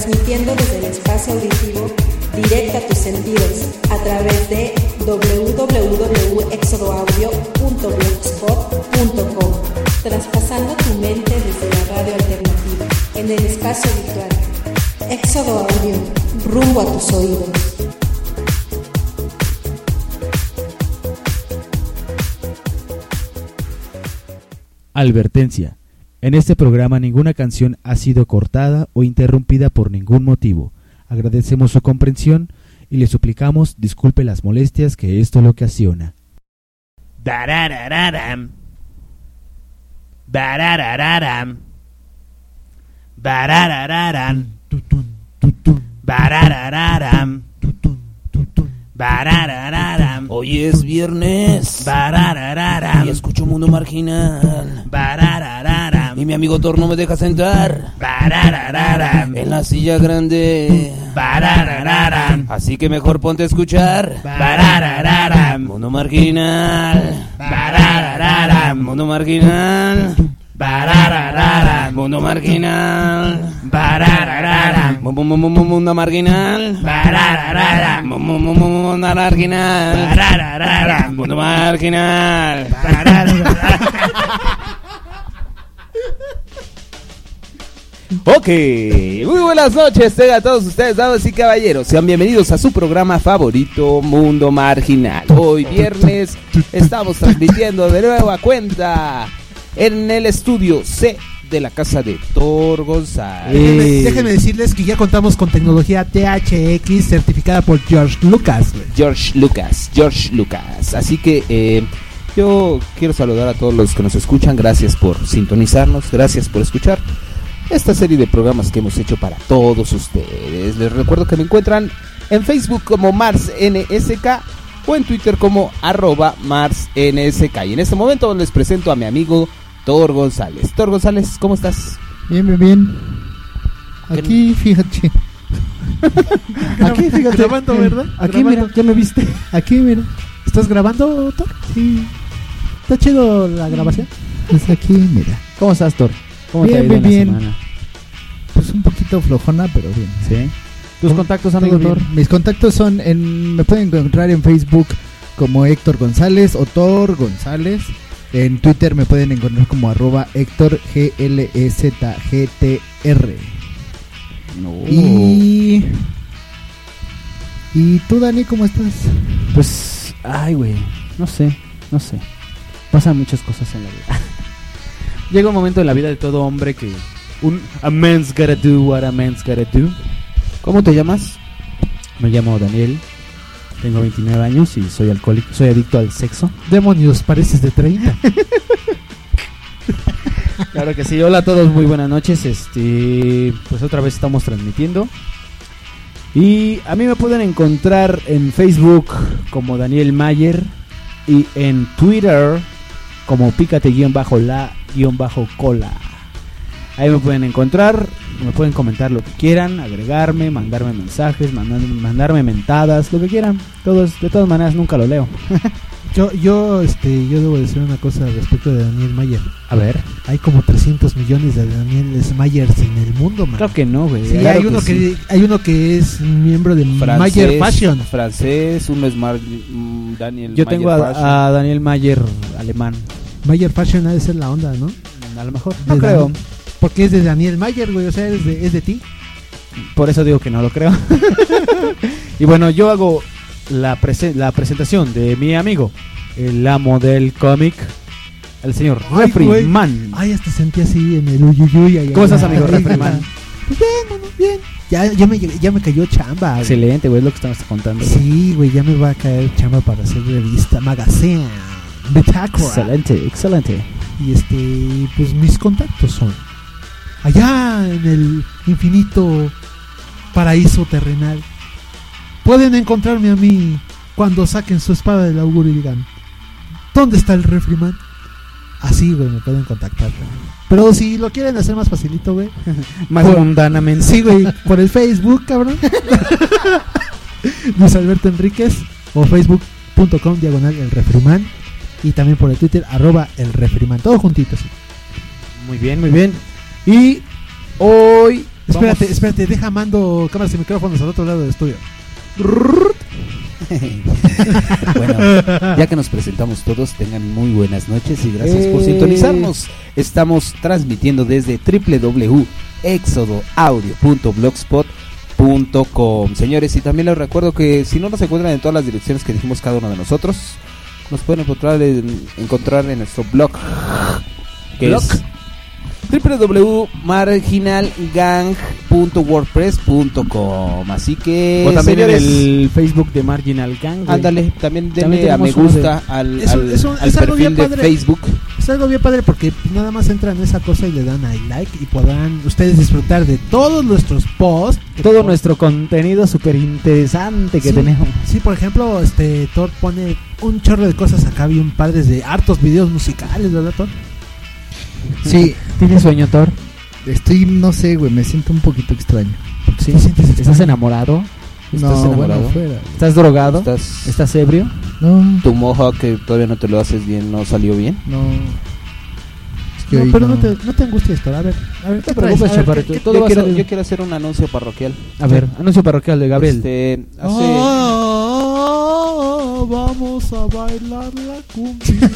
transmitiendo desde el espacio auditivo directo a tus sentidos a través de www.exodoaudio.blogspot.com, traspasando tu mente desde la radio alternativa en el espacio virtual. Éxodo Audio, rumbo a tus oídos. Advertencia. En este programa ninguna canción ha sido cortada o interrumpida por ningún motivo. Agradecemos su comprensión y le suplicamos disculpe las molestias que esto le ocasiona. Bararararam. Bararararam. Bararararam. Bararararam. Bararararam. Hoy es viernes. Bararararam. Y escucho Mundo Marginal. Bararararam. Y mi amigo Thor no me deja sentar. Bararararam. En la silla grande. Bararararam. Así que mejor ponte a escuchar. Bararararam. Mundo Marginal. Bararararam. Mundo Marginal. Bararararam. Mundo Marginal. Bararararam. Mundo Marginal. Bararararam. Mundo Marginal. Bararararam. Mundo Marginal. Ok, muy buenas noches, tengan todos ustedes, damas y caballeros. Sean bienvenidos a su programa favorito, Mundo Marginal. Hoy viernes estamos transmitiendo de nueva cuenta en el estudio C de la casa de Thor González. Déjenme decirles que ya contamos con tecnología THX certificada por George Lucas. George Lucas. Así que yo quiero saludar a todos los que nos escuchan. Gracias por sintonizarnos, gracias por escuchar esta serie de programas que hemos hecho para todos ustedes. Les recuerdo que me encuentran en Facebook como MarsNSK o en Twitter como @MarsNSK. Y en este momento les presento a mi amigo Thor González. Thor González, ¿cómo estás? Bien. Aquí, fíjate. Aquí, fíjate. Grabando, ¿verdad? Aquí, Grabando. mira, ya me viste. Aquí, mira. ¿Estás grabando, Thor? Sí. ¿Está chido la grabación? Pues aquí, mira. ¿Cómo estás, Thor? ¿Cómo Bien, te ha ido en la bien. semana? Pues un poquito flojona, pero bien. ¿Sí? ¿Tus contactos, amigo Todo Thor? bien. Mis contactos son me pueden encontrar en Facebook como Héctor González o Thor González. En Twitter me pueden encontrar como @Héctor GLZGTR. No. Y tú, Dani, ¿cómo estás? Pues, ay, güey, no sé. Pasan muchas cosas en la vida. Llega un momento en la vida de todo hombre que a man's gotta do what a man's gotta do. ¿Cómo te llamas? Me llamo Daniel, tengo 29 años y soy alcohólico, soy adicto al sexo. Demonios, pareces de 30. Claro que sí. Hola a todos, muy buenas noches. Pues otra vez estamos transmitiendo. Y a mí me pueden encontrar en Facebook como Daniel Mayer y en Twitter como pícate-la-cola. Ahí me pueden encontrar, me pueden comentar lo que quieran, agregarme, mandarme mensajes, mandarme mentadas, lo que quieran. De todas maneras nunca lo leo. Yo debo decir una cosa respecto de Daniel Mayer. A ver. Hay como 300 millones de Daniel Mayers en el mundo, man. Claro que no, güey. Sí, claro hay uno que es miembro de Mayer Fashion. Francés, uno es Daniel. Yo tengo a Daniel Mayer alemán. Mayer Fashion ha de ser la onda, ¿no? A lo mejor. No creo. Porque es de Daniel Mayer, güey, o sea, es de ti. Por eso digo que no lo creo. Y bueno, yo hago la presentación de mi amigo, el amo del cómic, el señor Refriman. Ay, hasta sentí así en el uyuyuy. ¿Cómo estás, amigo Refriman? Pues bien, mano, bien. Ya me cayó chamba, güey. Excelente, güey, es lo que estamos contando. Sí, güey, ya me va a caer chamba para hacer revista, magazine, bitácora. Excelente. Y pues mis contactos son allá en el infinito paraíso terrenal. Pueden encontrarme a mí cuando saquen su espada del augurio y digan: ¿dónde está el Refriman? Así, güey, me pueden contactar. Pero si lo quieren hacer más facilito, güey, más mundanamente. Sí, güey, por el Facebook, cabrón. Luis Alberto Enríquez o facebook.com/el Refriman. Y también por el Twitter @el Refriman. Todo juntito, sí. Muy bien, muy bien. Y hoy Espérate, deja mando cámaras y micrófonos al otro lado del estudio. Bueno, ya que nos presentamos todos, tengan muy buenas noches y gracias por sintonizarnos. Estamos transmitiendo desde www.exodoaudio.blogspot.com. Señores, y también les recuerdo que si no nos encuentran en todas las direcciones que dijimos cada uno de nosotros, nos pueden encontrar en nuestro blog, que es www.marginalgang.wordpress.com. Así que o también señores, en el Facebook de Marginal Gang, güey. ándale, también También denle a me tenemos gusta al Es algo perfil bien de padre. Facebook. Es algo bien padre porque nada más entran en esa cosa y le dan ahí like y podrán ustedes disfrutar de todos nuestros posts. Todo nuestro contenido súper interesante que Sí, tenemos. Sí, por ejemplo, Thor pone un chorro de cosas acá bien padres de hartos videos musicales, ¿verdad, Thor? Sí, ¿Tienes sueño, Thor? estoy, no sé, güey, me siento un poquito extraño. Sí. ¿Te sientes ¿Estás extraño? enamorado? ¿Estás No, enamorado? bueno, fuera. ¿Estás drogado? ¿Estás ¿Estás ebrio? No, tu mohawk que todavía no te lo haces bien, no salió bien? no. Es que No, hoy pero no te angusties, Thor. A ver, No ¿qué te traes? preocupes, A ver, chaparrito. ¿qué- Todo Yo va a quiero, salir. yo quiero hacer un anuncio parroquial. A ver, anuncio parroquial de Gabriel. Hace vamos a bailar la cumbia.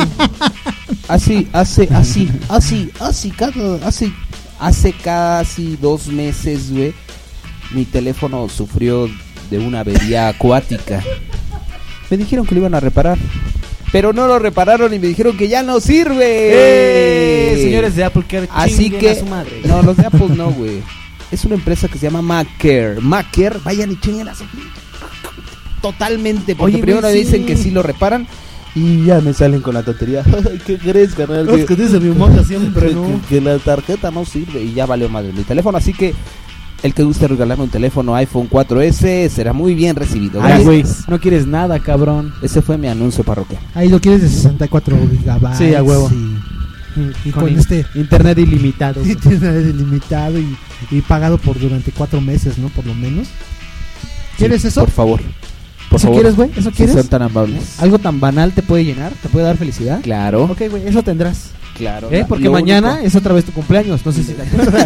hace casi 2 meses, güey, mi teléfono sufrió de una avería acuática. Me dijeron que lo iban a reparar, pero no lo repararon y me dijeron que ya no sirve. Señores de Apple Care, Así chinguen que a su madre. no, los de Apple no, güey. Es una empresa que se llama Maccare. Maccare, vayan y chinguen a su totalmente, porque Oye, primero güey, sí. dicen que sí lo reparan y ya me salen con la tontería. Ay, ¿qué crees, carnal? Es que dice mi mamá siempre, ¿no? Que la tarjeta no sirve y ya valió madre mi teléfono, así que el que guste regalarme un teléfono iPhone 4S será muy bien recibido. Ay, güey, Gracias. no quieres nada, cabrón. Ese fue mi anuncio parroquial. Ahí lo quieres de 64 gigabytes. Sí, a huevo. Y con este internet ilimitado. y tiene ilimitado y pagado por durante 4 meses, ¿no? Por lo menos. ¿Quieres Sí, eso? Por favor. Por ¿Eso favor. quieres, güey? ¿Eso Si quieres? son tan amables. ¿Algo tan banal te puede llenar? ¿Te puede dar felicidad? Claro, Ok, güey, eso tendrás. claro. Porque Lo mañana único- es otra vez tu cumpleaños. No sé si te acuerdas.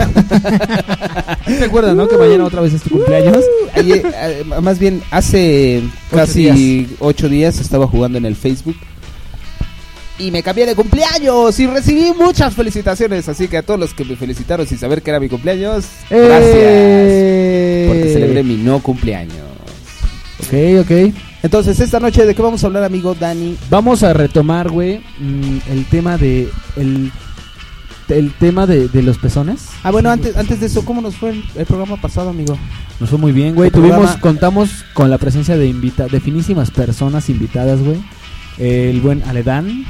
¿Te acuerdas, no? Que mañana otra vez es tu cumpleaños. Más bien, hace 8 casi días. 8 días estaba jugando en el Facebook y me cambié de cumpleaños y recibí muchas felicitaciones. Así que a todos los que me felicitaron sin saber que era mi cumpleaños, gracias. Porque celebré mi no cumpleaños. Ok. Entonces, esta noche, ¿de qué vamos a hablar, amigo Dani? Vamos a retomar, güey, el tema de el tema de los pezones. Ah, bueno, antes de eso, ¿cómo nos fue el programa pasado, amigo? Nos fue muy bien, güey. El programa- Contamos con la presencia de finísimas personas invitadas, güey. El buen Aledán.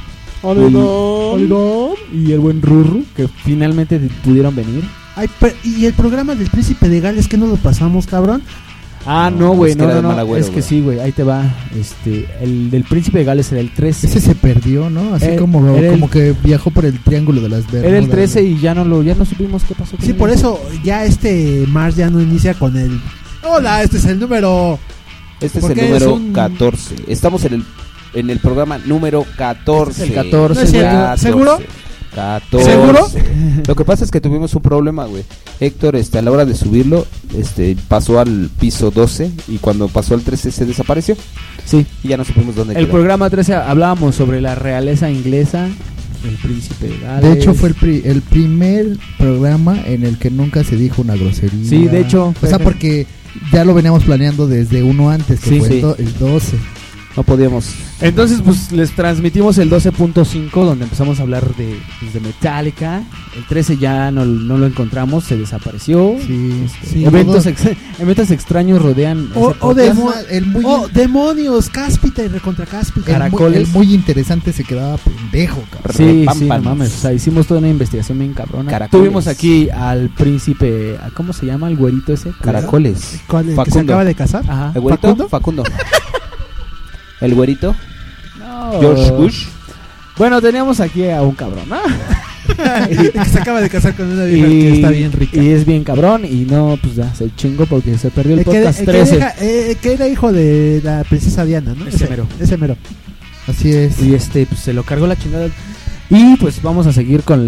Y el buen Rurru, que finalmente pudieron venir. Ay, y el programa del Príncipe de Gales, ¿que no lo pasamos, cabrón? Ah, No, no, güey, es que era de no. mal agüero, Es que güey. sí, güey. Ahí te va. El del Príncipe de Gales era el 13. Ese se perdió, ¿no? Así Era como el- que viajó por el triángulo de las Bermudas. Era el 13 y ya no supimos qué pasó con Sí, él. por eso ya Mars ya no inicia con el... Hola, este es el número... Este es el Porque número es un- 14. Estamos en el programa número 14. Este es el 14, ¿No es cierto? 14. ¿Seguro? 14. ¿Seguro? Lo que pasa es que tuvimos un problema, güey. Héctor, a la hora de subirlo, pasó al piso 12 y cuando pasó al 13 se desapareció Sí. y ya no supimos dónde El quedó. programa 13 hablábamos sobre la realeza inglesa, el Príncipe de Gales. De hecho, fue el primer programa en el que nunca se dijo una grosería. Sí, de hecho. O sea, porque ya lo veníamos planeando desde uno antes, que Sí, fue sí. el 12. No podíamos. Entonces, pues les transmitimos el 12.5, donde empezamos a hablar de Metallica. El 13 ya no lo encontramos, se desapareció. Sí, Sí, Eventos extraños rodean. ese O podcast. demonios, cáspita y recontra cáspita. Caracoles. El muy interesante se quedaba pendejo, cabrón. Sí, sí, no Repámpanos. mames. O sea, hicimos toda una investigación bien cabrona. Caracoles. Tuvimos aquí al príncipe, ¿cómo se llama? El güerito ese. Caracoles. ¿Cuál, el que se Facundo. acaba de casar? Ajá. ¿El güerito? Facundo. ¿El güerito? No. George Bush. Bueno, teníamos aquí a un cabrón, ¿no? El que se acaba de casar con una vieja que está bien rica. Y es bien cabrón. Y no, pues ya se chingó porque se perdió el El que, podcast el que 13. que era hijo de la princesa Diana, ¿no? Ese mero. Ese mero. Así es. Y pues se lo cargó la chingada. Y pues vamos a seguir con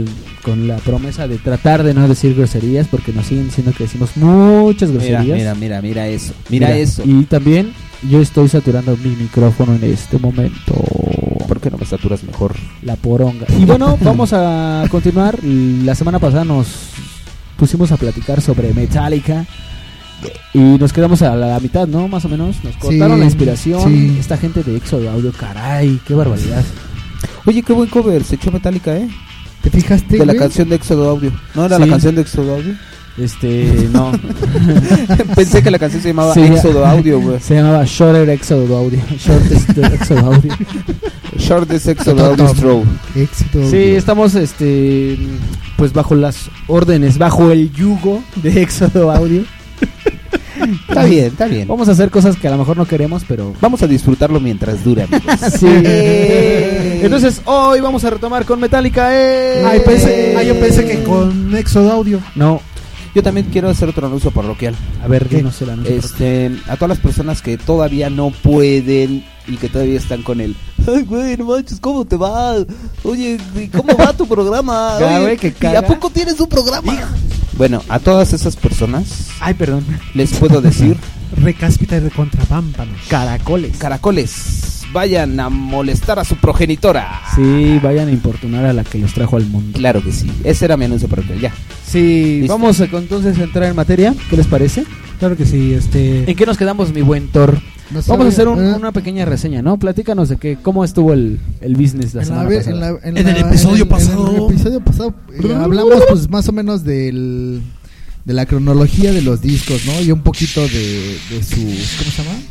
con la promesa de tratar de no decir groserías, porque nos siguen diciendo que decimos muchas groserías. Mira eso. Mira eso. Y también yo estoy saturando mi micrófono en este momento. ¿Por qué no me saturas mejor? La poronga. Y bueno, vamos a continuar. La semana pasada nos pusimos a platicar sobre Metallica y nos quedamos a la mitad, ¿no? Más o menos. Nos cortaron la inspiración. Sí. Esta gente de Éxodo Audio, caray, qué barbaridad. Oye, qué buen cover se echó Metallica, ¿eh? ¿Te fijaste? De la güey? canción de Éxodo Audio. ¿No era Sí. la canción de Éxodo Audio? No. Pensé que la canción se llamaba Sí. Éxodo Audio, güey. Se llamaba Shorter Éxodo Audio. Shortest Éxodo Audio. Shortest Éxodo Audio Stroke. Éxito. Sí, güey. estamos pues bajo las órdenes, bajo el yugo de Éxodo Audio. Está bien, está bien. Vamos a hacer cosas que a lo mejor no queremos, pero Vamos a disfrutarlo mientras dure, amigos. sí. Entonces, hoy vamos a retomar con Metallica. Yo pensé que con Éxodo Audio. No, Yo también quiero hacer otro anuncio parroquial. a ver, dinos el anuncio. A todas las personas que todavía no pueden y que todavía están con el ay, güey, no manches, ¿cómo te va? Oye, ¿y ¿cómo va tu programa? Ya, Oye, güey, que ¿y caga. a poco tienes un programa? Bueno, a todas esas personas Ay, perdón. les puedo decir Recáspita y recontrapámpanos. Caracoles. caracoles, vayan a molestar a su progenitora. Sí, vayan a importunar a la que los trajo al mundo. Claro que sí, ese era mi anuncio parroquial, ya. Sí, Listo. vamos entonces a entrar en materia. ¿Qué les parece? Claro que sí, ¿En qué nos quedamos, mi buen Thor? No Vamos a hacer sabe- una pequeña reseña, ¿no? Platícanos de cómo estuvo el business la semana pasada. En el episodio pasado. En el episodio pasado hablamos pues más o menos de la cronología de los discos, ¿no? Y un poquito de su ¿cómo se llama?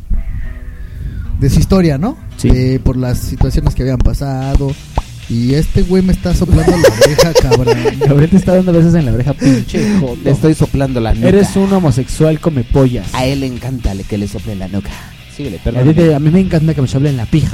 De su historia, ¿no? Sí. Por las situaciones que habían pasado. Y este güey me está soplando la oreja, cabrón. Gabriel te está dando besos en la oreja, pinche joto. Le estoy soplando la nuca. Eres un homosexual come pollas. A él le encanta que le sople la nuca. Síguele, A perdón. mí me encanta que me soplen la pija.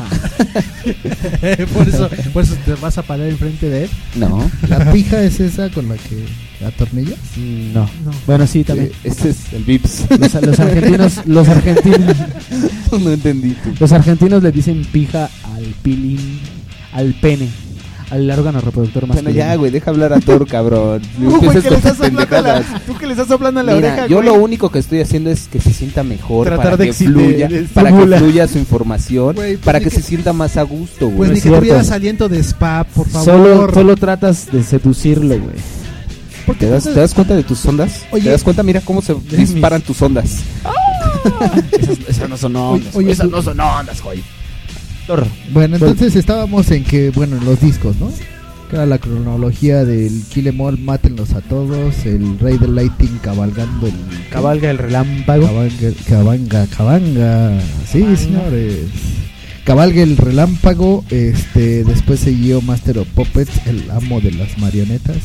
por eso te vas a parar enfrente de él. No, La pija es esa con la que atornillas. No. No. Bueno, sí, también. este es el Vips. Los argentinos No entendí tú. los argentinos le dicen pija al pilín, al pene, al órgano reproductor Bueno, masculino. ya, güey, deja hablar a Thor, cabrón. No empieces con tus pendejadas. Tú que le estás soplando en Mira, yo lo único que estoy haciendo es que se sienta mejor, Tratar para de que exi- fluya, de para que estimular. fluya su información, Güey, pues para ni que que- se sienta más a gusto, Pues güey. ni es que cierto. tuvieras aliento de spa, por favor. Solo tratas de seducirlo, güey. ¿Te das cuenta de tus ondas? Oye. ¿Te das cuenta? Mira cómo se disparan tus ondas. Esas no son ondas, Oye, esas tú- no son ondas, güey. Thor. Bueno, entonces estábamos en que, bueno, en los discos, ¿no? Que era la cronología del Kill Em All, Mátenlos a Todos, el Rey del Lighting cabalgando el... Cabalga el relámpago. Cabanga. Sí, señores. Cabalga el relámpago, después siguió Master of Puppets, el amo de las marionetas.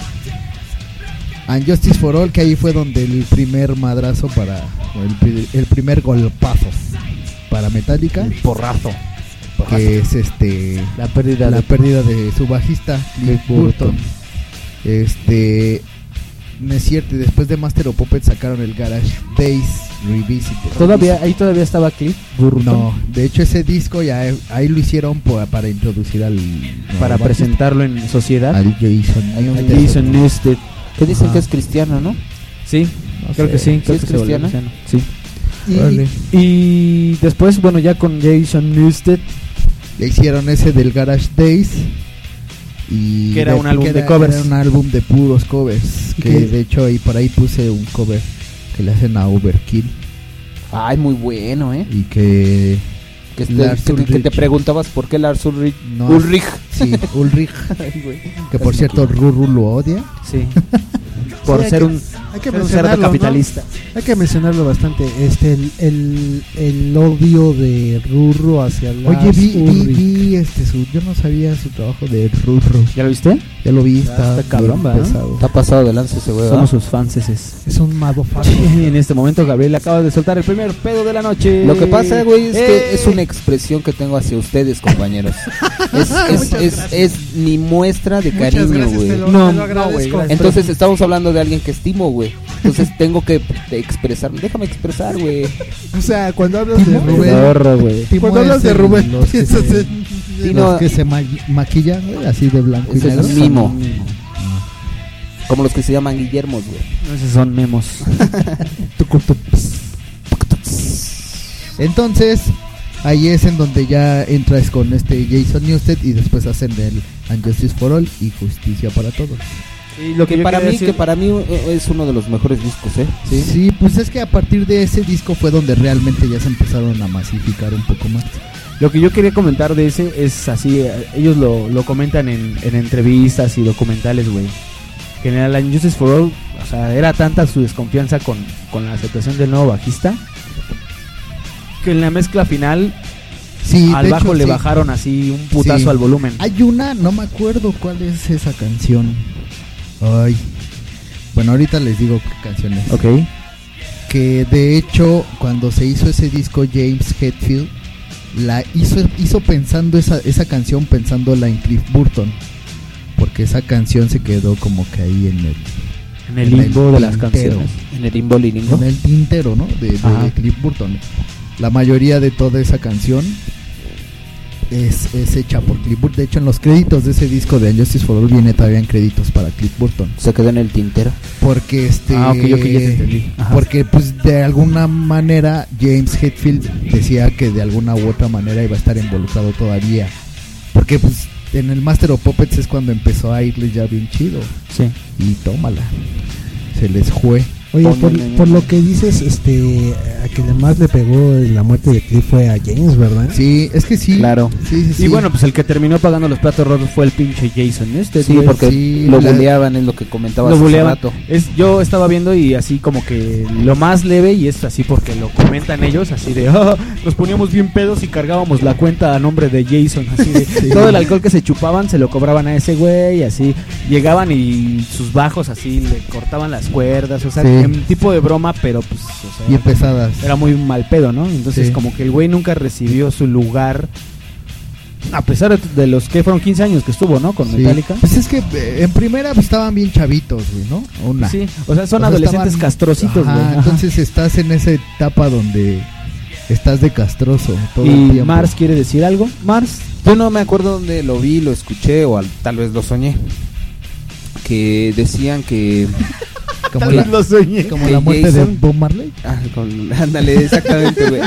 And Justice for All, que ahí fue donde el primer madrazo el primer golpazo para Metallica, Porrazo. que es La pérdida la de pérdida de su bajista Cliff Burton. No es cierto, y después de Master of Puppets sacaron el Garage Days Revisited. Ahí todavía estaba Cliff Burton. No, de hecho ese disco ya ahí lo hicieron para introducir al Para nuevo presentarlo en sociedad. al Jason Al Newsted. Jason Newsted. Que dicen Ajá. que es cristiano, ¿no? Sí, No creo sé. que sí. Creo ¿Sí que es se volvió cristiano? cristiano. Sí. Órale. Y después, bueno, ya con Jason Newsted, Le hicieron ese del Garage Days y Que era un álbum que de covers. Era un álbum de puros covers, ¿Y que qué? de hecho ahí por ahí puse un cover que le hacen a Overkill Ay, muy bueno, ¿eh? y que Que Lars te Ulrich. preguntabas por qué Lars Ulrich. No, Ulrich. Sí, Ulrich, Ay, güey. que por cierto Ruru lo odia. sí. Por Sí, ser un hay que ser un mencionarlo, cerdo ¿no? capitalista. Hay que mencionarlo bastante. El odio de Rurro hacia Lars Oye, vi Ulrich. yo no sabía su trabajo de Ruru. ¿Ya lo viste? Ya lo vi, está cabrón, bien ¿va? pesado. Está pasado de lanza ese güey, ¿verdad? Somos sus fans. Es un motherfucker. En este momento Gabriel acaba de soltar el primer pedo de la noche. Lo que pasa, güey, es que es una expresión que tengo hacia ustedes, compañeros. es mi muestra de Muchas cariño, gracias, güey. te lo No, agradezco. güey, gracias. Entonces estamos hablando de alguien que estimo, güey. Entonces tengo que expresarme. Déjame expresar, güey. O sea, cuando hablas de Timo, Rubén, Zorro, güey. Timo cuando hablas es de el- Rubén, los que piensas se- en... Sí, los no. que se maquillan, güey, así de blanco y Ese es negro. Mimo. Como los que se llaman Guillermos, güey. Esos son memos. Entonces, ahí es en donde ya entras con este Jason Newsted y después hacen el And Justice for All y Justicia para Todos. Y lo Que yo para quería mí, decir- que para mí es uno de los mejores discos, ¿eh? Sí, pues es que a partir de ese disco fue donde realmente ya se empezaron a masificar un poco más. Lo que yo quería comentar de ese es así, ellos lo comentan en entrevistas y documentales, güey. Que en el Justice for All, o sea, era tanta su desconfianza con la aceptación del nuevo bajista, que en la mezcla final Sí, al de bajo hecho, le sí. bajaron así un putazo Sí. al volumen. Hay una, no me acuerdo cuál es esa canción. Ay. Bueno, ahorita les digo qué canción es. Ok. Que de hecho, cuando se hizo ese disco, James Hetfield la hizo pensando esa canción, pensándola en Cliff Burton. Porque esa canción se quedó como que ahí En el limbo de las tintero. canciones. En el limbo, En el tintero, ¿no? De Ajá. Cliff Burton. La mayoría de toda esa canción es hecha por Cliff Burton. De hecho, en los créditos de ese disco de Justice for All viene todavía en créditos para Cliff Burton. Se quedó en el tintero. Porque Ah, ok, yo que ya te entendí. Ajá. porque pues de alguna manera James Hetfield decía que de alguna u otra manera iba a estar involucrado todavía. Porque pues en el Master of Puppets es cuando empezó a irles ya bien chido. Sí. Y tómala. Se les fue. Oye, Ponle- por lo que dices, a quien más le pegó la muerte de Cliff fue a James, ¿verdad? Sí, es que sí. Claro. Sí. Y bueno, pues el que terminó pagando los platos rotos fue el pinche Jason. Sí, güey. porque sí, lo la- buleaban, es lo que comentaba lo hace buleaban. rato. Yo estaba viendo y así como que lo más leve, y es así porque lo comentan ellos, así de nos poníamos bien pedos y cargábamos la cuenta a nombre de Jason, así de Sí. todo el alcohol que se chupaban se lo cobraban a ese güey, así llegaban y sus bajos así le cortaban las cuerdas, o sea, Sí. en tipo de broma, pero pues o sea, Bien pesadas. era muy mal pedo, ¿no? Entonces Sí. como que el güey nunca recibió su lugar, a pesar de los que fueron 15 años que estuvo, ¿no? Con Sí. Metallica. Pues es que en primera pues, estaban bien chavitos, güey, ¿no? Una. Sí, o sea, son O sea, adolescentes estaban- castrocitos, Ajá, güey. Ajá. entonces estás en esa etapa donde estás de castroso todo el ¿Y tiempo. Mars quiere decir algo? Mars. Yo no me acuerdo dónde lo vi, lo escuché o tal vez lo soñé. Que decían que... como la, lo soñé. como que la muerte de Jason- Bob Marley. Ándale, exactamente, güey.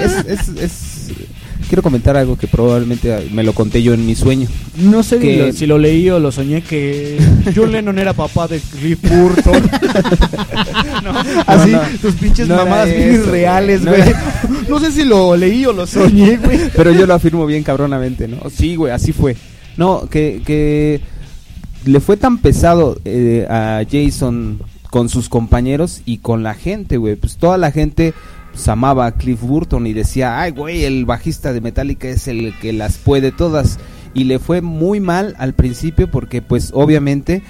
Quiero comentar algo que probablemente me lo conté yo en mi sueño. No sé Que- si lo leí o lo soñé, que John Lennon era papá de Cliff Burton. No, así, no. tus pinches No era mamadas bien eso, irreales, güey. güey. No sé si lo leí o lo soñé, güey. Pero yo lo afirmo bien cabronamente, ¿no? Sí, güey, así fue. No, que le fue tan pesado a Jason con sus compañeros y con la gente, güey. Pues toda la gente pues, amaba a Cliff Burton y decía, ay, güey, el bajista de Metallica es el que las puede todas. Y le fue muy mal al principio porque, pues, obviamente,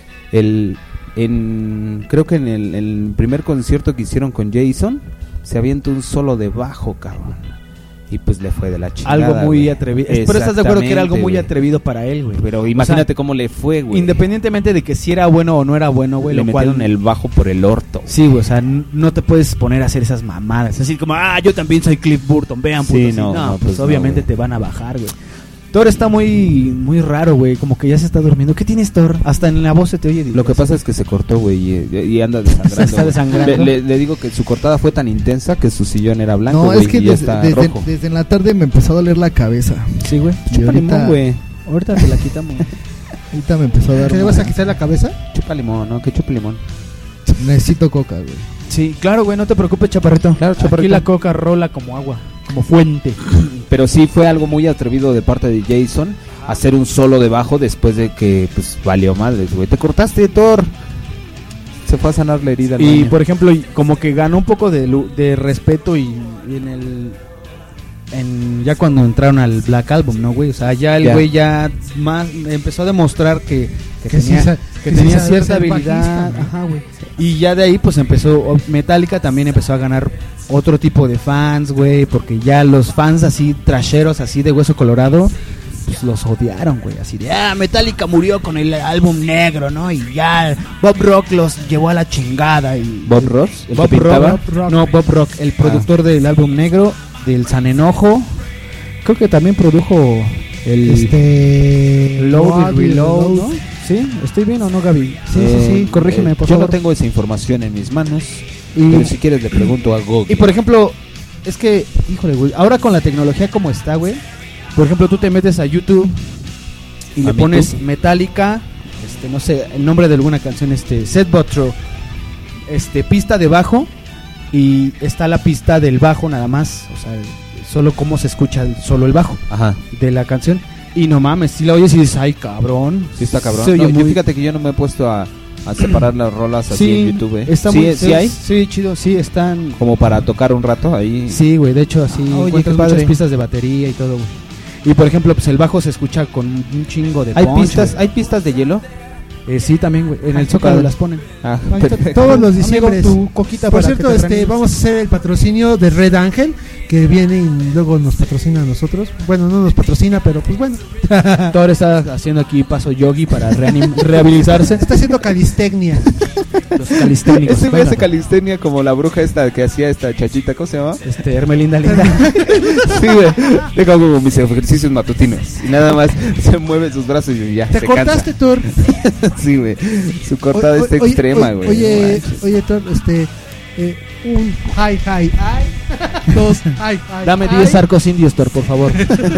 creo que en el primer concierto que hicieron con Jason, se avienta un solo de bajo, cabrón. Y pues le fue de la chingada. Algo muy güey. atrevido. Pero estás de acuerdo que era algo muy Exactamente, atrevido para él, güey. güey. Pero O imagínate sea, cómo le fue, güey. independientemente de que si era bueno o no era bueno, güey, le lo cual metieron el bajo por el orto. sí, güey, o sea, no te puedes poner a hacer esas mamadas. Así como, yo también soy Cliff Burton, vean, Sí, puto. Sí, no, no, no, pues pues no, obviamente güey. te van a bajar, güey. Thor está muy raro, güey, como que ya se está durmiendo. ¿Qué tienes, Thor? Hasta en la voz se te oye. Lo que pasa es que se cortó, güey, y anda desangrando. Se está güey. desangrando. Le digo que su cortada fue tan intensa que su sillón era blanco, No, güey, es que y ya está rojo. desde en la tarde me empezó a doler la cabeza. Sí, güey. Y Chupa limón, güey. Ahorita te la quitamos. ahorita me empezó a dar. ¿Te le vas a quitar la cabeza? Chupa limón, ¿no? Que chupa limón. Necesito coca, güey. Sí, claro, güey, no te preocupes, chaparrito. Claro, Aquí chaparrito. la coca rola como agua, como fuente. Pero sí fue algo muy atrevido de parte de Jason hacer un solo de bajo después de que, pues, valió madres, güey. Te cortaste, Thor. Se fue a sanar la herida. al Y baño. por ejemplo, como que ganó un poco de respeto y ya cuando entraron al Black Album, ¿no, güey? O sea, ya el Ya. güey ya más empezó a demostrar que Que sí tenía, sa- que que tenía sí sabe cierta ser habilidad. bajista, ¿no? Ajá, güey. Y ya de ahí pues empezó, Metallica también empezó a ganar otro tipo de fans, güey, porque ya los fans así trasheros, así de hueso colorado, pues los odiaron, güey, así de, Metallica murió con el álbum negro, ¿no? Y ya Bob Rock los llevó a la chingada y Bob Ross, el Bob que pintaba. Rock, no, Bob Rock, el productor del álbum negro, del San Enojo, creo que también produjo el Load y Reload, ¿no? ¿Sí? ¿Estoy bien o no, Gaby? Sí. Corrígeme, por yo favor. no tengo esa información en mis manos, Y- pero si quieres le pregunto a Google. Y por ejemplo, es que, híjole, güey, ahora con la tecnología como está, güey, por ejemplo, tú te metes a YouTube y le ¿A pones YouTube? Metallica, no sé, el nombre de alguna canción, Set Botro, pista de bajo, y está la pista del bajo nada más, o sea, solo cómo se escucha solo el bajo Ajá, de la canción. Y no mames, si la oyes y dices, ay, cabrón. sí está cabrón. Se oye No, yo muy- fíjate que yo no me he puesto a separar las rolas así Sí, en YouTube. está ¿Sí, muy, sí hay? Sí, chido, sí, están. Como para tocar un rato ahí. Sí, güey, de hecho así Oye, encuentras qué padre. muchas pistas de batería y todo, güey. Y por ejemplo, pues el bajo se escucha con un chingo de ¿Hay punch, pistas, güey. ¿hay pistas de hielo? Sí, también, güey. En Ah, el qué Zócalo padre. las ponen. Ah, Ahí está, perfecto. todos los Amigo, diciembres. tu coquita Por para cierto, que te reanimes. vamos a hacer el patrocinio de Red Ángel, que viene y luego nos patrocina a nosotros. Bueno, no nos patrocina, pero pues bueno. Thor está haciendo aquí paso yogi para rehabilitarse. Está haciendo calistecnia. Los calisténicos. Ese güey hace Venga, calistenia como la bruja esta que hacía esta chachita, ¿cómo se llama? Hermelinda Linda. Sí, güey. Deja como mis ejercicios matutinos. Y nada más se mueve sus brazos y ya ¿Te se cortaste, Thor? cansa. Sí, güey. Su cortada está extrema, güey. Oye, No manches. oye, Thor, un ay. Dos, ay. Dame ay. 10 arcos indios, Thor, por favor.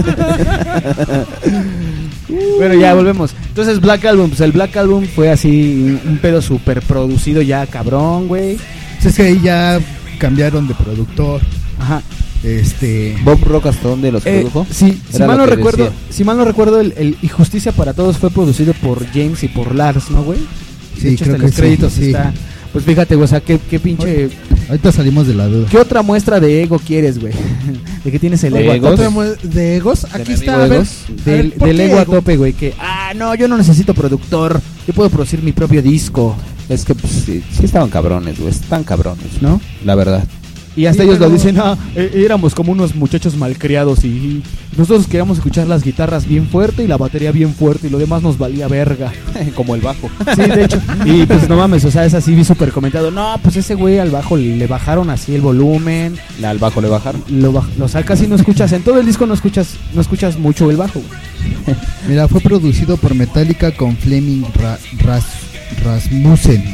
Bueno, ya volvemos. Entonces, Black Album, pues el Black Album fue así un pedo súper producido ya, cabrón, güey. Pues es que ahí ya cambiaron de productor. Ajá. Bob Rock, ¿hasta dónde los produjo? Sí, si Era mal, lo no que recuerdo, decía. si mal no recuerdo, el Y Justicia para Todos fue producido por James y por Lars, ¿no, güey? Sí, De hecho, creo hasta que los sí, créditos sí. está. Pues fíjate, güey, o sea, qué pinche. Ahorita salimos de la duda. ¿Qué otra muestra de ego quieres, güey? ¿De qué tienes el ¿De ego a egos? tope? De egos, aquí mi está. amigo A ver, Egos. Del, ¿por del qué ego a ego? tope, güey, que, no, yo no necesito productor, yo puedo producir mi propio disco, Es que pues, sí estaban cabrones, güey. Están cabrones, ¿no? la verdad. Y hasta Sí, ellos lo pero- dicen, éramos como unos muchachos malcriados y nosotros queríamos escuchar las guitarras bien fuerte y la batería bien fuerte y lo demás nos valía verga. Como el bajo. Sí, de hecho. Y pues no mames, o sea, es así, vi súper comentado. No, pues ese güey al bajo le bajaron así el volumen. Al bajo le bajaron. O sea, casi no escuchas, en todo el disco no escuchas mucho el bajo, güey. Mira, fue producido por Metallica con Fleming Rasmussen,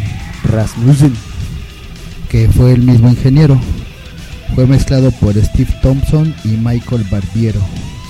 que fue el mismo ingeniero. Fue mezclado por Steve Thompson y Michael Barbiero.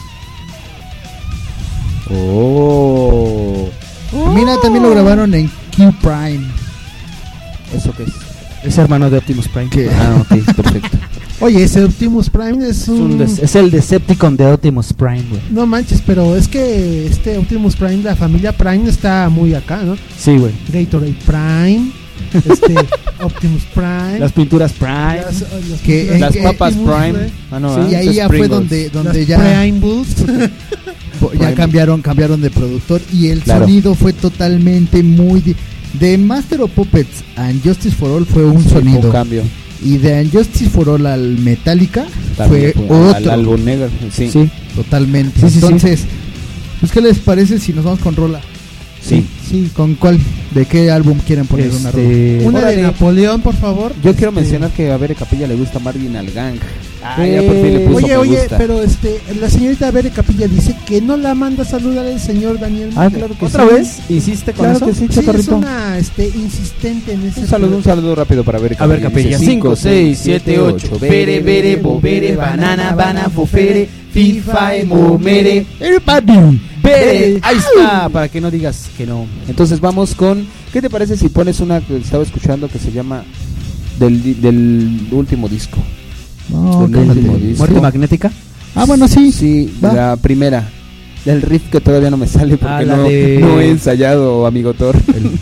Oh. Mira, también lo grabaron en Q Prime. ¿Eso qué es? Es hermano de Optimus Prime. Que- Ah, ok, perfecto. Oye, ese Optimus Prime es un... Es el Decepticon de Optimus Prime, güey. No manches, pero es que este Optimus Prime, la familia Prime está muy acá, ¿no? Sí, güey. Gatorade Prime, Optimus Prime, Las pinturas Prime. las Que- Las que- papas Optimus, Prime. güey. Ah, no, Sí, y ahí es ya fue Pringles. donde Las ya, Prime Bulls. ya cambiaron de productor y el Claro. sonido fue totalmente muy de Master of Puppets and Justice for All fue un Sí, sonido un cambio. y de Justice for All al Metallica También fue al otro álbum negro. Sí. Sí. totalmente. Sí, sí, sí. Entonces, pues qué les parece si nos vamos con rola? Sí. Sí, ¿con cuál? ¿De qué álbum quieren poner una rola? Una de Órale. Napoleón, por favor. Yo quiero mencionar que a Bere Capilla le gusta Marginal Gang. Ah, ya por fin le puso Oye, me gusta. pero la señorita Bere Capilla dice que no la manda a saludar el señor Daniel. Ah, Mayer. claro que ¿Otra sí. vez? ¿Hiciste con Claro eso? que sí, Sí, es chaparrito. una insistente en ese Un saludo rápido para Bere A ver, Capilla. Dice, 5, 6, 7, 8. Bere, bere, bobere, banana, bofere, fifa, momere. Bere. Ahí está, para que no digas que no. Entonces vamos con... ¿Qué te parece si pones una que estaba escuchando que se llama del último disco? No, Del cálmate. último disco. ¿Muerte magnética? Ah, bueno, sí. Sí, Va. la primera. Del riff que todavía no me sale porque la no, de- no he ensayado, amigo Thor.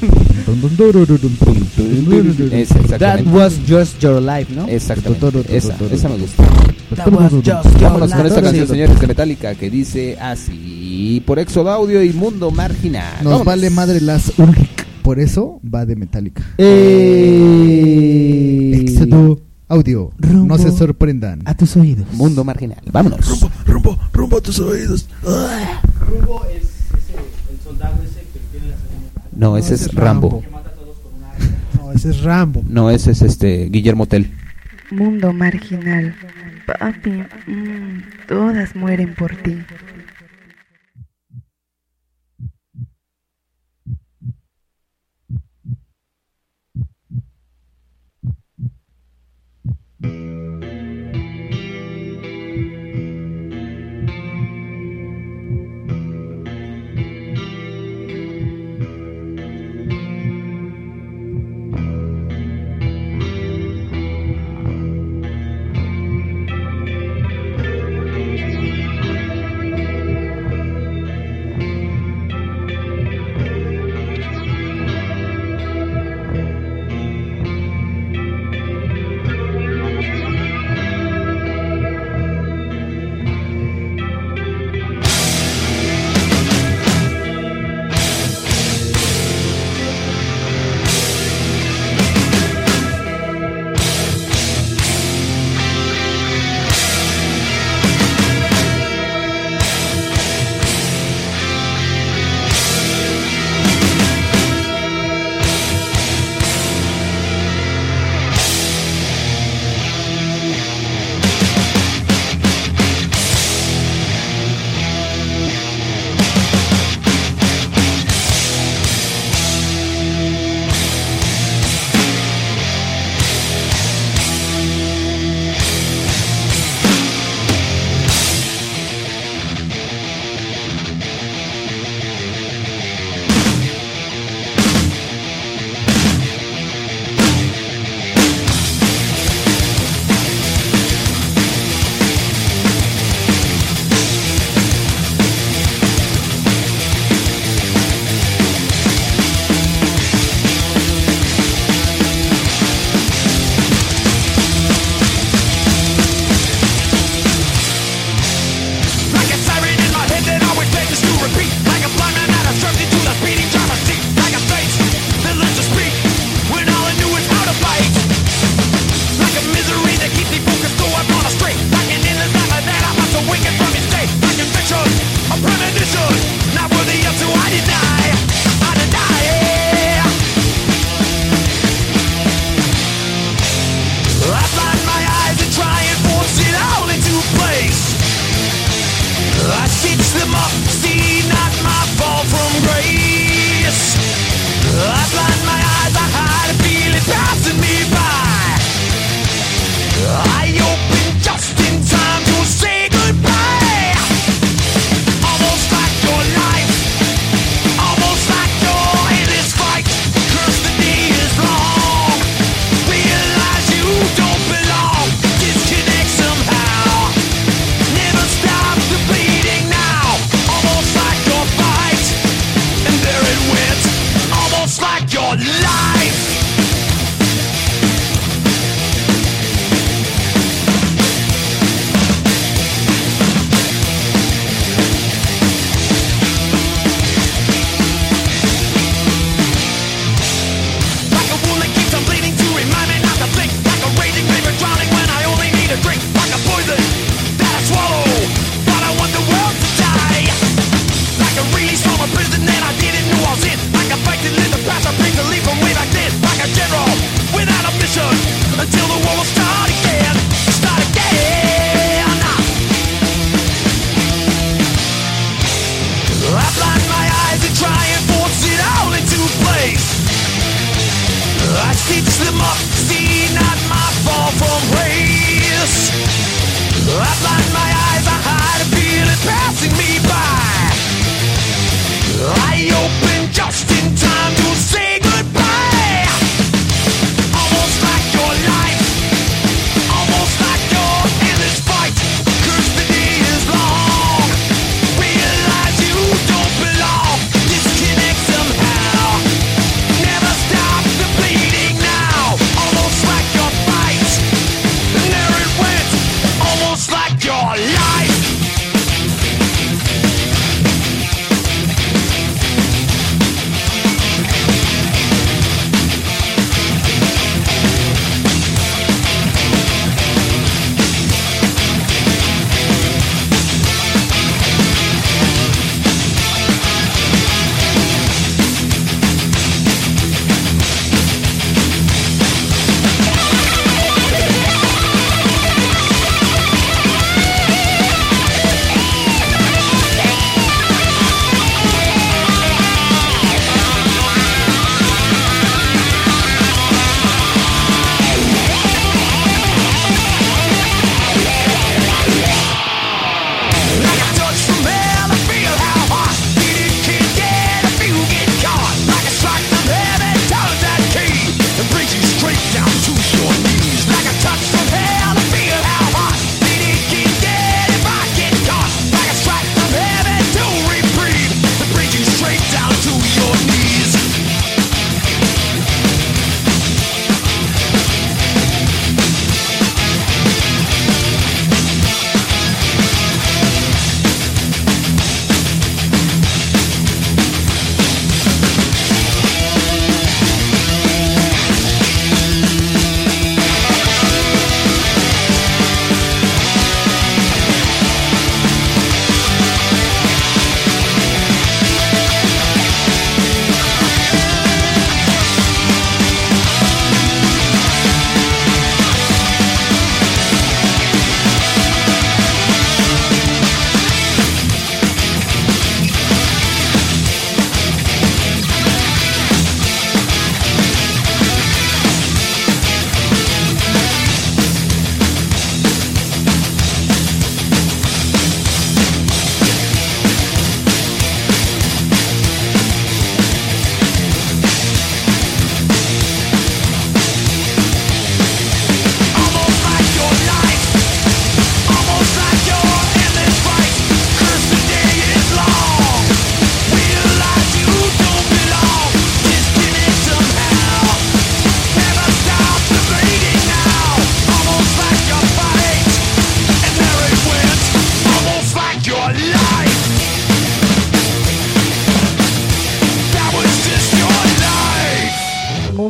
Esa, That exactamente. was just your life, ¿no? Exactamente. Esa me gusta. That was just your Vámonos con life. esta canción, Sí. señores, de Metallica, que dice así, por Éxodo Audio y Mundo Marginal. Nos Vámonos. vale madre las Ulrich. Por eso va de Metallica. Éxodo Audio. Rumbo. No se sorprendan. A tus oídos. Mundo Marginal. Vámonos. rumbo a tus oídos. Rumbo es el soldado ese que tiene la No, ese es Rambo. No, ese es Rambo. No, ese es Guillermo Tell. Mundo marginal. Papi, todas mueren por ti.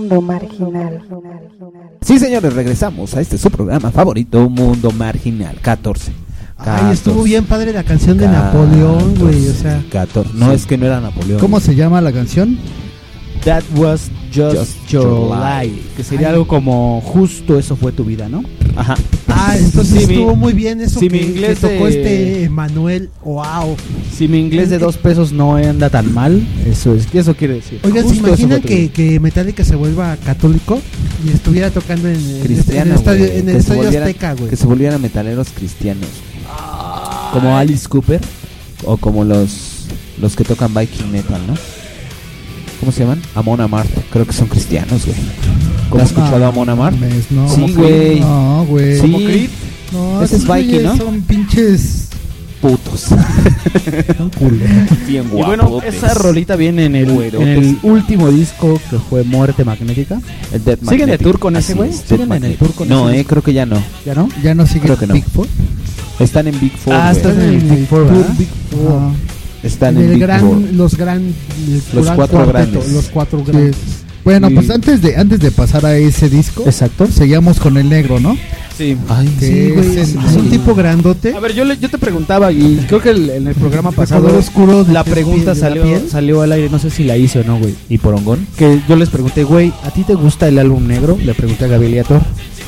Mundo Marginal. Sí, señores, regresamos a este su programa favorito, Mundo Marginal 14. Ay, estuvo bien padre la canción de Napoleón, güey, o sea. 14. No, es que no era Napoleón. ¿Cómo se llama la canción? That was just your life. Que sería algo como justo eso fue tu vida, ¿no? Ajá. Ah, entonces Sí, estuvo muy bien eso sí, que, mi inglés que tocó de- Manuel. Wow. Si mi inglés de 2 pesos no anda tan mal, eso quiere decir. Oigan, ¿se Justo eso imaginan fue tu vida. que Metallica se vuelva católico y estuviera tocando en Cristiano, el estadio, güey, en el que se estadio volvieran- Azteca, güey? Que se volvieran metaleros cristianos. Como Alice Cooper? O como los que tocan Viking Metal, ¿no? ¿Cómo se llaman? Amon Amarth. Creo que son cristianos, güey. ¿Cómo has escuchado a Amon Amarth? No, Sí, güey. No, güey. Sí. ¿Como Creed? No, Ese es esos Viking, güeyes ¿no? Son pinches. Putos. Son culeros. Bien Y bueno, guapotes. esa rolita viene en el Güerotes. último disco que fue Muerte Magnética. El Death ¿Siguen de Magnetic. tour con ese Así güey? es, ¿Siguen Death en el Magnetic. tour con No, ese? creo que ya no. ¿Ya no? Ya no sigue Creo que no. Bigfoot. Están en Big Four. Ah, güey. están en el Big Four, Tour ¿verdad? Big Four. Ajá. Están En en el Big Four. los Los gran cuatro cuarteto, grandes. los cuatro Sí. grandes. Bueno, Sí. pues antes de pasar a ese disco, Exacto. seguíamos con el negro, ¿no? Sí. Ay, Que Sí, güey, es es un tipo grandote. A ver, yo te preguntaba, y creo que en el programa pasado color oscuro de la piel- pregunta de la piel. salió al aire, no sé si la hice o no, güey. ¿Y Porongón? Que yo les pregunté, güey, ¿a ti te gusta el álbum negro? Le pregunté a Gabriel y a Thor.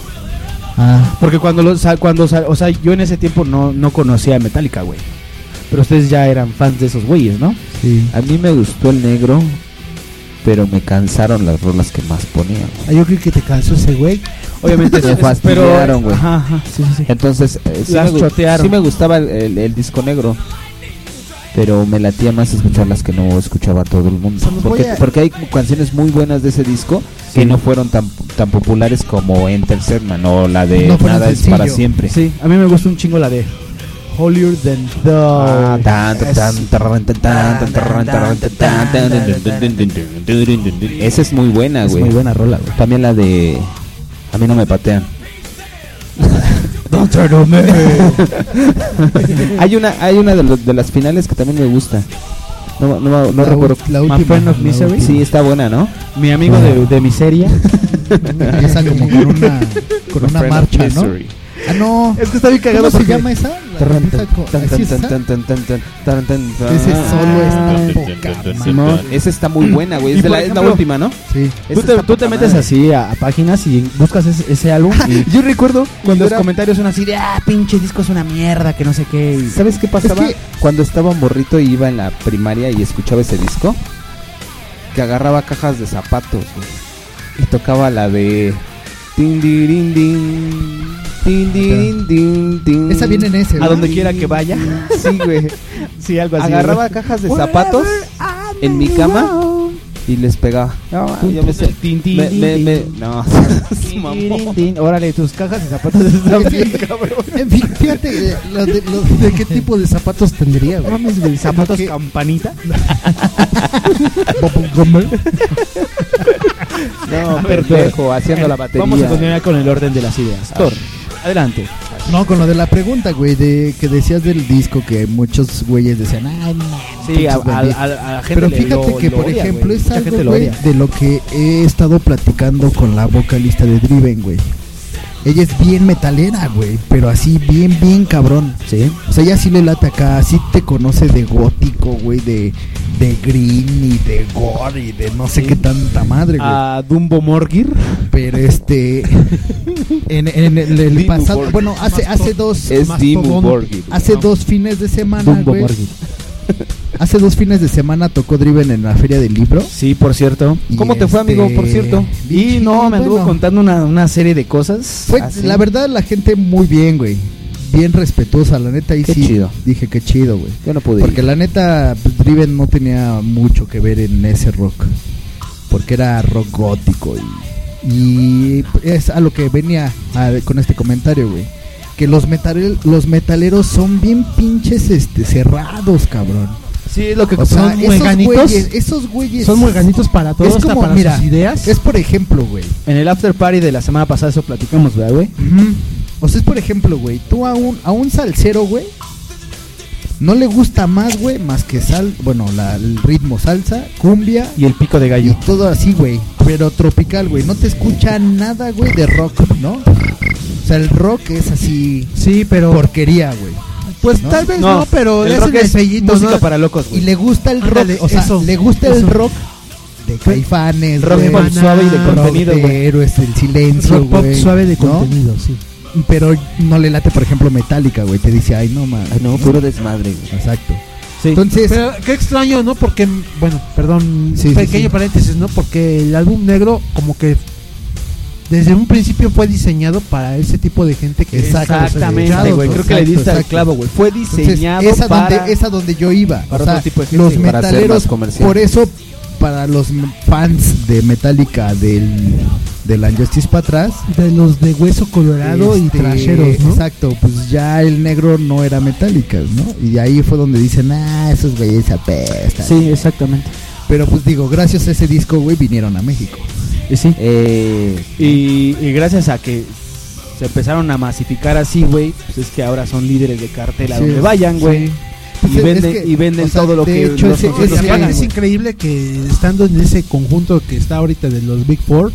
Ah, Porque o sea, yo en ese tiempo no conocía a Metallica, güey. Pero ustedes ya eran fans de esos güeyes, ¿no? sí. A mí me gustó el negro, pero me cansaron las rolas que más ponían. Ah, yo creo que te cansó ese güey. Obviamente Me fastidiaron, güey. Ajá, sí, sí, sí. Entonces, Las chotearon. sí me gustaba el disco negro, pero me latía más escuchar las que no escuchaba todo el mundo. Se los voy a- Porque hay canciones muy buenas de ese disco que Sí. no fueron tan populares como Enter Sandman o la de No fueron Nada es sencillo. para siempre. Sí, a mí me gusta un chingo la de Holier Than Thou. Ah, tan, tan, tan, tarran, tan, tan, tan, tarran, tarran, tan, tan, tan, esa es muy buena, Es güey. muy buena rola, güey. También la de A mí no me patean. hay una de las finales que también me gusta. No La recuerdo. la My última. Friend of la Misery. última. Sí, está buena, ¿no? Mi amigo de miseria. Empieza como con una marcha, ¿no? Ah, no. Es que está bien cagado ¿Cómo se porque- llama esa? La empieza con- ¿así es esa? Ese solo está poca madre. Simón, esa está muy buena, güey. Y Es, por es la ejemplo, última, ¿no? Sí. Tú Esa está te poca metes madre. así a páginas y buscas ese álbum y Yo recuerdo los cuando era... comentarios son así de pinche disco es una mierda, que no sé qué. y- ¿Sabes qué pasaba? Es que- Cuando estaba morrito y iba en la primaria y escuchaba ese disco, que agarraba cajas de zapatos, güey, y tocaba la de tin, dirin, din, tin, dirin, din, din. Esa viene en ese, A ¿no? donde quiera que vaya. Sí, güey. Sí, algo así. Agarraba güey. cajas de zapatos en mi cama y les pegaba. No, yo me sé. Tin, tin, Me- tin, me- tin. me- no, Tin, mamón. tin, tin. Órale, tus cajas de zapatos están bien, cabrón. En fin, fíjate, de qué tipo de zapatos tendría, güey. Mames, güey, zapatos que- campanita. No, pendejo, haciendo la batería. Vamos a continuar con el orden de las ideas. Thor, adelante. No, con lo de la pregunta, güey, de que decías del disco que muchos güeyes decían, ay, no. Sí, a pinches la gente Pero le- fíjate que, lo por odia, ejemplo, güey. es Mucha algo, gente lo güey, odia. de lo que he estado platicando con la vocalista de Driven, güey. Ella es bien metalera, güey, pero así bien cabrón. Sí. O sea, ella sí le late acá, sí te conoce de gótico, güey, de green y de gore y de no sé Sí. qué tanta madre, güey. A Dumbo Morgir. Pero en el Dimmu pasado, Borgir. bueno, hace dos Es Dimmu Mastodon. Borgir. hace 2 fines de semana, Dumbo güey. Morgir. Hace 2 fines de semana tocó Driven en la Feria del Libro. Sí, por cierto. Y ¿Cómo te fue, amigo, por cierto? Y no, me anduvo bueno, contando una serie de cosas. Fue, ¿Ah, sí? la verdad, la gente muy bien, güey. Bien respetuosa, la neta. Y Qué sí, chido. dije que chido, güey. Yo no pude Porque ir. la neta, pues, Driven no tenía mucho que ver en ese rock. Porque era rock gótico. Y es a lo que venía con este comentario, güey. Que los metaleros son bien pinches cerrados, cabrón. Sí, es lo que O sea, ¿Son mueganitos? esos güeyes Son muy ganitos para todo, Es hasta como, para mira, sus ideas. Es por ejemplo, güey. en el after party de la semana pasada eso platicamos, ¿verdad, güey? O sea, es por ejemplo, güey, tú a un salsero, güey, no le gusta más, güey, más que el ritmo salsa, cumbia Y el pico de y gallo. todo así, güey. pero tropical, güey. No te escucha nada, güey, de rock, ¿no? O sea, el rock es así Sí, pero porquería, güey. pues ¿no? tal vez No, no, pero el le rock hacen el es sellito, música ¿no? para locos, Y güey. le gusta el rock, Ándale, o sea, eso, le gusta el eso. rock de Caifanes, Rock güey, pop suave y de rock contenido, de güey. Héroes, el silencio, Rock pop güey, suave de ¿no? contenido, sí. Pero no le late, por ejemplo, Metallica, güey. Te dice, ay, no, man. Ay, no, puro desmadre, güey. Exacto. Sí. Entonces, Pero qué extraño, ¿no? Porque, bueno, perdón, Sí, sí, pequeño sí. paréntesis, ¿no? Porque el álbum negro como que desde un principio fue diseñado para ese tipo de gente que Exactamente, güey. Creo que le diste al exacto. clavo, güey. Fue entonces diseñado es a para... donde, es a donde yo iba. para O sea, otro tipo de gente, los güey. Para ser metaleros, más comercial. por eso, para los fans de Metallica del Unjustice para atrás, de los de hueso colorado y trasheros, ¿no? Exacto, pues ya el negro no era Metallica, ¿no? Y ahí fue donde dicen, esos güeyes apestan. Sí, exactamente. Pero pues digo, gracias a ese disco, güey, vinieron a México. Y sí. Eh, Y gracias a que se empezaron a masificar así, güey, pues es que ahora son líderes de cartel a Sí, donde vayan, güey. sí. Y Pues es venden, que, y venden o sea, todo lo de que hecho, los ese- conciertos ese- Y aparte pagan, es güey. increíble que estando en ese conjunto que está ahorita de los Big Four,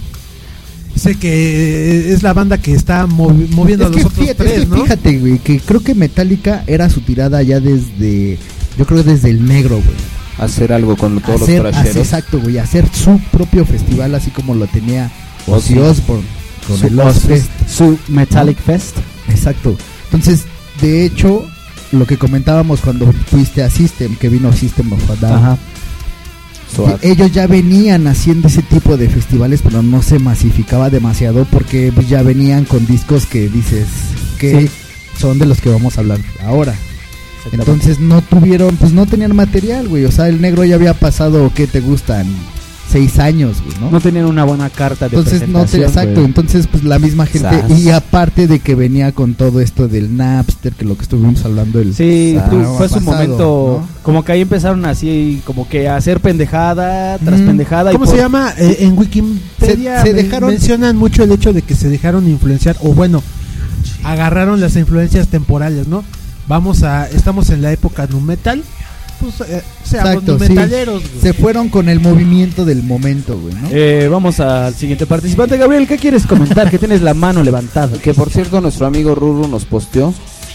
sé que es la banda que está moviendo Es a que los otros fíjate, tres, ¿no? fíjate, güey, que creo que Metallica era su tirada ya desde, yo creo desde el negro, güey. hacer algo con todos Hacer, los trasheros. exacto, güey, hacer su propio festival así como lo tenía Ozzy Ozzy. Osbourne con Su el Ozfest. Su Metallic Fest. Exacto. Entonces, de hecho, lo que comentábamos cuando fuiste a System, que vino System of a Down, Ajá. Suave. ellos ya venían haciendo ese tipo de festivales, pero no se masificaba demasiado porque pues, ya venían con discos que dices que Sí. son de los que vamos a hablar ahora. Entonces no tuvieron, pues no tenían material, güey. O sea, el negro ya había pasado, ¿qué te gustan? 6 años, güey, ¿no? No tenían una buena carta de Entonces no te, presentación, exacto, güey. entonces pues la misma gente Sas. y aparte de que venía con todo esto del Napster, que lo que estuvimos hablando el Sí, sábado fue su pasado, momento, ¿no? como que ahí empezaron así, como que a hacer pendejada tras Mm. pendejada. ¿Cómo y se por- llama? En Wikipedia Se dejaron- mencionan mucho el hecho de que se dejaron influenciar, o bueno, agarraron las influencias temporales, ¿no? Estamos en la época nu metal, pues seamos Exacto, nu sí. metaleros, güey. Se fueron con el movimiento del momento, güey, ¿no? Vamos al siguiente participante. Gabriel, ¿qué quieres comentar? Que tienes la mano levantada. Que por cierto, nuestro amigo Ruru nos posteó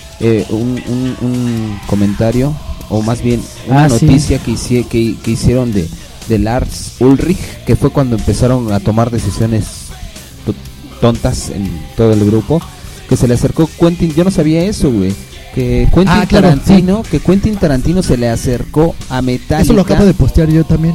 un comentario, o más bien una Ah, sí. noticia que hicieron de Lars Ulrich, que fue cuando empezaron a tomar decisiones tontas en todo el grupo, que se le acercó Quentin. Yo no sabía eso, güey. Que Quentin Claro, Tarantino, que Quentin Tarantino se le acercó a Metallica. Eso lo acabo de postear yo también.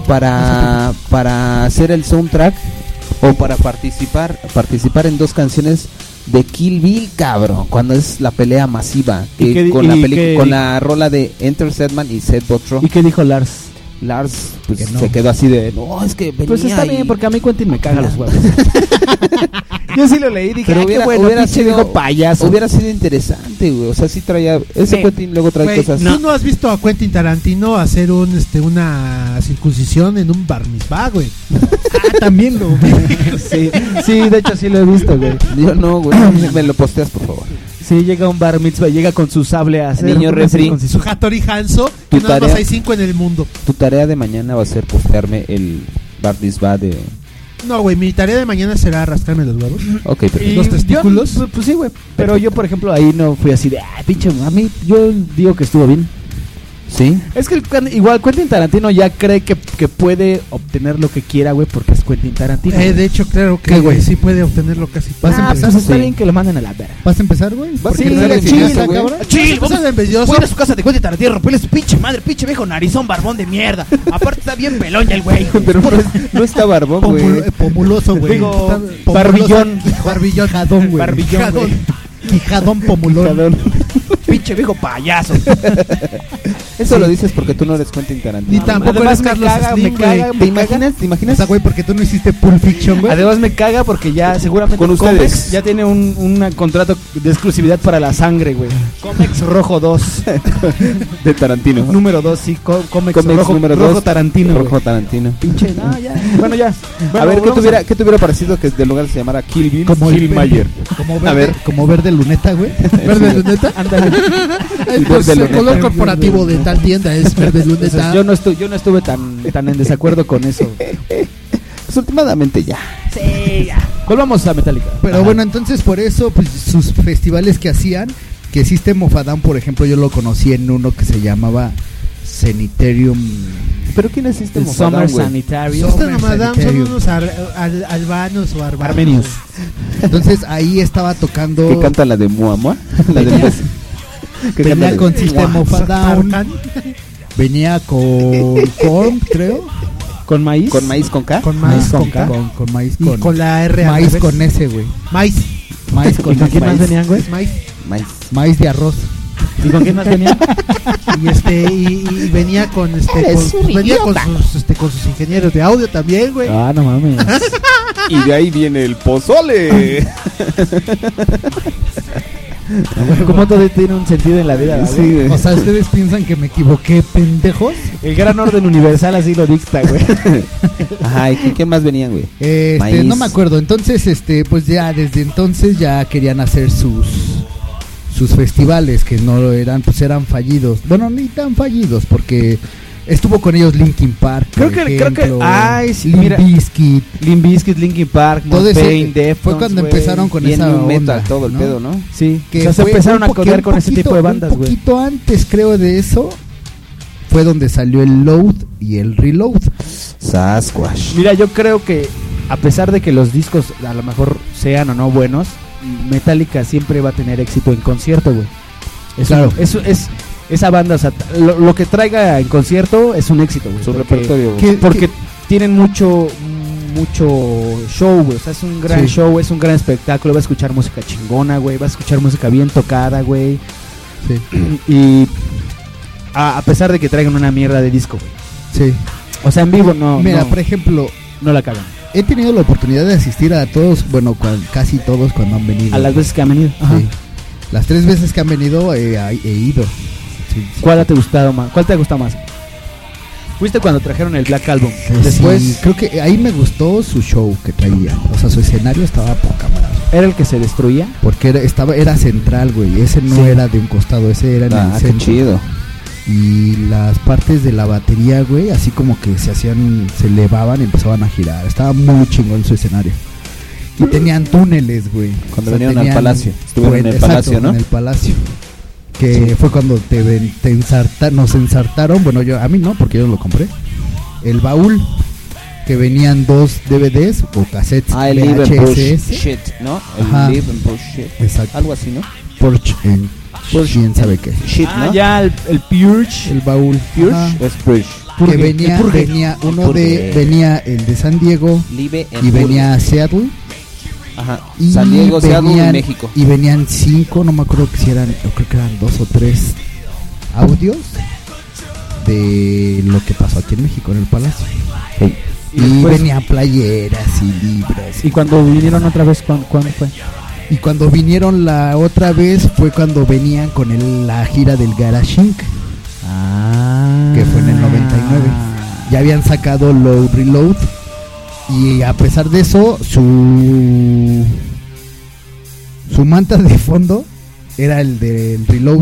para hacer el soundtrack o para participar en 2 canciones de Kill Bill, cabrón, cuando es la pelea masiva, ¿Y qué di- con la y qué- con la rola de Enter Sandman y Seth Botro. ¿Y qué dijo Lars? Lars pues, Que no. se quedó así de, no, es que venía Pues está y- bien, porque a mí Quentin me caga los huevos. Yo sí lo leí, dije, pero "Ay, qué hubiera, bueno, hubiera pinche sido viejo payaso". hubiera sido interesante, güey. O sea, sí traía ese Sí. Quentin luego trae Güey, cosas. ¿tú no has visto a Quentin Tarantino hacer una circuncisión en un bar mitzvah, güey? También lo vi. Sí, sí, de hecho sí lo he visto, güey. Yo no, güey. Me lo posteas, por favor. Sí, llega a un bar mitzvah, llega con su sable a hacer Niño una refri. circuncisión. Su Hattori Hanzo, Tu que nada más tarea- hay 5 en el mundo. Tu tarea de mañana va a ser postearme el Bar Mitzvah de... No, güey, mi tarea de mañana será rascarme los huevos. Ok, perfecto. Y ¿Los testículos? pues sí, güey. Pero yo, por ejemplo, ahí no fui así de, pinche, a mí, yo digo que estuvo bien. ¿Sí? Es que igual Quentin Tarantino ya cree que puede obtener lo que quiera, güey, porque es Quentin Tarantino. De hecho, creo que ¿Qué, güey? sí puede obtenerlo casi. ¿Vas a pues empezar? está Sí. bien que lo manden a la verga. ¿Vas a empezar, güey? ¿Vas a Sí, empezar a chill, enseñarse, güey? cabrón. Chill, vamos a envidioso. Voy a su casa de Quentin Tarantino, romperle su pinche madre, pinche viejo narizón, barbón de mierda. Aparte está bien pelón ya el güey. Pero no está barbón, güey. Pomuloso, güey. Digo, Está- barbillón. Barbillón. Quijadón, güey. Barbillón, güey. Quijadón pomulón. Pinche viejo payaso. Eso lo dices porque tú no eres Quentin Tarantino. Ni tampoco Además eres me Carlos caga, Slim, me caga, güey. ¿Te imaginas? ¿Te O imaginas? sea, güey, porque tú no hiciste Pulp Fiction, güey. Además me caga porque ya seguramente Con ustedes. Comex ya tiene un contrato de exclusividad para la sangre, güey. Comex Rojo 2. De Tarantino. Número 2, sí, Comex Comex Rojo, número Rojo 2. Tarantino, güey. Rojo Tarantino. Pinche, no, ya. Bueno, ya. A Bueno, ver, vamos ¿qué te hubiera parecido que del lugar se llamara Kill Bill? Como el Kill Mayer. Como A verde, ver. como verde luneta, güey. ¿Verde luneta? Ándale. Pues Verde el color luneta. corporativo de tal tienda es verde luneta. Yo no estuve tan en desacuerdo con eso. pues últimamente ya. Sí, ya. Volvamos a Metallica. Pero bueno, entonces por eso, pues sus festivales que hacían, que System of a Down, por ejemplo, yo lo conocí en uno que se llamaba Sanitarium. ¿Pero quién es System El of a Down, Summer güey? Sanitarium. Estos nomadam son Sanitarium. unos albanos o Armenios. Entonces ahí estaba tocando. Que canta la de Mua Mua. La de Venía- que venía canta con de- System of a Down, venía con Korn, creo. ¿Con maíz? ¿Con maíz con K? Con maíz con K. Con maíz Y con, con la R al maíz revés. con S, güey. Maíz. Maíz ¿Y con con quién S. más venían, güey? Maíz. Maíz. Maíz de arroz. ¿Y con quién más venían? Y venía con con sus ingenieros de audio también, güey. Ah, no mames. Y de ahí viene el pozole. Como todo tiene un sentido en la vida, ¿verdad, güey? Sí, güey. O sea, ustedes piensan que me equivoqué, pendejos. El gran orden universal así lo dicta, güey. Ajá, ¿y quién más venían, güey? Maíz. No me acuerdo. Entonces, pues ya desde entonces ya querían hacer sus festivales que no eran, pues eran fallidos. Bueno, ni tan fallidos porque estuvo con ellos Linkin Park. Creo por que- ejemplo, ay, sí, Limp mira. Bizkit. Limp Bizkit, Linkin Park, Todo ese- Mudvayne, Deftones, fue cuando güey. empezaron con Bien esa new metal, onda, todo el ¿no? pedo, ¿no? Sí, Que o sea, se fue empezaron a un codear con un ese tipo de bandas, Un güey. poquito antes, creo, de eso fue donde salió el Load y el Reload. Sasquatch. Mira, yo creo que a pesar de que los discos a lo mejor sean o no buenos, Metallica siempre va a tener éxito en concierto, güey. Claro. Eso es esa banda, o sea, lo que traiga en concierto es un éxito, güey. Su porque- repertorio, güey. ¿Qué- Porque tienen mucho show, güey. O sea, es un gran Sí. show, es un gran espectáculo. Va a escuchar música chingona, güey. Va a escuchar música bien tocada, güey. Sí, Y a pesar de que traigan una mierda de disco, güey. sí. O sea, en vivo no, Mira, no, por ejemplo, no la cagan. he tenido la oportunidad de asistir a todos, bueno, casi todos cuando han venido. A las veces que han venido. Ajá. Sí. Las 3 veces que han venido he ido. Sí, sí. ¿Cuál te ha gustado más? ¿Cuál te ha gustado más? Fuiste cuando trajeron el Black Album. Sí, Después creo que ahí me gustó su show que traía. O sea, su escenario estaba poca madre. era el que se destruía. Porque era central, güey. Ese no Sí. era de un costado, ese era en el Ah, qué centro. chido. Y las partes de la batería, güey, así como que se elevaban y empezaban a girar. Estaba muy chingón su escenario. Y tenían túneles, güey. Cuando vinieron al Palacio. Estuvieron en el exacto, Palacio, ¿no? En el Palacio. Que Sí. fue cuando nos ensartaron, bueno, a mí no, porque yo lo compré. El baúl, que venían 2 DVDs o cassettes Ah, el Live and Push VHS. Shit, ¿no? El Ajá. Live and Push Shit. Exacto. Algo así, ¿no? Purge en quién sabe qué. Shit, Ah, ¿no? ya el Purge. El baúl. Purge Ajá. es Purge. Que Purge, venía, el Purge. venía uno Purge. venía el de San Diego Live and y Purge. venía Seattle. Ajá. Y San Diego, Seattle y venían- México. Y venían 5, no me acuerdo que si eran, yo creo que eran 2 o 3 audios de lo que pasó aquí en México, en el Palacio. Y Y, después- venían playeras y libros. Y cuando vinieron otra vez, ¿cuándo fue? Y cuando vinieron la otra vez fue cuando venían con la gira del Garage Inc., Ah. que fue en el 99. Ya habían sacado Load Reload. Y a pesar de eso, su manta de fondo era el del Reload.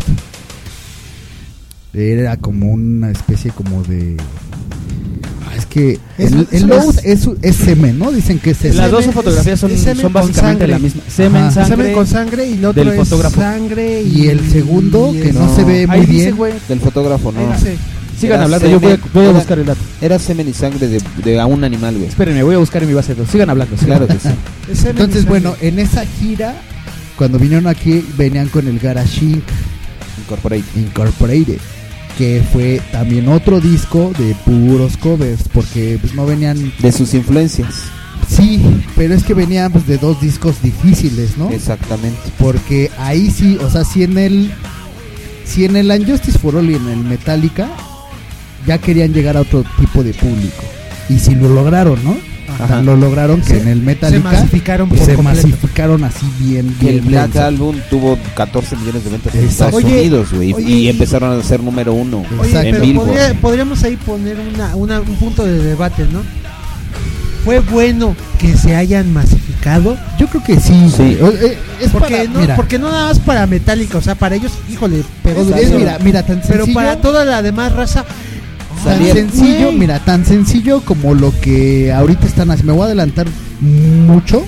Era como una especie como de... Es que el Load es semen, ¿no? Dicen que es semen. Las dos fotografías son, es semen son con básicamente sangre. la misma. Semen, Ajá. sangre. Semen con sangre y el otro del es fotógrafo. sangre Y el segundo, que no se ve Ahí muy dice, bien. güey. Del fotógrafo, ¿no? Ahí dice, Sigan Era hablando, yo voy a era- buscar el dato. Era semen y sangre de a un animal, güey. Espérenme, voy a buscar en mi base de datos. Sigan hablando. Claro que sí. es semen y Entonces, sangre. bueno, en esa gira, cuando vinieron aquí, venían con el Garage Inc. Incorporate. Incorporated, que fue también otro disco de puros covers, porque pues no venían, De sus influencias. sí, pero es que venían pues de 2 discos difíciles, ¿no? Exactamente. Porque ahí sí, o sea, si en el Unjustice for All y en el Metallica ya querían llegar a otro tipo de público, y si lo lograron, ¿no? Ajá. Lo lograron que en el se Metallica masificaron pues, por se completo. masificaron así bien, Y el bien Black denso. Album tuvo 14 millones de ventas en Exacto. Estados Oye, Unidos, güey. oye, Y empezaron a ser número 1 Oye, en pero Billboard. podríamos ahí poner un punto de debate, ¿no? ¿Fue bueno que se hayan masificado? Yo creo que sí, Sí. es Porque para, no nada más para Metallica, o sea, para ellos, híjole, pegó es, durísimo. mira, tan Pero sencillo. para toda la demás raza, Tan Salía- sencillo, mira, tan sencillo como lo que ahorita están haciendo. Me voy a adelantar mucho.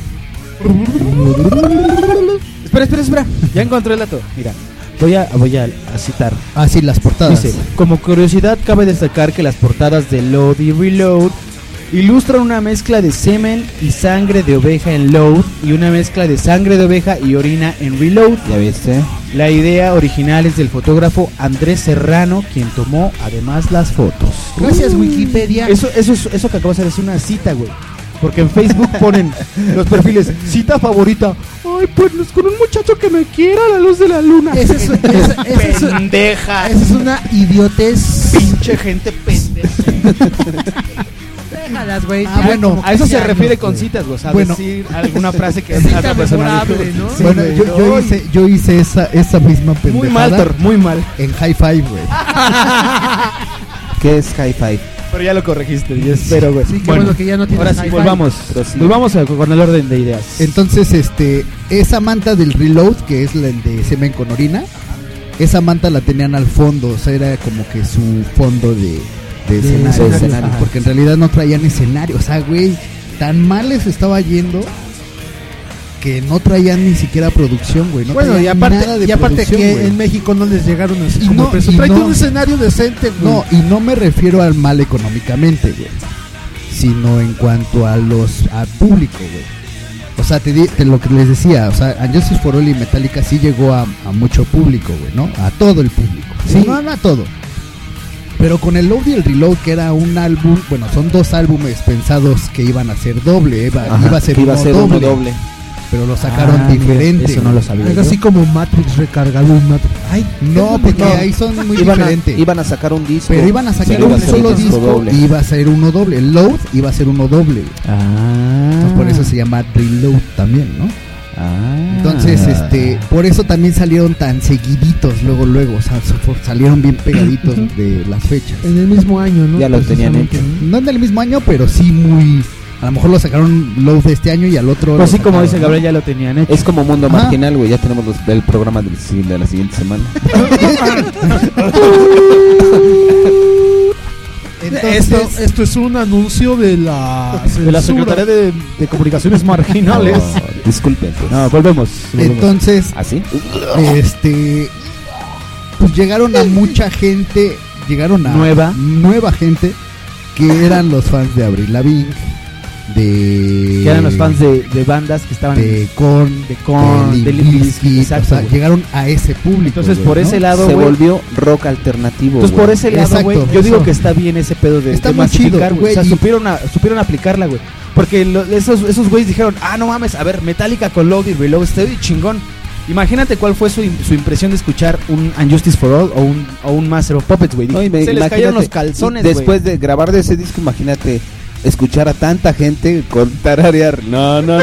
Espera. Ya encontré el dato. Mira, voy a citar. Así las portadas. Dice, como curiosidad cabe destacar que las portadas de Load y Reload ilustran una mezcla de semen y sangre de oveja en Load y una mezcla de sangre de oveja y orina en Reload. ¿Ya viste? La idea original es del fotógrafo Andrés Serrano, quien tomó además las fotos. Gracias, Wikipedia. Eso que acabo de hacer es una cita, güey. Porque en Facebook ponen los perfiles, cita favorita. Ay, pues con un muchacho que me quiera a la luz de la luna. Pendeja. Esa es una idiotez. Pinche gente pendeja. Déjalas, güey. Ah, ya bueno, como A eso se 15 refiere años, con güey. citas, güey. O sea, Bueno. decir alguna frase que Cita otra persona memorable, dijo. ¿no? Sí, Bueno, güey. yo hice esa misma pendejada Muy mal, Thor, muy mal. en High Five, güey. ¿Qué es High Five? Pero ya lo corregiste, yo espero, güey. Sí, qué bueno que ya no tienes ahora sí, hi-fi. volvamos. Pero sí. Volvamos con el orden de ideas. Entonces, esa manta del Reload, que es la de semen con orina, esa manta la tenían al fondo, o sea, era como que su fondo de escenario, escenario. Ajá. porque en realidad no traían escenario, o sea, güey, tan mal les estaba yendo que no traían ni siquiera producción, güey, no Bueno, traían y aparte, nada de que güey. en México no les llegaron así Y como no- peso. y Tráete no- un escenario decente, güey. No, y no me refiero al mal económicamente, güey, sino en cuanto al público, güey. O sea, lo que les decía, o sea, Justice for All y Metallica sí llegó a mucho público, güey, ¿no? A todo el público. Sí, no a todo. Pero con el Load y el Reload, que era un álbum, bueno, son dos álbumes pensados que iban a ser doble, iba a ser, que iba a uno ser doble, uno doble. pero lo sacaron Ah, mira, diferente. eso no lo sabía. Algo así como Matrix recargado en Matrix. Ay, No, porque No. ahí son muy Iban diferentes. a sacar un disco. Pero iban a sacar Pero iba un a ser solo disco disco doble. y iba a ser uno doble. El Load iba a ser uno doble. Ah. Entonces, por eso se llama Reload también, ¿no? Ah. Entonces, por eso también salieron tan seguiditos luego, o sea, salieron bien pegaditos de las fechas. en el mismo año, ¿no? Ya lo tenían Precisamente, hecho. ¿no? No en el mismo año, pero sí muy... A lo mejor lo sacaron Load de este año y al otro... Pues lo sí, como sacaron, dice ¿no? Gabriel, ya lo tenían hecho. Es como Mundo Ajá. Marginal, güey. Ya tenemos el programa de la siguiente semana. Entonces, Esto es un anuncio de la de la Secretaría de Comunicaciones Marginales. No, disculpen, pues. No, volvemos. entonces ¿Así? pues llegaron a mucha gente, Nueva gente que eran los fans de Avril Lavigne, que eran los fans de bandas que estaban de Korn, de Limp Bizkit, o exacto, sea, güey. llegaron a ese público. Entonces, güey, por ¿no? ese lado, Se güey. volvió rock alternativo. Entonces, güey. por ese lado, Exacto, güey, yo digo eso. que está bien ese pedo de Está de muy chido, masificar, güey. O sea, güey, y- supieron aplicarla, güey. Porque esos güeyes dijeron, no mames, a ver, Metallica con Load y Reload, estoy chingón. Imagínate cuál fue su impresión de escuchar un Unjustice for All o un Master of Puppets, güey. No, Se les imagínate, cayeron los calzones, güey. después de grabar de ese disco, imagínate escuchar a tanta gente con tararear. No. No,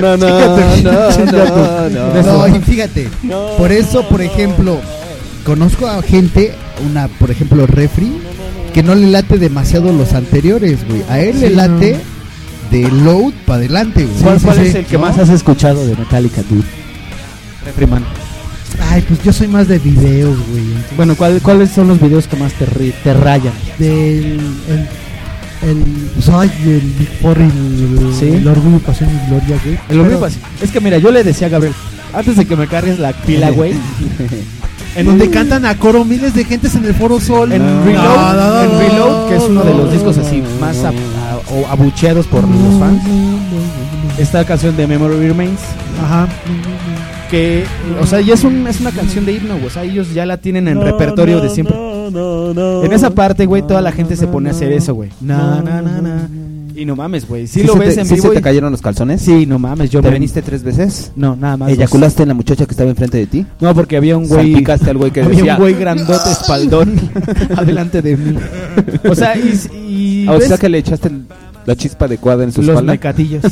y fíjate, por eso, por ejemplo, conozco a gente, por ejemplo, Refri, que no le late demasiado los anteriores, güey. A él le Sí, late de Load para adelante, güey. ¿Cuál Sí, es sí, el que ¿no? más has escuchado de Metallica, dude? Refriman. Ay, pues yo soy más de videos, güey. entonces, Bueno, ¿cuáles son los videos que más te rayan? del pues, ay, el Big Four y Sí. el Orgullo, Pasión y Gloria, güey. El Orgullo Pero- Pasión. Es que mira, yo le decía a Gabriel, antes de que me cargues la pila, güey, en donde cantan a coro miles de gentes en el Foro Sol. en Reload, que es uno de los discos así más o abucheados por los fans, está la canción de Memory Remains, Ajá. que, o sea, ya es una canción de himno, güey. O sea, ellos ya la tienen en repertorio de siempre. En esa parte, güey, toda la gente se pone a hacer eso, güey. Y no mames, güey. Si lo ves en ¿Sí vivo. se te cayeron los calzones? Sí, no mames, yo ¿Te me veniste 3 veces? No, nada más. ¿Eyaculaste en la muchacha que estaba enfrente de ti? No, porque había un güey. Salpicaste al güey que había decía. un güey grandote espaldón adelante de mí. O sea, y O ves sea que le echaste la chispa adecuada en su los espalda. mecatillos.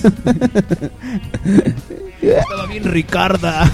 Estaba bien Ricarda.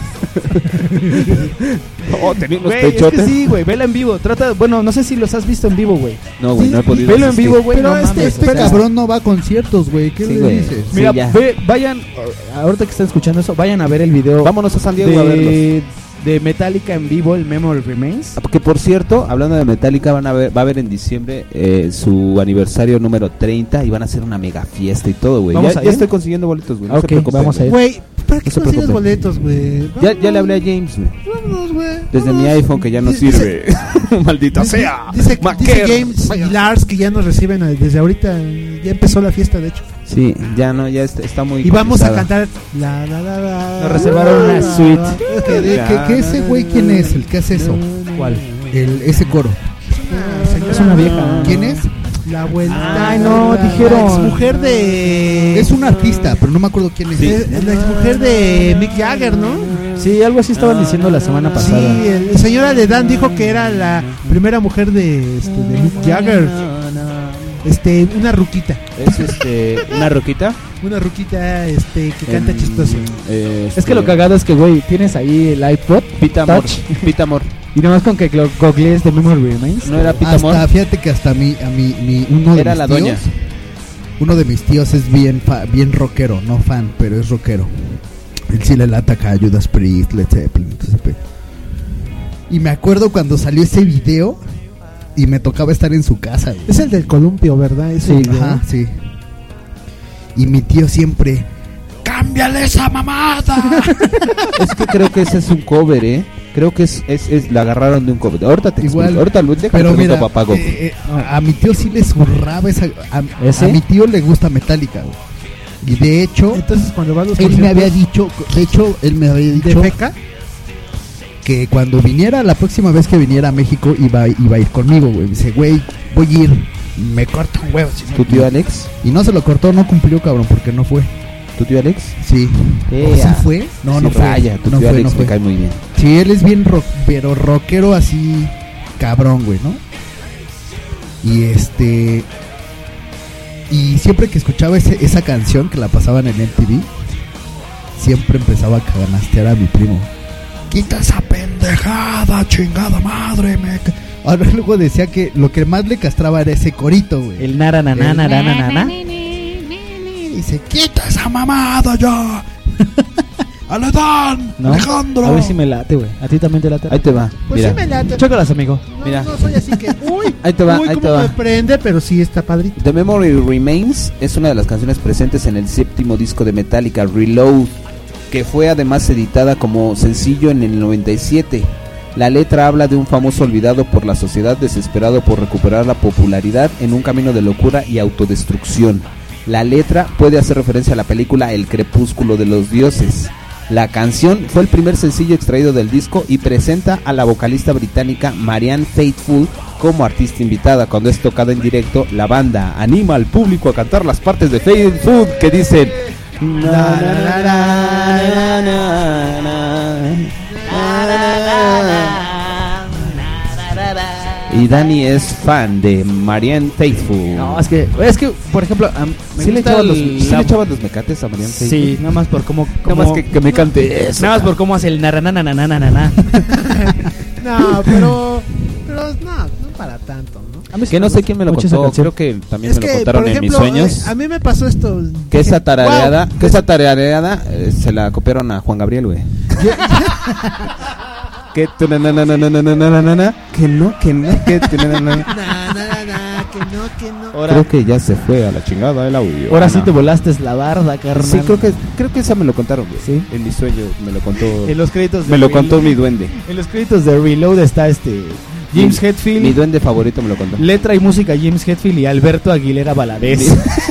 Oh, tenía unos Güey, es que pechotes. sí, güey, vela en vivo. Bueno, no sé si los has visto en vivo, güey. No, güey, no he podido. Velo en asistir. vivo, güey. Pero no mames, este o sea, cabrón no va a conciertos, güey. ¿Qué Sí, le güey. dices? Mira, ya. vayan, ahorita que están escuchando eso, vayan a ver el video Vámonos a San Diego a verlos. de Metallica en vivo, el Memory Remains. Porque por cierto, hablando de Metallica, va a haber en diciembre su aniversario número 30 y van a hacer una mega fiesta y todo, güey. ¿Vamos Ya a ir? estoy consiguiendo boletos, güey. No Ok, se preocupen, vamos a ir. Güey, ¿para qué No se consigues preocupen. boletos, güey? Ya le hablé a James, güey. Vámonos, güey. Desde mi iPhone que ya no Dice- sirve. Maldita sea. Dice Maquer. James y Lars que ya nos reciben desde ahorita. Ya empezó la fiesta, de hecho. Sí, ya no, ya está muy. Y vamos a complicada. cantar la. Nos reservaron una suite. ¿Que ese güey quién es? ¿El que hace eso? ¿Cuál? Ese coro. Es una vieja. ¿Quién es? La abuelita. Ay, no, la dijeron. exmujer de. Es un artista, pero no me acuerdo quién es. Es la exmujer de Mick Jagger, ¿no? Sí, algo así estaban diciendo la semana pasada. Sí, el señora de Dan dijo que era la primera mujer de Mick Jagger. Una ruquita. Es una roquita. Una ruquita que canta chistoso. Es que lo cagado es que, güey, tienes ahí el iPod Pita Amor. Touch, Pita Amor. y nomás con que googlees de Memory Remains. No era Pita Amor. Hasta, fíjate que hasta uno de Era mis la tíos, doña. uno de mis tíos es bien rockero, no fan, pero es rockero. Él sí le lata acá a Judas Priest, Led Zeppelin, entonces, y me acuerdo cuando salió ese video y me tocaba estar en su casa, güey. Es el del columpio, ¿verdad? Ese Sí, video. Ajá, sí. Y mi tío siempre, ¡cámbiale esa mamada! Es que creo que ese es un cover, ¿eh? Creo que es la agarraron de un cover. Ahorita te Igual, explico. Ahorita déjame pero pregunto mira, a papá Goku. a mi tío sí le zurraba esa. ¿Ese? A mi tío le gusta Metallica, güey. Y de hecho, Entonces cuando vas a los él me había conciertos dicho, de hecho, él me había de dicho feca, que cuando viniera, la próxima vez que viniera a México, iba a ir conmigo, güey. Dice, güey, voy a ir. Me corta un huevo. si no- ¿Tu tío Alex? Y no se lo cortó, no cumplió, cabrón, porque no fue. ¿Tu tío Alex? Sí. ¿O sí Ea. fue? No, Sí, no fue. raya, tu no tío fue, Alex no me fue. cae muy bien. Sí, él es bien pero rockero así, cabrón, güey, ¿no? Y siempre que escuchaba esa canción que la pasaban en MTV, siempre empezaba a canastear a mi primo. Quita esa pendejada, chingada madre, Ahora luego decía que lo que más le castraba era ese corito, güey. El narananana. Dice, quita esa mamada ya. Aledán, ¿No? Alejandro. A ver si me late, güey. A ti también te late. Ahí te va. pues Mira. sí me late. Chócalas, amigo. No, Mira. no soy así que, uy, Ahí te va, uy, ahí cómo te va. me prende, pero sí está padrito. The Memory Remains es una de las canciones presentes en el séptimo disco de Metallica, Reload, que fue además editada como sencillo en el 97. La letra habla de un famoso olvidado por la sociedad, desesperado por recuperar la popularidad en un camino de locura y autodestrucción. La letra puede hacer referencia a la película El crepúsculo de los dioses. La canción fue el primer sencillo extraído del disco y presenta a la vocalista británica Marianne Faithfull como artista invitada. Cuando es tocada en directo, la banda anima al público a cantar las partes de Faithfull que dicen na, na, na, na, na, na. Y Dani es fan de Marianne Faithfull. No, es que, por ejemplo, me ¿Sí le gusta echaban la- le echaban los mecates a Marianne Faithfull? Sí, nada más por cómo Nada más que me cante eso. Nada más por cómo hace el narananananana. No, pero no para tanto, ¿no? Que no sé quién me lo Mucho esa contó, canción. creo que también Es me lo que, contaron por en mis ejemplo, sueños. a mí me pasó esto. Que esa Dije, tarareada, "Wow". que esa tarareada se la copiaron a Juan Gabriel, güey. Que tunananananananana, que no, que tunanana. Que no. Ahora, Creo que ya se fue a la chingada el audio. ahora sí No. te volaste la barda, carnal. Sí, creo que esa me lo contaron, güey. Sí. En mis sueños me lo contó. En los créditos de Me lo contó mi duende. En los créditos de Reload está James Mi Hetfield, duende favorito me lo contó. letra y música James Hetfield y Alberto Aguilera Valadez.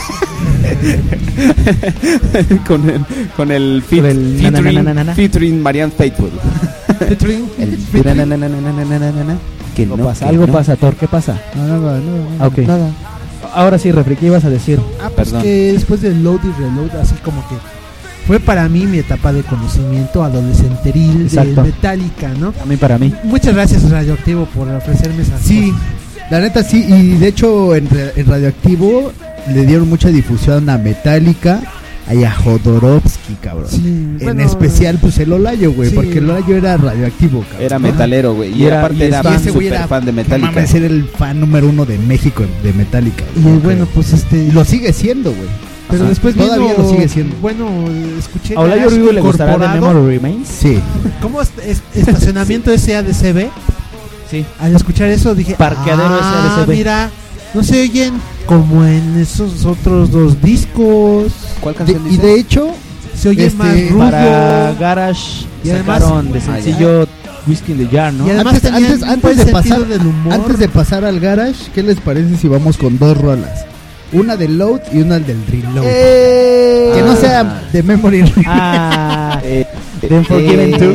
con el featuring Marianne Faithfull. El tunanananananana, que Algo no, pasa, que algo no. pasa, Thor, ¿qué pasa? Nada. Ah, ok. Nada. Ahora sí, refri, ¿qué ibas a decir? Pues Perdón. que después del Load y Reload, así como que fue para mí mi etapa de conocimiento adolescenteril de Exacto. Metallica, ¿no? Para mí. Muchas gracias, Radioactivo, por ofrecerme esas Sí, cosas. la neta sí, y de hecho en Radioactivo le dieron mucha difusión a Metallica y a Jodorowsky, cabrón. Sí, En bueno, especial pues el Olayo, güey, sí. porque el Olayo era radioactivo, cabrón. Era metalero, güey. Y Era- aparte y era Y ese güey super era fan de no Metallica. mames, era el fan número 1 de México de Metallica. Y güey. bueno, pues Y lo sigue siendo, güey. Pero Ajá. después Todavía vino- lo sigue siendo. Bueno, escuché ¿A Olayo Garage Rubio le gustará de incorporado. Memory Remains? Sí. ¿Cómo estacionamiento SADCB? Sí. Al escuchar eso dije, Parqueadero SADCB. mira, no se oyen como en esos otros dos discos. ¿Cuál canción Y dice? de hecho, Se oye Este, más rudo. Para Garage Y además- sacaron de sencillo Whiskey in the Jar, ¿no? Y además tenían un buen de sentido pasar, del humor. antes de pasar al garage, ¿qué les parece si vamos con dos rolas? Una del Load y una del Reload. Que no sea de Memory. Ah, Eh, The Unforgiven 2.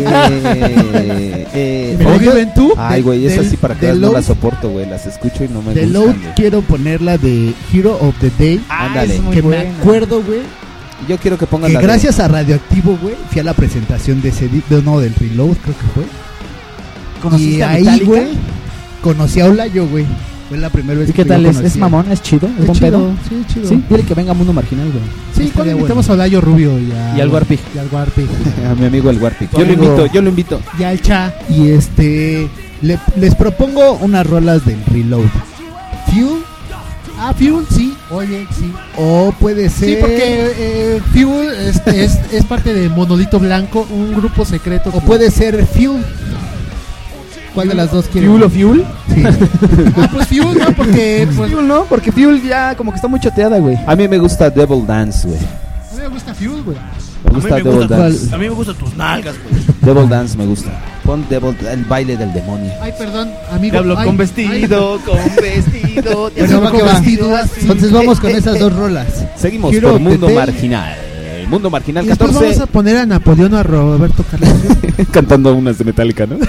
¿Forgiven 2? Ay, güey, esas sí para que del no Load, las soporto, güey. Las escucho y no me de gustan, Load güey. quiero poner la de Hero of the Day. Ándale. es muy Que me buena. acuerdo, güey, Yo quiero que pongan que la de- gracias a Radioactivo, güey, fui a la presentación de ese no, del Reload, creo que fue. Y ¿Conociste a ahí, Metallica? güey, conocí a Olayo, güey. Fue la primera vez ¿Y qué que tal yo es? ¿Es conocí a- mamón? ¿Es chido? ¿Es Es buen chido, pedo? sí, chido. Sí, dile que venga Mundo Marginal, güey. Sí, Estaría cuando invitamos bueno. a Olayo Rubio y Y al Warpig. Y al Warpig. a mi amigo el Warpig. Tu Yo lo amigo- invito, yo lo invito. Y al Cha. Y les propongo unas rolas del Reload. Fuel, Fuel, sí. Oye, sí. o puede ser. Sí, porque Fuel es parte de Monolito Blanco, un grupo secreto. O puede ser Fuel. ¿Cuál de las dos quieren? ¿Fuel o Fuel? Sí. Pues Fuel, ¿no? Porque pues, Fuel no, porque Fuel ya como que está muy choteada, güey. A mí me gusta Devil Dance, güey. a mí me gusta Fuel, güey. Me gusta Devil Dance. A mí me gustan tus nalgas, güey. Devil Dance me gusta. Pon el baile del demonio. Ay, perdón, amigo. Diablo Ay, con vestido, con vestido. Bueno, va que va. vestido así. Entonces vamos con esas dos rolas. Seguimos Hero por of the Mundo Day. Marginal. Mundo Marginal Y después 14 vamos a poner a Napoleón o a Roberto Carlos. cantando unas de Metallica, ¿no?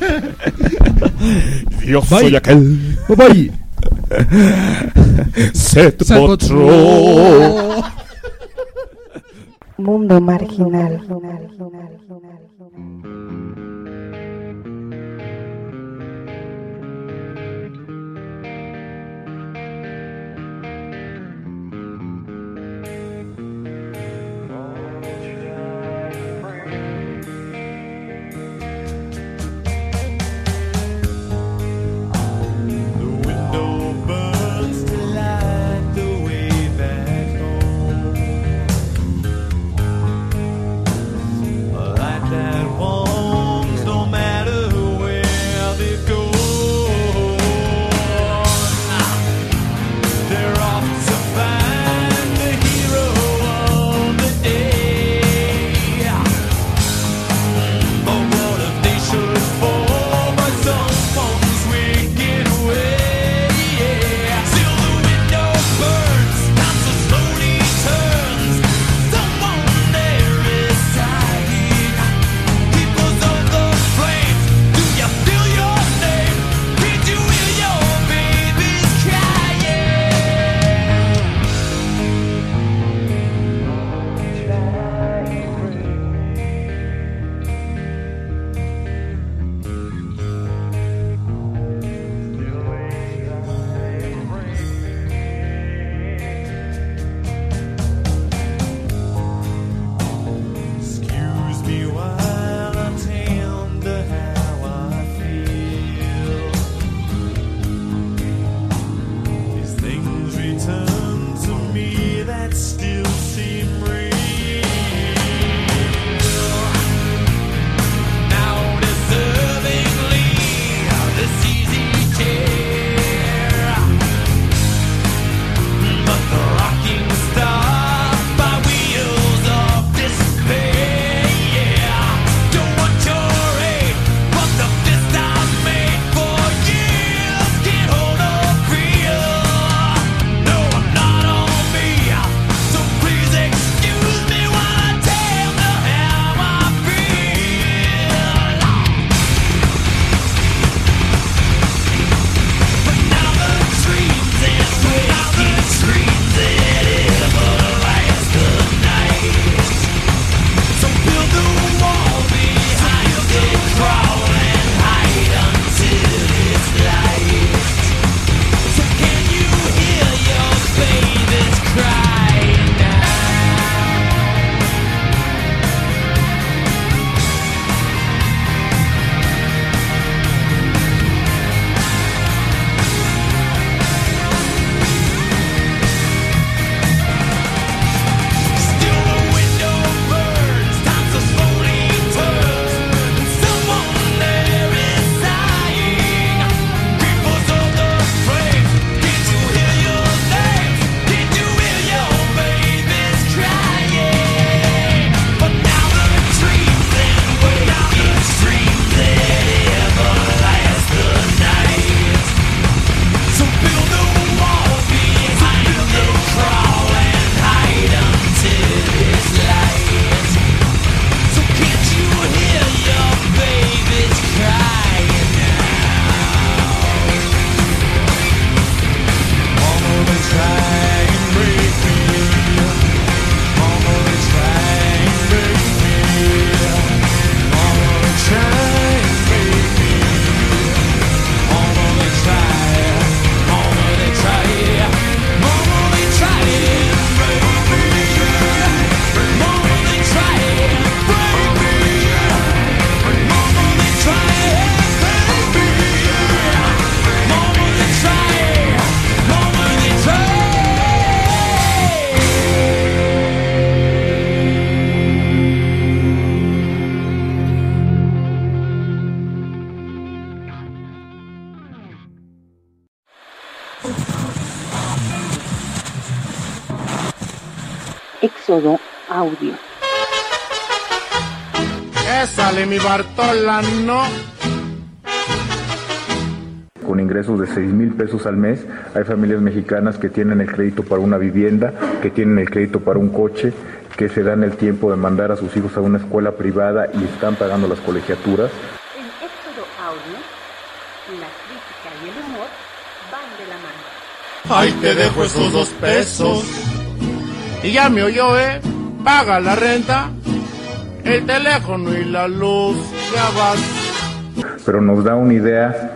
Yo soy aquel. Bye. Set Patrol. Mundo marginal. The window burns to light the way back home. Éxodo Audio. Sale mi Bartola, ¿no? Con ingresos de 6,000 pesos al mes, hay familias mexicanas que tienen el crédito para una vivienda, que tienen el crédito para un coche, que se dan el tiempo de mandar a sus hijos a una escuela privada y están pagando las colegiaturas. En Éxodo Audio, la crítica y el humor van de la mano. Ahí te dejo esos 2 pesos. Y ya me oyó, paga la renta, el teléfono y la luz, ya vas. Pero nos da una idea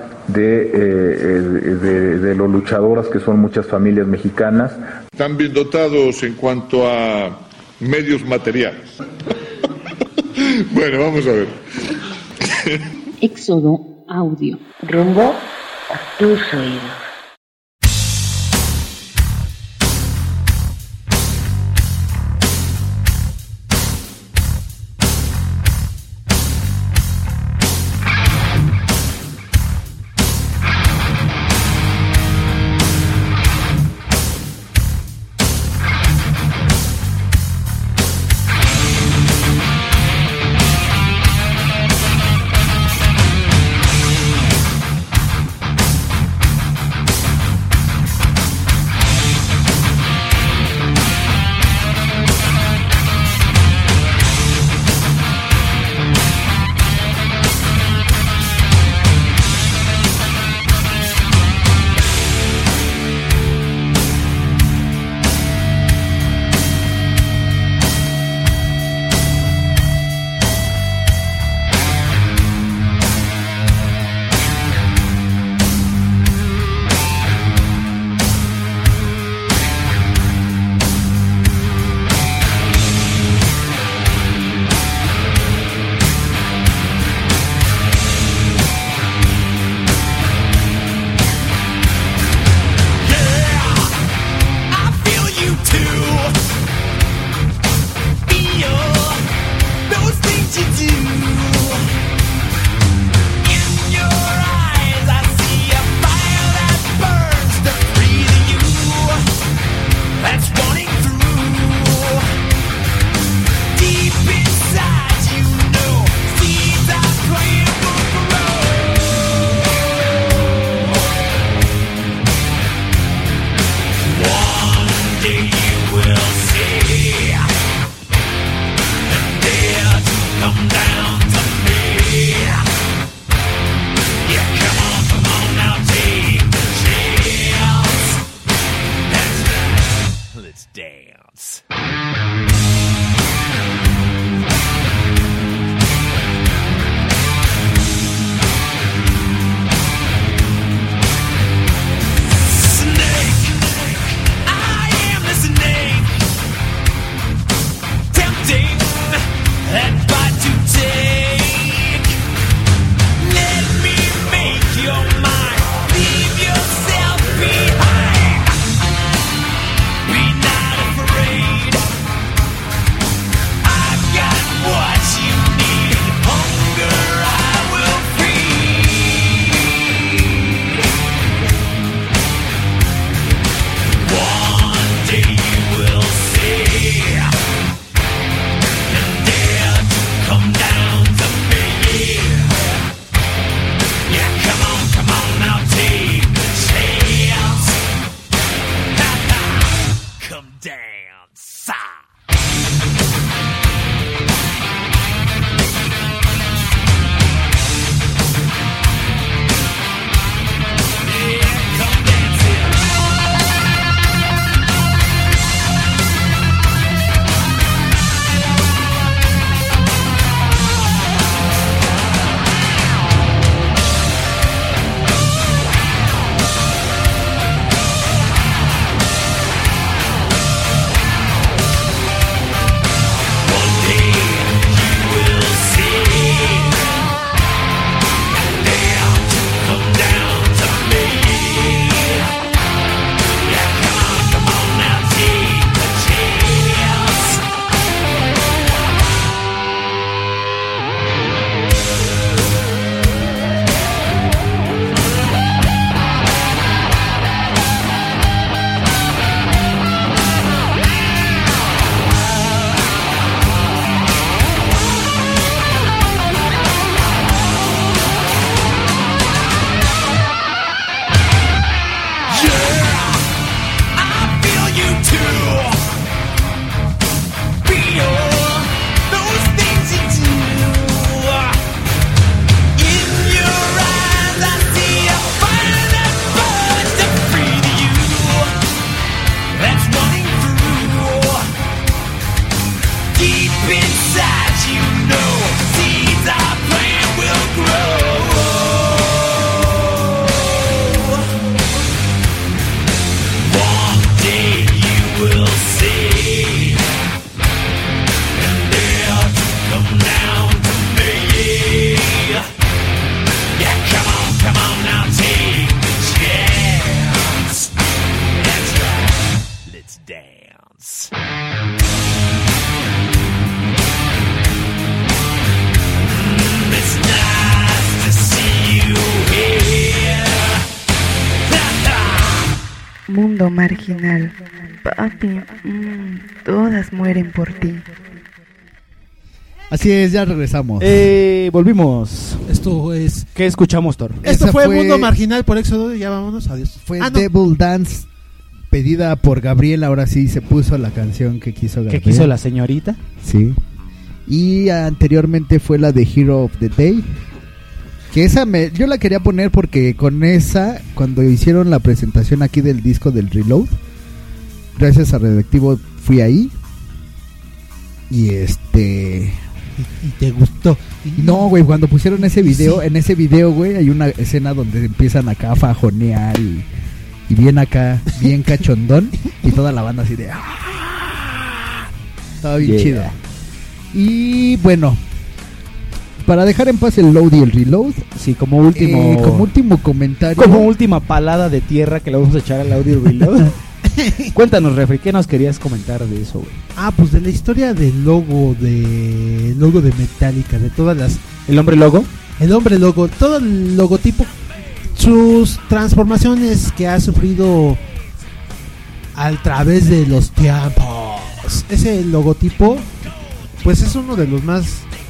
de lo luchadoras que son muchas familias mexicanas. Están bien dotados en cuanto a medios materiales. Bueno, vamos a ver. Éxodo Audio. Rumbo a tus oídos. mundo marginal. Papi, todas mueren por ti. Así es, ya regresamos. Volvimos. Esto es... ¿Qué escuchamos, Thor? Esto fue Mundo Marginal por Éxodo. Ya vámonos, adiós. Fue Devil Dance, pedida por Gabriel. Ahora sí se puso la canción que quiso Gabriel. ¿Qué quiso la señorita? Sí. Y anteriormente fue la de Hero of the Day. Que esa yo la quería poner porque con esa, cuando hicieron la presentación aquí del disco del Reload, gracias a Radioactivo fui ahí. Y ¿Y te gustó? No, güey, cuando pusieron ese video, sí. En ese video, güey, hay una escena donde empiezan acá a fajonear y bien acá, bien cachondón, y toda la banda así de... Estaba bien chido. Y bueno, para dejar en paz el load y el reload, sí, como último comentario, como última palada de tierra que le vamos a echar al audio y reload. Cuéntanos, Refri, ¿qué nos querías comentar de eso, güey? Pues de la historia del logo de Metallica, de todas las... ¿El hombre logo? El hombre logo, todo el logotipo, sus transformaciones que ha sufrido a través de los tiempos. Ese logotipo, pues es uno de los más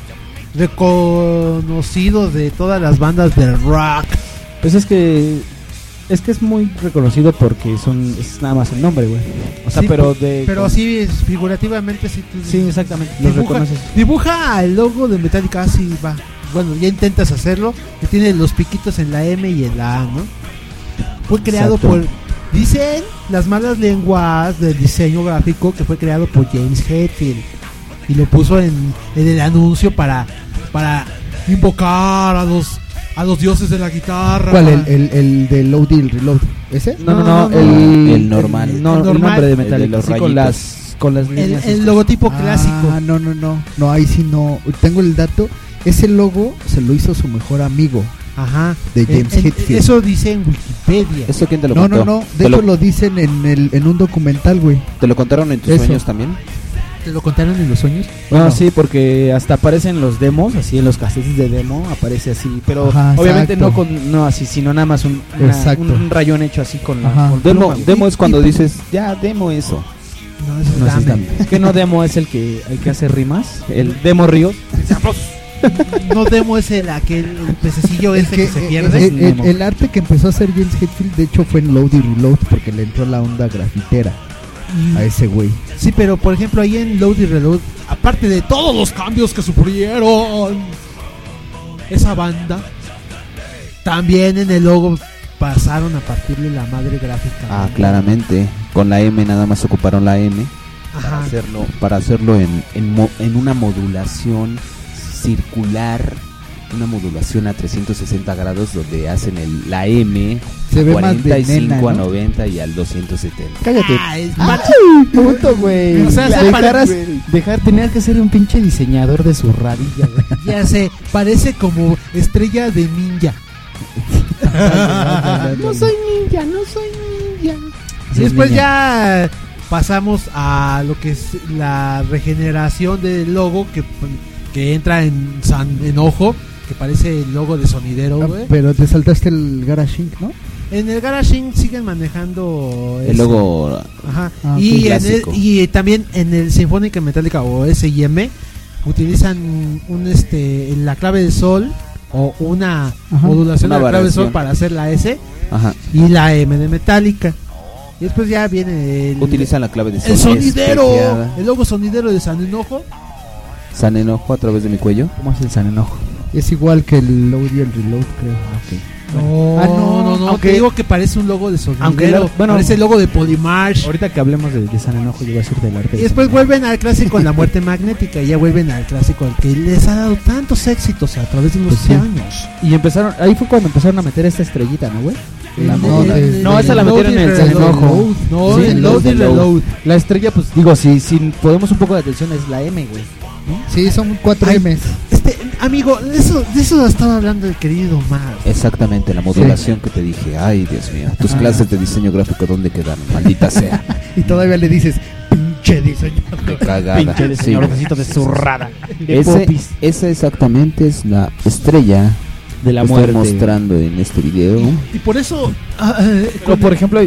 reconocidos de todas las bandas de rock. Pues es que es muy reconocido porque es nada más el nombre, güey. O sea, sí, pero así es, figurativamente sí. Sí, exactamente. Los reconoces. Dibuja el logo de Metallica, así va. Bueno, ya intentas hacerlo, que tiene los piquitos en la M y en la A, ¿no? Fue creado por, dicen las malas lenguas del diseño gráfico, que fue creado por James Hetfield y lo puso en el anuncio para invocar a los dioses de la guitarra. ¿Cuál? ¿El de Load y el Reload? ¿Ese? No, el normal. El nombre de Metallica, sí, con las líneas. El logotipo clásico. No, ahí sí no. Tengo el dato. Ese logo se lo hizo su mejor amigo. Ajá. De James Hetfield. Eso dice en Wikipedia. ¿Eso quién te lo contó? No. De hecho lo dicen en un documental, güey. ¿Te lo contaron en tus sueños también? ¿Te lo contaron en los sueños? Bueno, sí, porque hasta aparecen los demos, así en los cassettes de demo, aparece así, pero ajá, obviamente exacto. no así, sino nada más un rayón hecho así con la... Con demo es cuando dices, ya, demo eso. No, eso es dame. Es que no demo es el que hace rimas, el demo Ríos. No demo es el pececillo ese que se pierde. El arte que empezó a hacer James Hetfield, de hecho, fue en Load y Reload, porque le entró la onda grafitera a ese güey. Sí, pero por ejemplo ahí en Load y Reload, aparte de todos los cambios que sufrieron esa banda, también en el logo pasaron a partirle la madre gráfica. Claramente, con la M nada más ocuparon la M. Ajá. Para hacerlo en una modulación circular, una modulación a 360 grados donde hacen la M se ve 45 más de nena, a ¿no? 90 y al 270. Cállate. Puto, güey. O sea, tenía que ser un pinche diseñador de su radilla, güey. Ya sé, parece como estrella de ninja. No soy ninja. Y después ya pasamos a lo que es la regeneración del logo que entra en ojo, que parece el logo de sonidero, güey. Pero te saltaste el Garage Inc., ¿no? En el Garage Inc. siguen manejando el logo. Ajá. Y también en el Sinfónica Metallica o S&M utilizan la clave de sol o una modulación de la clave de sol para hacer la S. Ajá. Y la M de Metallica. Y después ya viene utilizan la clave de sol. El sonidero, el logo sonidero de San Enojo. San Enojo a través de mi cuello. ¿Cómo es el San Enojo? Es igual que el Load y el Reload, creo. No, aunque digo que parece un logo de sonidero. Parece el logo de Polymarch. Ahorita que hablemos de San Enojo, yo voy a decir del arte. Y después vuelven al clásico La Muerte Magnética. Y ya vuelven al clásico al que les ha dado tantos éxitos a través de los años. Y ahí fue cuando empezaron a meter esta estrellita, ¿no, güey? No, esa la metieron en el San Enojo. No, en Load y Reload. La estrella, pues digo, si podemos un poco de atención, es la M, güey, ¿no? Sí, son 4 M's. Amigo, de eso estaba hablando el querido Mar. Exactamente, la modulación que te dije. Ay, Dios mío, tus clases de diseño gráfico, ¿dónde quedaron? Maldita sea. Y todavía le dices, pinche diseñador. Qué cagada. Pinche diseñador, necesito de zurrada. Esa exactamente es la estrella de la que muerte estoy mostrando en este video. Y por eso por ejemplo,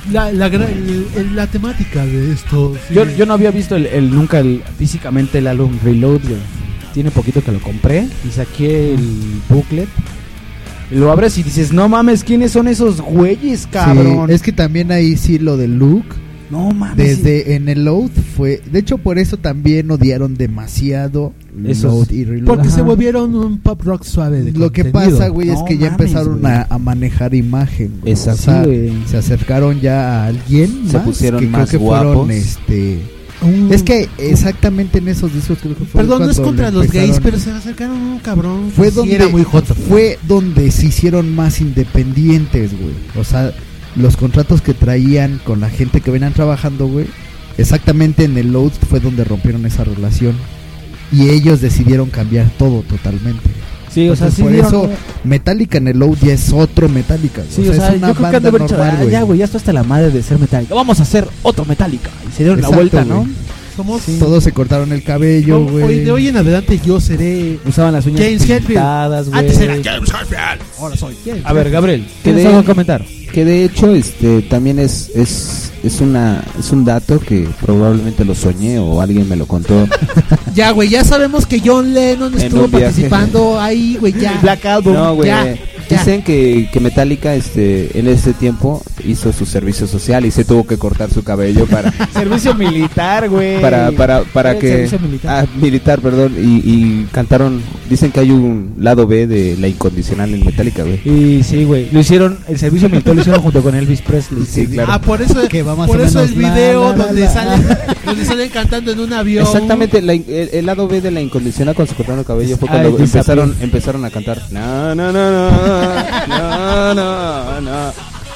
la temática de esto. Sí. Yo no había visto nunca físicamente el álbum Reload, güey. Tiene poquito que lo compré y saqué el booklet. Lo abres y dices, no mames, ¿quiénes son esos güeyes, cabrón? Sí, es que también ahí sí lo de Luke. No mames. Desde en el Load fue. De hecho, por eso también odiaron demasiado Load y Reload. Porque se volvieron un pop rock suave de Lo que pasa, güey, es que ya empezaron a manejar imagen. Güey. Exacto. O sea, se acercaron ya a alguien. Se más, pusieron que más creo que guapos. Fueron, es que exactamente en esos discos creo que fue. Perdón, no es contra los empezaron, gays, pero se acercaron a un cabrón. Fue que donde sí era muy hot. Fue donde se hicieron más independientes, güey. O sea, los contratos que traían con la gente que venían trabajando, güey, exactamente en el Load fue donde rompieron esa relación y ellos decidieron cambiar todo totalmente. Sí, o sea, sí por dieron- eso Metallica en el Load ya es otro Metallica. Sí, o sea, es una yo creo que han banda de haber dicho, normal, güey. ya, güey, ya está hasta la madre de ser Metallica. Vamos a hacer otro Metallica. Y se dieron la Exacto, vuelta, ¿no? güey. Somos Todos se cortaron el cabello, güey. de hoy en adelante yo seré Usaban las uñas James Hetfield. pintadas, güey. Antes era James Hetfield. Ahora soy James A ver, Gabriel, Que ¿tienes de- algo que comentar? Que de hecho también es un dato que probablemente lo soñé o alguien me lo contó. Ya, güey, ya sabemos que John Lennon En estuvo un viaje. participando ahí, güey, ya. Black Album. No, güey. Ya. Dicen que Metallica en ese tiempo hizo su servicio social y se tuvo que cortar su cabello para Servicio militar, güey. para Era que servicio militar. militar, perdón, y cantaron. Dicen que hay un lado B de La Incondicional en Metallica, güey. Y sí, güey. Lo hicieron, el servicio militar lo hicieron junto con Elvis Presley. Sí, claro. Ah, por eso, Que va más por o eso el menos, video la, donde la. salen cantando en un avión. Exactamente, el lado B de La Incondicional cuando se cortaron el cabello fue cuando Ay, empezaron a cantar. No, no, no, no, no, no, no.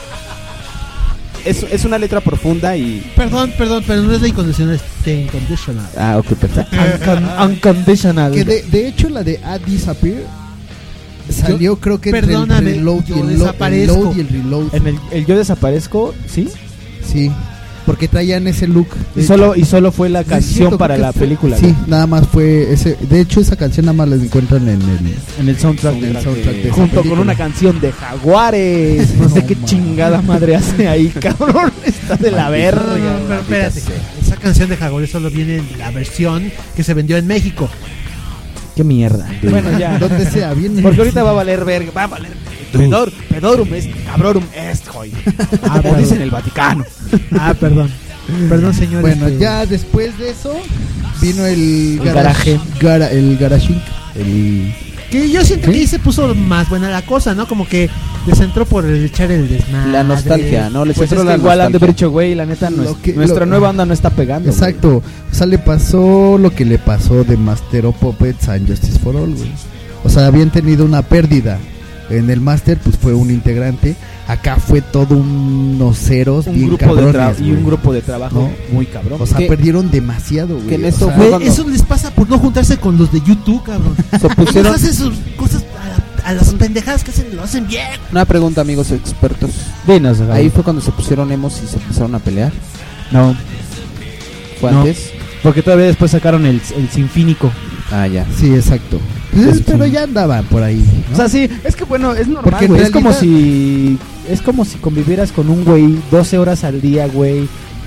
Es una letra profunda y... Perdón, pero no es la incondicional, es The Inconditional. Ah, ok, perfecto. Unconditional. Que de hecho la de A Disappear salió creo que Perdóname, entre el Reload yo y el desaparezco. Load y el Reload. En el Yo Desaparezco, ¿sí? Sí, porque traían ese look. Y solo fue la Sí, es canción cierto, para creo la que fue- película. Sí, güey. nada más fue ese. De hecho, esa canción nada más la encuentran en el soundtrack, en el de- soundtrack de esa junto con película. una canción de Jaguares. No sé qué chingada madre hace ahí, cabrón. Está de la verga. No, pero espérate, esa canción de Jaguares solo viene en la versión que se vendió en México. Qué mierda. Bueno, ya. Donde sea, bien. Porque ahorita va a valer verga. Va a valer. Pedorum est, cabrorum est, hoy. Como perdón. dicen en el Vaticano. Ah, perdón, señor. Bueno, ya después de eso vino el Garaje. el Garage Inc. El Que yo siento que ahí se puso más buena la cosa, ¿no? Como que les entró por el echar el desmadre. La nostalgia, ¿no? Les Pues es entró que la igual han de haber nostalgia. dicho, güey, la neta, Lo nuestra nueva onda no está pegando. Exacto. O sea, le pasó lo que le pasó de Master of Puppets a Justice for All, güey. O sea, habían tenido una pérdida. En el Master, pues fue un integrante. Acá fue todo unos ceros Un bien grupo de cabrones, y güey. un grupo de trabajo ¿No? muy cabrón. O sea, Que- perdieron demasiado, güey. que en O eso sea, fue Güey, eso les pasa por no juntarse con los de YouTube, cabrón. Se pusieron... Hacen sus cosas a las pendejadas que hacen, lo hacen bien. Una pregunta, amigos expertos. Dinos, Gabriel. Ahí fue cuando se pusieron emos y se empezaron a pelear. No, ¿Fue No. antes? porque todavía después sacaron el Sinfínico. Ah, ya. Sí, exacto. Pues, pero ya andaban por ahí, ¿no? O sea, sí, es que bueno, es normal, Porque en güey. Es como realidad- si convivieras con un güey 12 horas al día, güey.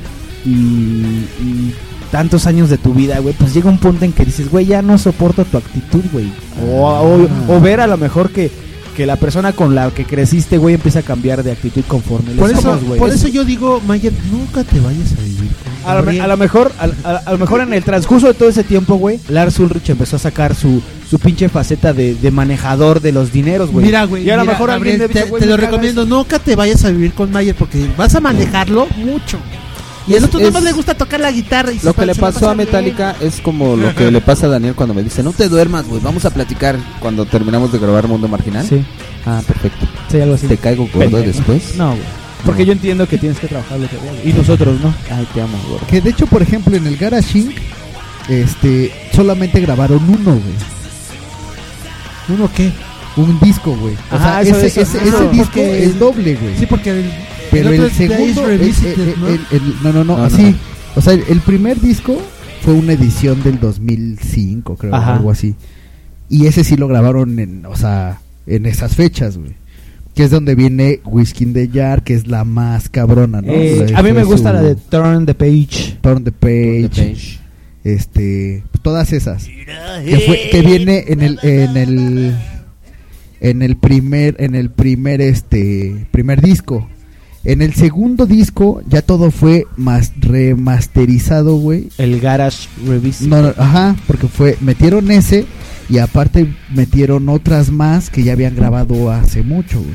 Y tantos años de tu vida, güey. Pues llega un punto en que dices, güey, ya no soporto tu actitud, güey. O ver a lo mejor que la persona con la que creciste, güey, empieza a cambiar de actitud conforme Por les eso, amas, güey. por eso yo digo, Mayer, nunca te vayas a vivir con A lo mejor en el transcurso de todo ese tiempo, güey, Lars Ulrich empezó a sacar su pinche faceta de manejador de los dineros, güey. Mira, güey, y a lo mira, mejor Gabriel, alguien le dice, güey, te lo me cagas. recomiendo, nunca te vayas a vivir con Mayer porque vas a manejarlo mucho. Y al otro Es- nada más le gusta tocar la guitarra y Lo que le se la pasó a pasa bien. Metallica es como lo que le pasa a Daniel cuando me dice, no te duermas, güey, vamos a platicar cuando terminamos de grabar Mundo Marginal. Sí, Ah, perfecto. sí, algo así. ¿Te caigo gordo Pendejo. después? No, güey. Porque yo entiendo que tienes que trabajar lo que hagas. Y nosotros, ¿no? Ay, te amo, gordo. Que de hecho, por ejemplo, en el Garage Inc. Solamente grabaron uno, güey. ¿Uno qué? Un disco, güey. O Ajá, sea, eso, ese eso. disco Porque es doble, güey. Sí, porque Pero otro el es Days segundo, Revisited, ¿no? no, No, así. no. O sea, el primer disco fue una edición del 2005, creo, Ajá. algo así. Y ese sí lo grabaron en esas fechas, güey. Que es donde viene Whiskey in the Jar, que es la más cabrona, ¿no? A mí me gusta la de Turn the Page. Turn the Page. Todas esas. Que viene en el primer disco. En el segundo disco ya todo fue más remasterizado, güey. El Garage Revisit. No, ajá, porque metieron ese y aparte metieron otras más que ya habían grabado hace mucho, güey.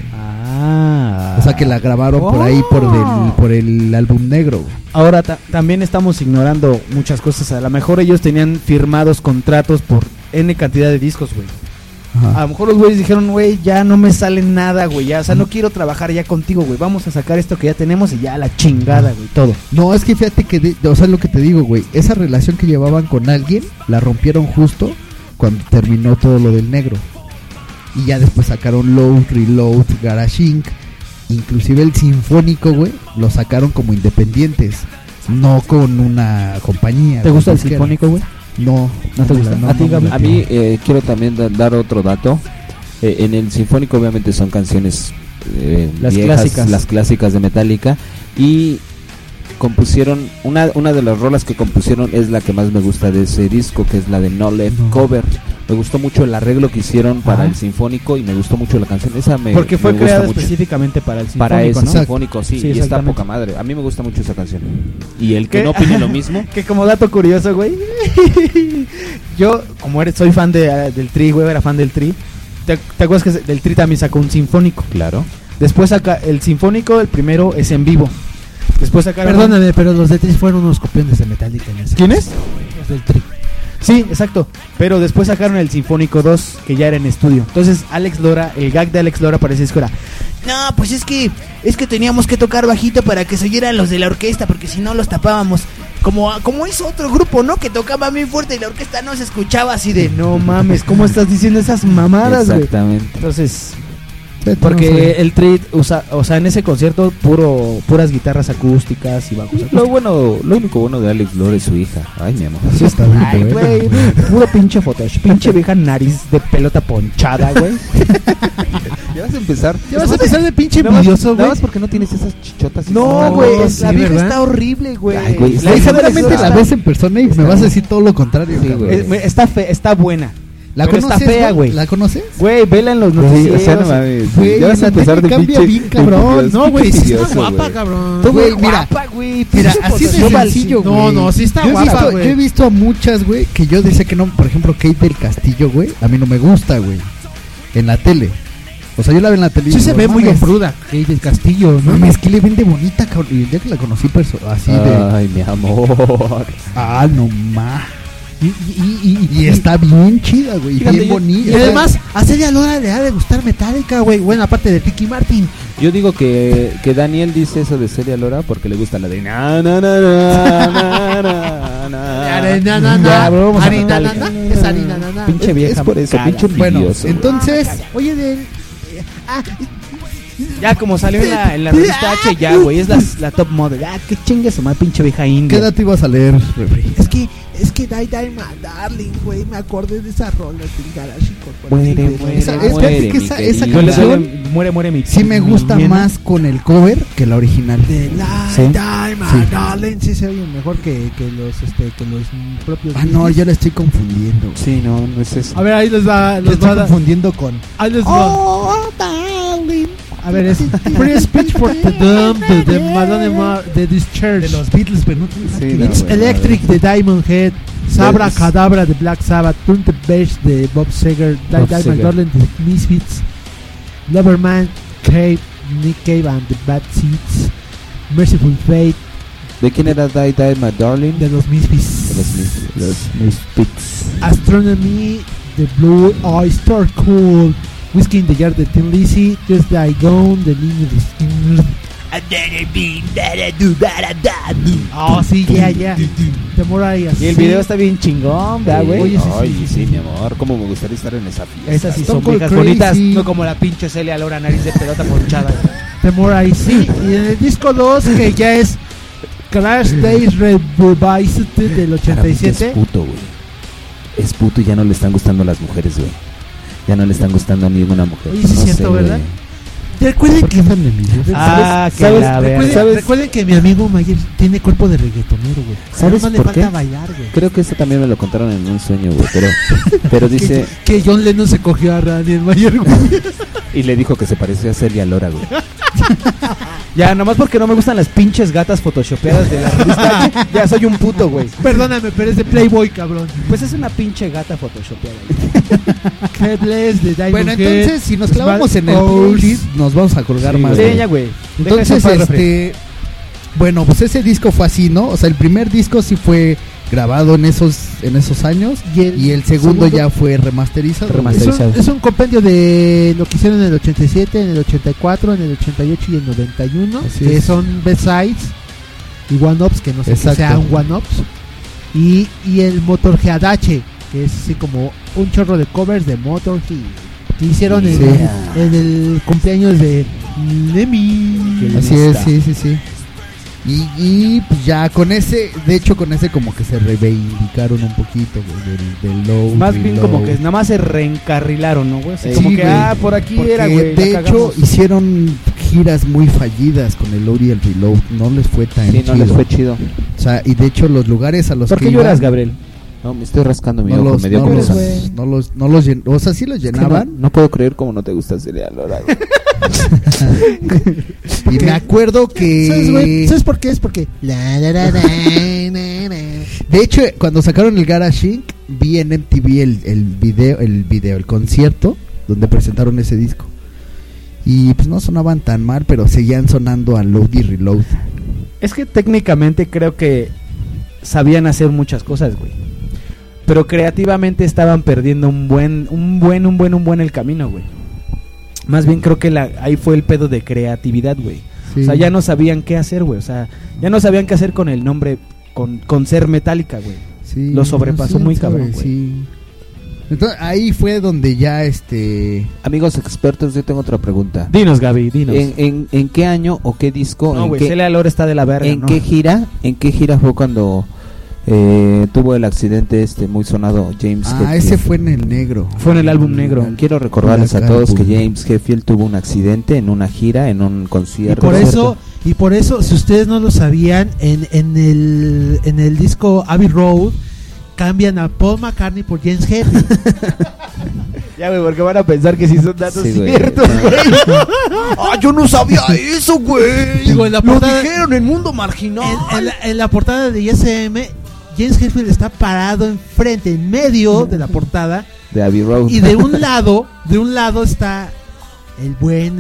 O sea que la grabaron por ahí por el álbum negro, güey. Ahora también estamos ignorando muchas cosas. A lo mejor ellos tenían firmados contratos por N cantidad de discos, güey. A lo mejor los güeyes dijeron, güey, ya no me sale nada, güey, ya, o sea, no quiero trabajar ya contigo, güey, vamos a sacar esto que ya tenemos y ya la chingada, güey, todo. No, es que fíjate que, o sea, lo que te digo, güey, esa relación que llevaban con alguien, la rompieron justo cuando terminó todo lo del negro. Y ya después sacaron Load, Reload, Garage Inc. Inclusive el Sinfónico, güey, lo sacaron como independientes, no con una compañía. ¿Te gusta el Sinfónico, güey? No te gusta. A mí quiero también dar otro dato. En el Sinfónico obviamente son canciones las viejas, clásicas. las clásicas de Metallica, y compusieron una de las rolas que compusieron es la que más me gusta de ese disco, que es la de No Left Cover. Me gustó mucho el arreglo que hicieron para el Sinfónico y me gustó mucho la canción. Porque fue creada específicamente para el Sinfónico, para ese, ¿no? Sinfónico, sí, y está poca madre. A mí me gusta mucho esa canción. Y el que no opine lo mismo. Que como dato curioso, güey, yo como soy fan del Tri, güey, era fan del Tri. ¿Te acuerdas que del Tri también sacó un Sinfónico? Claro. Después saca el Sinfónico, el primero es en vivo. Después sacaron... Perdóname, pero los de Tri fueron unos copiones de Metallica en ese. ¿Quiénes? Los del Tri. Sí, exacto. Pero después sacaron el Sinfónico 2, que ya era en estudio. Entonces Alex Lora, el gag de Alex Lora para ese disco era: no, pues es que teníamos que tocar bajito para que se oyeran los de la orquesta, porque si no los tapábamos. Como hizo otro grupo, ¿no? Que tocaba bien fuerte y la orquesta no se escuchaba, así de no mames, ¿cómo estás diciendo esas mamadas, güey? Exactamente. Entonces, porque el Tri usa, o sea, en ese concierto puras guitarras acústicas y bajos acústicos. Lo único bueno de Alex Lora es su hija. Ay, mi amor. Sí, está bien. Ay, güey, puro pinche Photoshop, pinche vieja nariz de pelota ponchada, güey. Ya vas a empezar de pinche envidioso, güey. Nada más porque no tienes esas chichotas. No, güey, la vieja ¿verdad? está horrible, güey. Ay, güey, La hija de Alex seguramente Lora la ves en persona y me vas a decir todo lo contrario, Sí, cabrón. güey. está buena. ¿La pero conoces, está fea, güey. ¿La conoces? Güey, vela en los Güey, noticieros. o sea, no mames. Güey, Ya vas a empezar de cambia pinche bien, cabrón. No, güey, sí está envidioso, guapa, güey. cabrón. Güey, mira, güey. mira, así de sencillo, güey. No, sí está Yo he guapa, visto- güey. Yo he visto a muchas, güey, que yo decía que no. Por ejemplo, Kate del Castillo, güey, a mí no me gusta, güey. En la tele. O sea, yo la veo en la tele y Sí digo, se ve muy mames, ofruda, Kate del Castillo, ¿no? mames, que le vende bonita, cabrón. Y el día que la conocí así de... Ay, mi amor. Ah, no más. Y está bien chida, güey. Fíjate, Bien bonita. Y además, a Celia Lora le ha de gustar Metallica, güey. Bueno, aparte de Ricky Martin. Yo digo que Daniel dice eso de Celia Lora porque le gusta la de na na na na na na na. Ya, vamos a Harina, Metallica. nana, es harina, nana. Pinche vieja. Es por eso, caga. pinche Bueno, envidioso. entonces... Oye, Ya como salió en la revista H, ya, güey, es la top model. Ah, qué chingue su madre, pinche vieja ¿Qué india. edad te ibas a leer, refri? es que Die My Darling, güey. Me acordé de esa rola del Garage Muere, Incorporated. muere, Esa- muere, fíjate que mi esa querido. canción Muere mi. sí me gusta mi- más con el cover que la original. De Sí. Die My Sí. Darling. Sí se oye mejor que los propios. Ah, no, yo la estoy confundiendo. Sí, no es eso. A ver, ahí les va. La Les estoy va a dar. confundiendo con... Ahí les va. A ver, es Free Speech for the Dumb de Madonna de Discharge. De los Beatles, pero no tiene nada Sí, que no, ver. It's güey, Electric madre. de Diamond Head. Sabra Es- Cadabra de Black Sabbath. Turn the Beige de Bob Seger. Die Bob Die My Seger. Darling de Misfits. Loverman, Cave, Nick Cave and the Bad Seeds. Merciful Fate ¿De quién era Die Die My Darling? de los Misfits. Los Misfits. Astronomy de Blue Oyster Cool. Whiskey in the Jar de Tin Lizzy. Just Die Gone de Niño de Skin. Oh, sí, ya. De Moray. Y el video está bien chingón, ¿verdad, güey? Oye, sí, Ay, sí, sí, mi amor, cómo me gustaría estar en esa fiesta. Esas sí son Stone Cold viejas Crazy. bonitas, no como la pinche Celia Lora, nariz de pelota ponchada. The More I See. Y en el disco 2, que ya es Crash Days Revised del Claramente 87. Es puto, güey. Es puto y ya no le están gustando las mujeres, güey. Ya no le están gustando a ninguna mujer. Oye, sí es No cierto, sé, ¿verdad? güey. Recuerden que recuerden que mi amigo Mayer tiene cuerpo de reggaetonero, güey. ¿Sabes no le por falta qué? bailar, güey. Creo que eso también me lo contaron en un sueño, güey, pero dice que John Lennon se cogió a Daniel Mayer, güey. y le dijo que se parecía a Celia Lora, güey. Ya, nomás porque no me gustan las pinches gatas photoshopeadas de la revista H, ya soy un puto, güey. Perdóname, pero es de Playboy, cabrón. Pues es una pinche gata photoshopeada. Headless de Diamond Bueno, Head, entonces, si nos clavamos en el Smartphones. playlist, nos vamos a colgar Sí, más. güey. güey. Sí, ya, güey. Entonces, bueno, pues ese disco fue así, ¿no? O sea, el primer disco sí fue grabado en esos años y el segundo ya fue remasterizado. Es un compendio de lo que hicieron en el 87, en el 84, en el 88 y en el 91, Así que es. son B-Sides y One-Ups, que no sé si Exacto. sea un One-Ups, y el Motorhead H, que es así como un chorro de covers de Motorhead que hicieron Sí. en el cumpleaños de Lemmy. Así es, sí. Y pues ya con ese, de hecho con ese como que se reivindicaron un poquito, güey, del low. Más bien como que nada más se reencarrilaron, ¿no, güey? Así como Sí, que, güey. por aquí Porque era, güey. de la hecho cagamos. hicieron giras muy fallidas con el load y el reload, no les fue tan Sí, chido. no les fue chido. O sea, y de hecho los lugares a los ¿Por que qué lloras, iban, Gabriel? No, me estoy rascando mi no ojo, los, me dio no, cosa. no los llen- o sea, sí los Es que llenaban. no puedo creer cómo no te gusta Celia Lora, güey. Y me acuerdo que ¿Sabes por qué? Es porque de hecho cuando sacaron el Garage Inc. vi en MTV el concierto donde presentaron ese disco. Y pues no sonaban tan mal, pero seguían sonando a load y reload. Es que técnicamente creo que sabían hacer muchas cosas, güey. Pero creativamente estaban perdiendo un buen el camino, güey. Más bien creo que ahí fue el pedo de creatividad, güey. Sí. O sea, ya no sabían qué hacer, güey. O sea, ya no sabían qué hacer con el nombre, con ser Metallica, güey. Sí, Lo sobrepasó sí, muy sabe, cabrón, güey. sí. Entonces ahí fue donde ya Amigos expertos, yo tengo otra pregunta. Dinos, Gaby, dinos. ¿En qué año o qué disco? No, en güey, qué, Celia Lora está de la verga, ¿En ¿no? qué gira fue cuando tuvo el accidente muy sonado James Hetfield? ese fue en el negro. Fue en el álbum negro. Quiero recordarles a todos que James Hetfield tuvo un accidente en una gira, en un concierto. Y por eso, si ustedes no lo sabían, en el disco Abbey Road cambian a Paul McCartney por James Hetfield. Ya, güey, porque van a pensar que sí son datos Sí, güey. ciertos, güey. ¡Ah, yo no sabía eso, güey! Digo, en la Lo portada- dijeron en Mundo Marginal. En la portada de ISM, James Hetfield está parado enfrente, en medio de la portada, De Abbey Road. y de un lado está el buen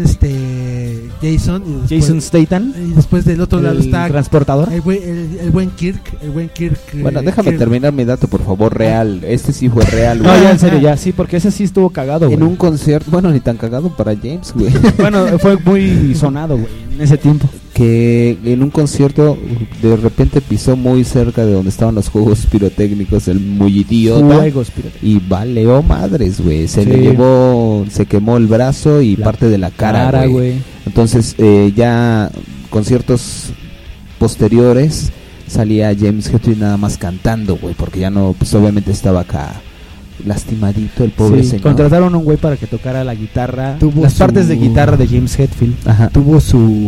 Jason y después, Jason Statham, y después del otro lado el está transportador. el buen Kirk, Bueno, déjame terminar mi dato, por favor, real. Este sí fue real, No, güey. ya en serio, ya, sí, porque ese sí estuvo cagado, güey. En un concierto, bueno, ni tan cagado para James, güey. Bueno, fue muy sonado, güey, en ese tiempo. Que en un concierto de repente pisó muy cerca de donde estaban los juegos pirotécnicos, el muy idiota. Juegos pirotécnicos. Y valeó madres, güey. Se Sí. le llevó, se quemó el brazo y parte de la cara, güey. Entonces, ya conciertos posteriores salía James Hetfield nada más cantando, güey, porque ya no, pues obviamente estaba acá lastimadito el pobre Sí, señor. contrataron a un güey para que tocara la guitarra, Tuvo las su- partes de guitarra de James Hetfield. Ajá. Tuvo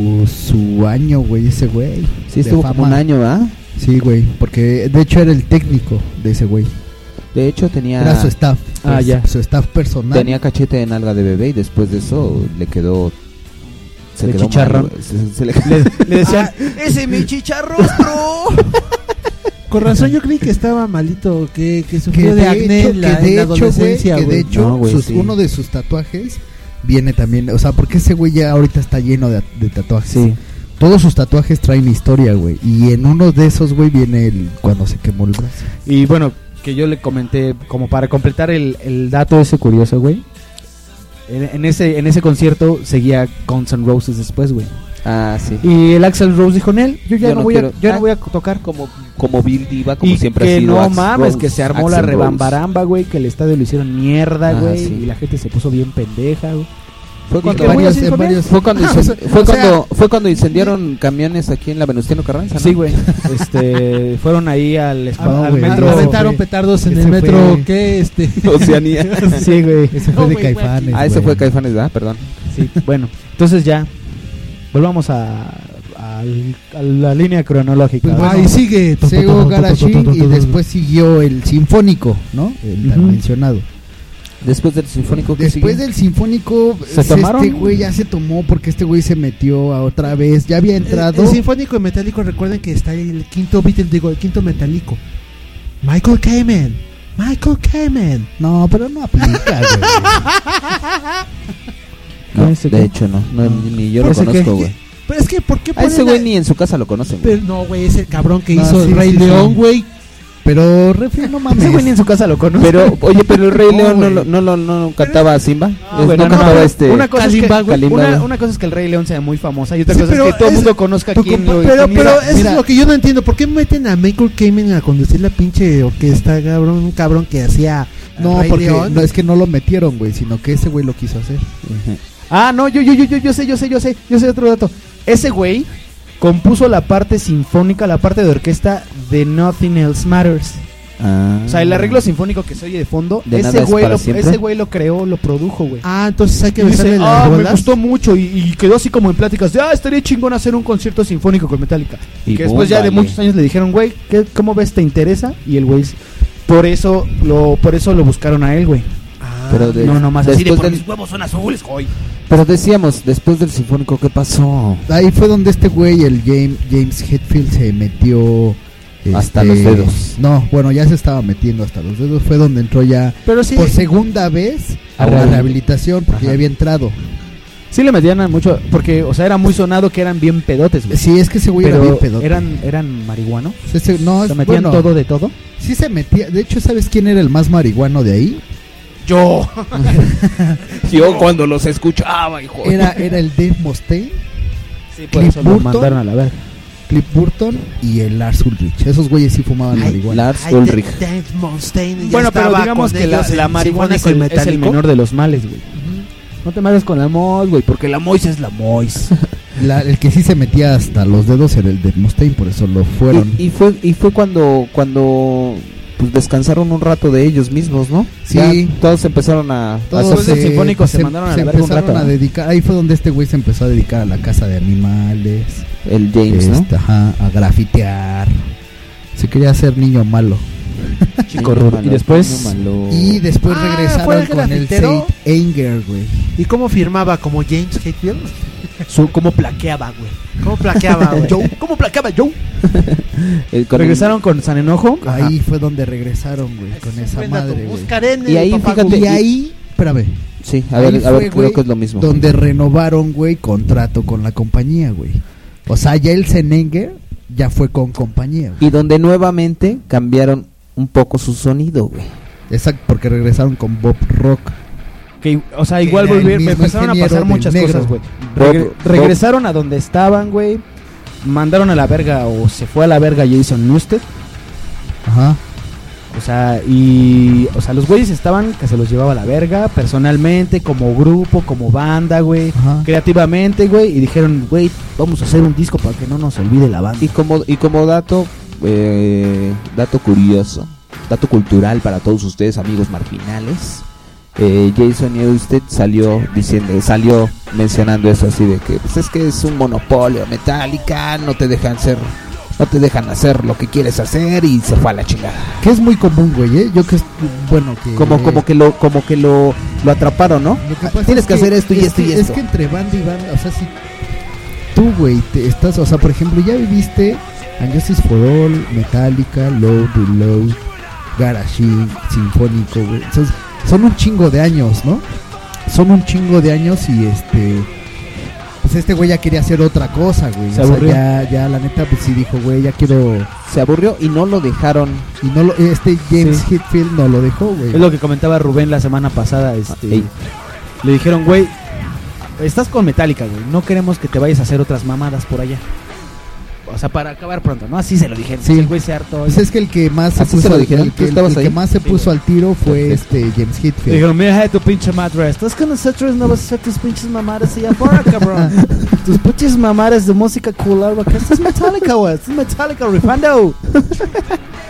su año, güey, ese güey. Sí, de estuvo como fama. un año, ¿ah? Sí, güey, porque de hecho era el técnico de ese güey. De hecho tenía Era su staff. Ah, ya. Su staff personal. tenía cachete de nalga de bebé y después de eso le quedó De quedó chicharrón. mal, güey. Se le- Le decían, ¡Ese mi chicharrostro! Con razón yo creí que estaba malito, que que sufrió de acné en la de hecho, güey, adolescencia, que de güey. hecho No, güey, sí. uno de sus tatuajes viene también, o sea, porque ese güey ya ahorita está lleno de tatuajes. sí. Todos sus tatuajes traen historia, güey, y en uno de esos, güey, viene cuando se quemó el brazo. Y bueno, que yo le comenté, como para completar el dato ese curioso, güey. En ese concierto seguía Guns N' Roses después, güey. Ah, sí. Y el Axl Rose dijo, Nel, yo ya Yo no no voy quiero- yo no voy a tocar. Como Bill Diva, como Y siempre que ha sido no Axl mames, Rose, que se armó Axl la Rose. rebambaramba, güey, que el estadio lo hicieron mierda, Ah, güey, sí. y la gente se puso bien pendeja, güey. Fue ¿Y cuando, qué voy a varios- decir en con él? varios- fue cuando, Ah, o sea, fue o sea- cuando fue cuando incendiaron camiones aquí en la Venustiano Carranza, ¿no? Sí, güey. Fueron ahí al Ah, güey. metro. Aventaron fue- petardos en ese el metro, fue- ¿qué? Oceanía. Sí, güey. Ese fue de Caifanes. Ah, ese güey. fue Caifanes, ¿verdad? Perdón. Sí, bueno, entonces ya volvamos a la línea cronológica. Pues Ahí sigue. Sego Garashin y después siguió el Sinfónico, ¿no? El mencionado. Después del Sinfónico, ¿qué Después sigue? del Sinfónico, ¿Se tomaron? este güey ya se tomó porque este güey se metió a otra vez. Ya había entrado. El Sinfónico y Metálico, recuerden que está el quinto Beatle, digo, el quinto Metálico. Michael Kamen. No, pero no aplica, güey. No, ¿Ese de qué? hecho no, ni yo lo ¿Ese qué? conozco, güey. Pero es que, ¿por qué A ponen ese güey ni en su casa lo conocen, güey. Pero no, güey, es el cabrón que No, hizo sí, el Rey sí, León, sí. güey. Pero refri, no mames. Ese güey ni en su casa lo conoce. Pero, oye, pero el Rey No, León güey. no cantaba a Simba. Bueno, no cantaba una cosa es que, Kalimba, güey. una cosa es que el Rey León sea muy famosa y otra Sí, cosa es pero que todo el es- mundo conozca quién lo Pero quién eso mira. es lo que yo no entiendo. ¿Por qué meten a Michael Kamen a conducir la pinche orquesta, cabrón? Un cabrón que hacía No, Rey porque León. no es que no lo metieron, güey, sino que ese güey lo quiso hacer. Ah, no, yo sé otro dato. Ese güey compuso la parte sinfónica, la parte de orquesta de Nothing Else Matters. Ah. O sea, el arreglo sinfónico que se oye de fondo, ¿De ese nada es güey para siempre? ese güey lo creó, lo produjo, güey. Ah, entonces hay que Y dice, besarle las me bolas. gustó mucho y quedó así como en pláticas de, estaría chingón hacer un concierto sinfónico con Metallica. Y que después ya de búmbale. muchos años le dijeron, güey, ¿cómo ves? ¿Te interesa? Y el güey, por eso lo buscaron a él, güey. Pero No, nomás así de después por del- mis huevos son azules, güey. Pero decíamos, después del Sinfónico, ¿qué pasó? Ahí fue donde este güey, el James Hetfield, se metió Hasta los dedos. No, bueno, ya se estaba metiendo hasta los dedos. Fue donde entró ya Pero sí, por segunda vez A a la rehabil- rehabilitación, porque Ajá. ya había entrado. Sí le metían a mucho, porque, o sea, era muy sonado que eran bien pedotes, güey. Sí, es que ese güey era bien Pero pedote. eran marihuanos. No, Se metían bueno, todo de todo. Sí se metía. De hecho, ¿sabes quién era el más marihuano de ahí? Yo. Yo cuando los escuchaba, hijo. Era el Dave Mustaine, Sí, por Cliff eso lo Burton. mandaron a la verga. Cliff Burton y el Lars Ulrich. Esos güeyes sí fumaban marihuana. Lars Ay, Ulrich. Dave Mustaine ya Bueno, pero estaba digamos con que ellos la en marihuana es Sinfónico y el Metálico. menor de los males, güey. No te mates con la Mois, güey, porque la Mois es la Mois. El que sí se metía hasta los dedos era el Dave Mustaine, por eso lo fueron. Y fue cuando pues descansaron un rato de ellos mismos, ¿no? Sí. Ya todos empezaron a Todos Después del Sinfónico se mandaron a la verga un empezaron rato, a ¿no? dedicar. Ahí fue donde este güey se empezó a dedicar a la casa de animales, el James, ¿no? ajá, a grafitear. Se quería hacer niño malo. Chico rudo. Y después Y después Ah, ¿fue regresaron el con el grafitero? Saint Anger, güey. ¿Y cómo firmaba? ¿Como James Hetfield? ¿Cómo plaqueaba, güey? ¿Cómo plaqueaba, güey? ¿Cómo plaqueaba Joe? Con Regresaron con San Enojo. Ahí fue donde regresaron, güey, con esa Buen dato. madre, güey. Buscaré en Y el ahí, papá fíjate, Google. Y ahí, espérame. Sí, a Ahí ver, fue, creo güey, que es lo mismo. Donde renovaron, güey, contrato con la compañía, güey. O sea, ya el Senenger ya fue con compañía, güey. Y donde nuevamente cambiaron un poco su sonido, güey. Exacto, porque regresaron con Bob Rock. Que, o sea, igual Que era el volvieron, mismo empezaron a ingeniero pasar del muchas negro. cosas, güey. Bob- Regresaron a donde estaban, güey. Mandaron a la verga o se fue a la verga Jason Newsted. Ajá. O sea, los güeyes estaban que se los llevaba a la verga personalmente, como grupo, como banda, güey, Ajá. creativamente, güey, y dijeron, güey, vamos a hacer un disco para que no nos olvide la banda. Y como dato curioso, dato cultural para todos ustedes, amigos marginales, Jason Newsted salió mencionando eso así de que pues es que es un monopolio Metallica, no te dejan hacer lo que quieres hacer, y se fue a la chingada. Que es muy común, güey, ¿eh? Yo que bueno, que Como que lo atraparon, ¿no? Lo que pasa Tienes es que hacer esto y es esto y que- esto. Es que entre banda y banda, o sea, si tú, güey, te estás, o sea, por ejemplo, ya viviste And Justice for All, Metallica, Load, Reload, Garage, Sinfónico, güey. O sea, son un chingo de años, ¿no? Son un chingo de años y pues este güey ya quería hacer otra cosa, güey. Se O sea, aburrió. ya la neta pues sí dijo, güey, ya quiero. Se aburrió y no lo dejaron. Y no lo, James Sí. Hetfield no lo dejó, güey. Es lo que comentaba Rubén la semana pasada, Ey. le dijeron, güey, estás con Metallica, güey, no queremos que te vayas a hacer otras mamadas por allá. O sea, para acabar pronto, ¿no? Así se lo dijeron. Sí. El güey se hartó. Pues es que el que más se ¿Así se puso lo al- dijeron? el ¿Tú que, estabas el que ahí? más se puso al tiro fue Perfecto. James Le Hetfield. dijeron, mira, tu pinche madre, estás con nosotros, no vas a hacer tus pinches mamadas allá afuera, cabrón. Tus pinches mamadas de música cool, güey, que esto es Metallica, güey, esto es Metallica, rifando.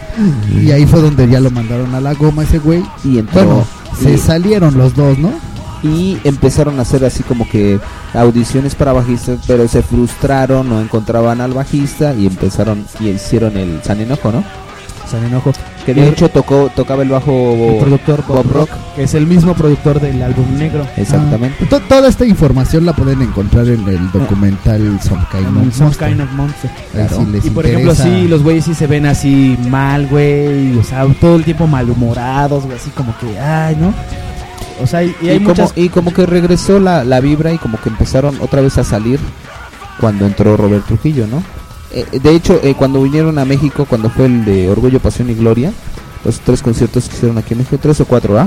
Y ahí fue donde ya lo mandaron a la goma ese güey. Y entró. Bueno, se y- salieron los dos, ¿no? y empezaron a hacer así como que audiciones para bajistas, pero se frustraron, no encontraban al bajista y empezaron y hicieron el San Enojo, ¿no? San Enojo, que de hecho tocaba el bajo el productor Bob Rock, que es el mismo productor del álbum negro. Exactamente. Toda esta información la pueden encontrar en el documental Some Kind of Monster. Claro. Si les y por interesa... ejemplo, sí, los güeyes sí se ven así mal, güey, o sea, todo el tiempo malhumorados, güey, así como que, ay, ¿no? O sea, y hay muchas... Y como que regresó la vibra y como que empezaron otra vez a salir cuando entró Robert Trujillo, ¿no? De hecho, cuando vinieron a México, cuando fue el de Orgullo, Pasión y Gloria, los 3 conciertos que hicieron aquí en México, 3 o 4, ¿ah?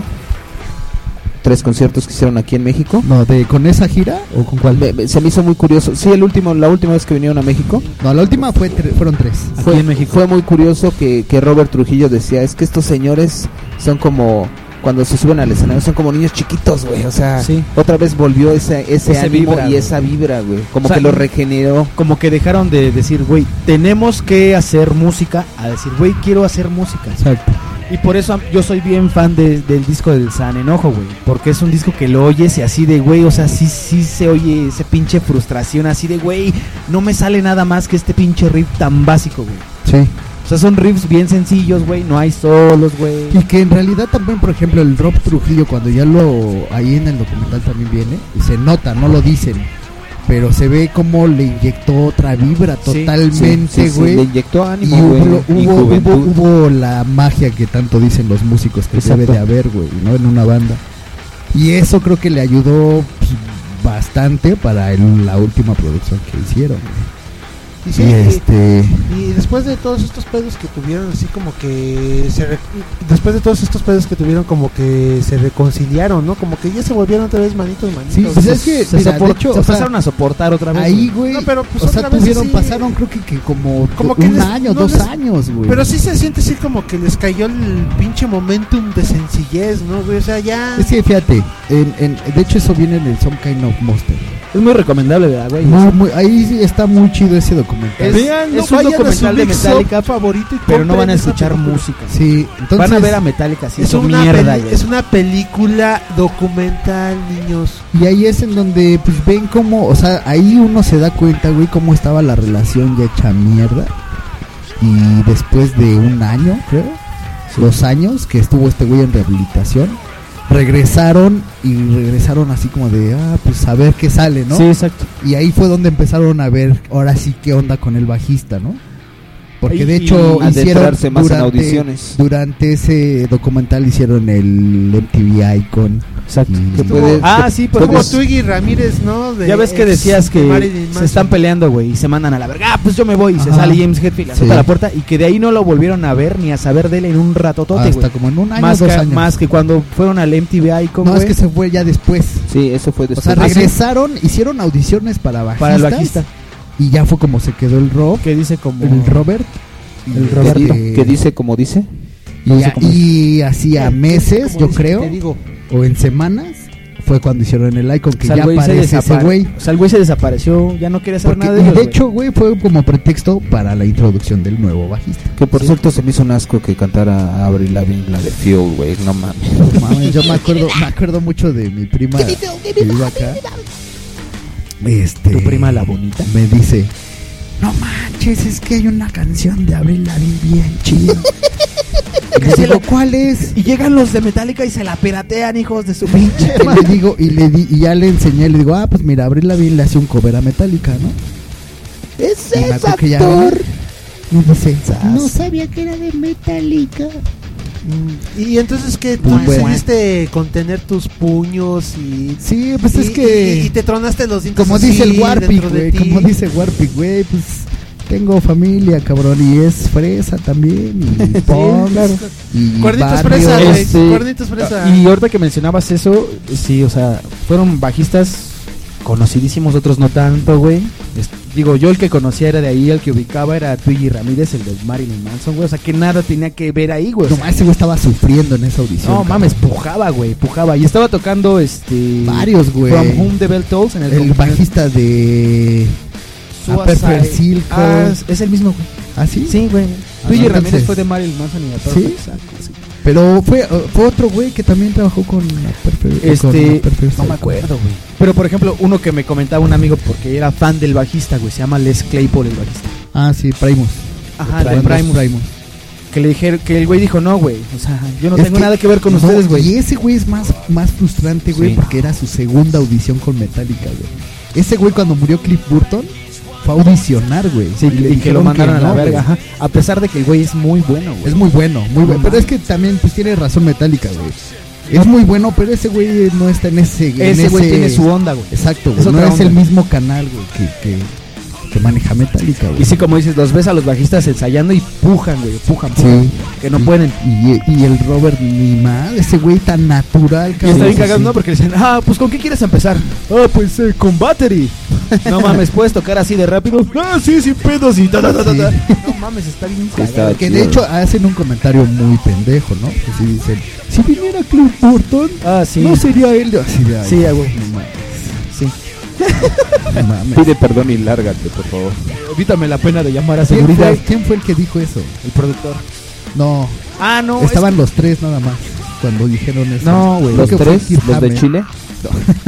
3 conciertos que hicieron aquí en México. No, ¿con esa gira o con cuál? Se me hizo muy curioso. Sí, la última vez que vinieron a México. No, la última fueron 3. Aquí en México. Fue muy curioso que Robert Trujillo decía, es que estos señores son como... Cuando se suben al escenario son como niños chiquitos, güey. O sea, sí. Otra vez volvió ese ánimo vibra, y esa vibra, güey. Como que lo regeneró. Como que dejaron de decir, güey, tenemos que hacer música, a decir, güey, quiero hacer música. Exacto. Y por eso yo soy bien fan del disco del San Enojo, güey. Porque es un disco que lo oyes y así de, güey, o sea, sí se oye ese pinche frustración así de, güey, no me sale nada más que este pinche riff tan básico, güey. Sí. O sea, son riffs bien sencillos, güey, no hay solos, güey. Y que en realidad también, por ejemplo, el Rob Trujillo, cuando ya ahí en el documental también viene, y se nota, no lo dicen, pero se ve como le inyectó otra vibra totalmente, güey. Le inyectó ánimo, y hubo la magia que tanto dicen los músicos que debe de haber, güey, ¿no? En una banda. Y eso creo que le ayudó pues, bastante para la última producción que hicieron, güey. Y, sí, y después de todos estos pedos que tuvieron, así como que después de todos estos pedos que tuvieron, como que se reconciliaron, ¿no? Como que ya se volvieron otra vez manitos. Sí, pues es que se pasaron a soportar otra vez. Ahí, güey, no, pero pues, o sea, pasaron creo que como que un año, 2 años, güey. Pero sí se siente así como que les cayó el pinche momentum de sencillez, ¿no, güey? O sea, ya... Es que fíjate, de hecho eso viene en el Some Kind of Monster. Es muy recomendable, ¿verdad, güey? Ahí sí está muy chido ese documental. Es un documental de Metallica favorito, pero no van a escuchar música. Sí, entonces van a ver a Metallica, sí, es una película documental, niños. Y ahí es en donde pues ven cómo, o sea, ahí uno se da cuenta, güey, cómo estaba la relación ya hecha mierda. Y después de un año, creo, 2 años que estuvo este güey en rehabilitación, regresaron así como de pues a ver qué sale, ¿no? Sí, exacto. Y ahí fue donde empezaron a ver ahora sí qué onda con el bajista, ¿no? Porque de hecho hicieron durante ese documental hicieron el MTV Icon. Exacto. Sí, por ejemplo Twiggy Ramírez, ¿no? Ya ves que decías que se están peleando, güey, y se mandan a la verga. Pues yo me voy, y se sale James Hetfield, azota la puerta, y que de ahí no lo volvieron a ver ni a saber de él en un ratotote, güey. Hasta como en un año, 2 años. Más que cuando fueron al MTV Icon, no, es que se fue ya después. Sí, eso fue después. O sea, regresaron, hicieron audiciones para bajistas. Para el bajista. Y ya fue como se quedó el Rob. Que dice como... El Robert. El Roberto. Que dice como dice. Y hacía meses, yo creo, o en semanas, fue cuando hicieron el Icon, que ya aparece ese güey. O sea, el güey se desapareció, ya no quería hacer nada de ellos. Y de hecho, güey, fue como pretexto para la introducción del nuevo bajista. Que por cierto se me hizo un asco que cantara Avril Lavigne la de Fuel, güey, no mames. No mames, yo me acuerdo mucho de mi prima que vive acá. Tu prima la bonita me dice, no manches, es que hay una canción de Avril Lavigne bien chida. Y digo, ¿cuál es? Y llegan los de Metallica y se la piratean, hijos de su pinche. Y le digo, y ya le enseñé, le digo, pues mira, Avril Lavigne le hace un cover a Metallica, ¿no? Es ese actor. Me dice, no sabía que era de Metallica. Y entonces que tú decidiste contener tus puños y sí, pues es que y te tronaste los dientes. Como dice el Warpig, güey, güey, pues tengo familia, cabrón, y es fresa también y claro. Y cuernitos fresa, cuernitos fresa. Y ahorita que mencionabas eso, sí, o sea, fueron bajistas conocidísimos, otros no tanto, güey. Digo, yo el que conocía era de ahí, el que ubicaba era Twiggy Ramírez, el de Marilyn Manson, güey. O sea, que nada tenía que ver ahí, güey. No, ese güey estaba sufriendo en esa audición. No, mames, pujaba, güey, pujaba. Y estaba tocando, varios, güey. From Whom the Bell Tolls en el bajista de Pepper Circle. Es el mismo, güey. ¿Ah, sí? Sí, güey. Twiggy Ramírez fue de Marilyn Manson y de Perfect. ¿Sí? Sí. Pero fue otro güey que también trabajó con no me acuerdo, güey. Pero por ejemplo, uno que me comentaba un amigo porque era fan del bajista, güey, se llama Les Claypool, el bajista. Ah, sí, Primus. Ajá, de Primus. Que le dijeron, que el güey dijo, no, güey, o sea, yo no tengo nada que ver con ustedes, güey. Y ese güey es más frustrante, güey, porque era su segunda audición con Metallica, güey. Ese güey cuando murió Cliff Burton fue a audicionar, güey. Sí, y que lo mandaron a la verga, ajá. A pesar de que el güey es muy bueno, güey. Es muy bueno, muy bueno. Pero es que también, pues tiene razón Metallica, güey. Es muy bueno, pero ese güey no está en ese... Ese güey tiene su onda, güey. Exacto, güey. No es el mismo canal, güey, que maneja Metallica, güey. Y sí, como dices, los ves a los bajistas ensayando y pujan, güey, pujan, sí. Que no pueden. Y el Robert, ni mal, ese güey tan natural, cabrón. Y está bien cagado, ¿no? Porque le dicen, pues ¿con qué quieres empezar? Pues con Battery. No mames, ¿puedes tocar así de rápido? Sí, sin pedos y No mames, está bien cagado. Que de hecho hacen un comentario muy pendejo, ¿no? Que si dicen, si viniera Cliff Burton, sí. No sería él. Sí, güey. Sí. Pide perdón y lárgate, por favor. Evítame la pena de llamar a seguridad. ¿Quién fue el que dijo eso? El productor. No. No. Estaban los tres nada más cuando dijeron eso. No, güey. ¿Los tres? ¿Los de Chile? No.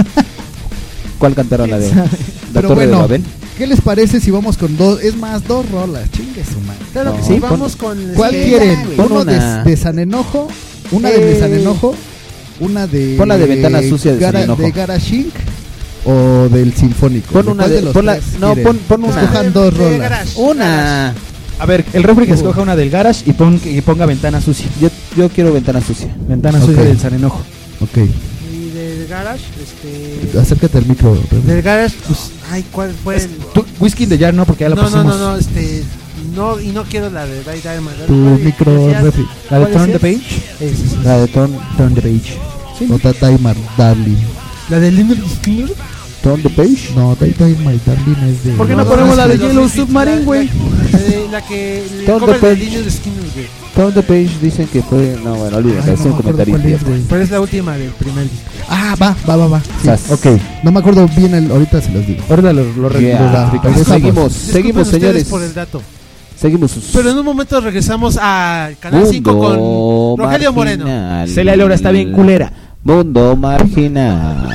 ¿Cuál cantaron la de la Torre de Babel? ¿Qué les parece si vamos con dos? Es más, dos rolas. Chingue su madre. Claro que sí, vamos con... ¿Cuál quieren? Uno de San Enojo. Una de San Enojo. Una de... Pon la de Ventana Sucia de San Enojo. De Garage Inc. O del Sinfónico. Pon una de los tres. No, pon una. Escojan dos rolas. Una. A ver, el refri que escoja una del Garage y ponga Ventana Sucia. Yo quiero Ventana Sucia. Ventana Sucia del San Enojo. Ok. Y del Garage, acércate al micro. Del Garage, pues, ¿cuál fue Whisky in the Jar, no, porque ya lo pusimos. No, y no quiero la de Die Diamond. Tu micro refri. ¿La de Turn the Page? La de Turn the Page. O Diamond Darling. ¿La de Limit Skinner? ¿Turn the Page? No, Die My Darling es de... ¿Por qué no ponemos la de Yellow Submarine, güey? La que... Turn the Page. Turn the Page dicen que fue... No, bueno, olvídate, es un comentario. Pero es la última del primer disco. Va. Sí. Ok. No me acuerdo bien, ahorita se los digo. Ahorita lo Seguimos, señores. Por el dato. Seguimos. Pero en un momento regresamos a Canal 5 con Rogelio Moreno. Celia Laura está bien culera. Mundo marginal.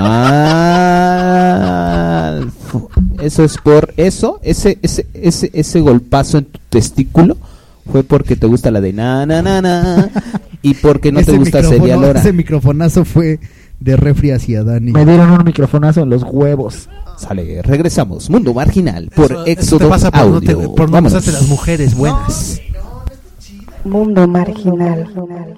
Eso es por eso. Ese golpazo en tu testículo fue porque te gusta la de na y porque no te gusta Celia Lora. Ese microfonazo fue de refri hacia Dani. Me dieron un microfonazo en los huevos. Sale, regresamos. Mundo marginal por Éxodo te pasa Audio. Por no gustarte las mujeres buenas. Mundo marginal.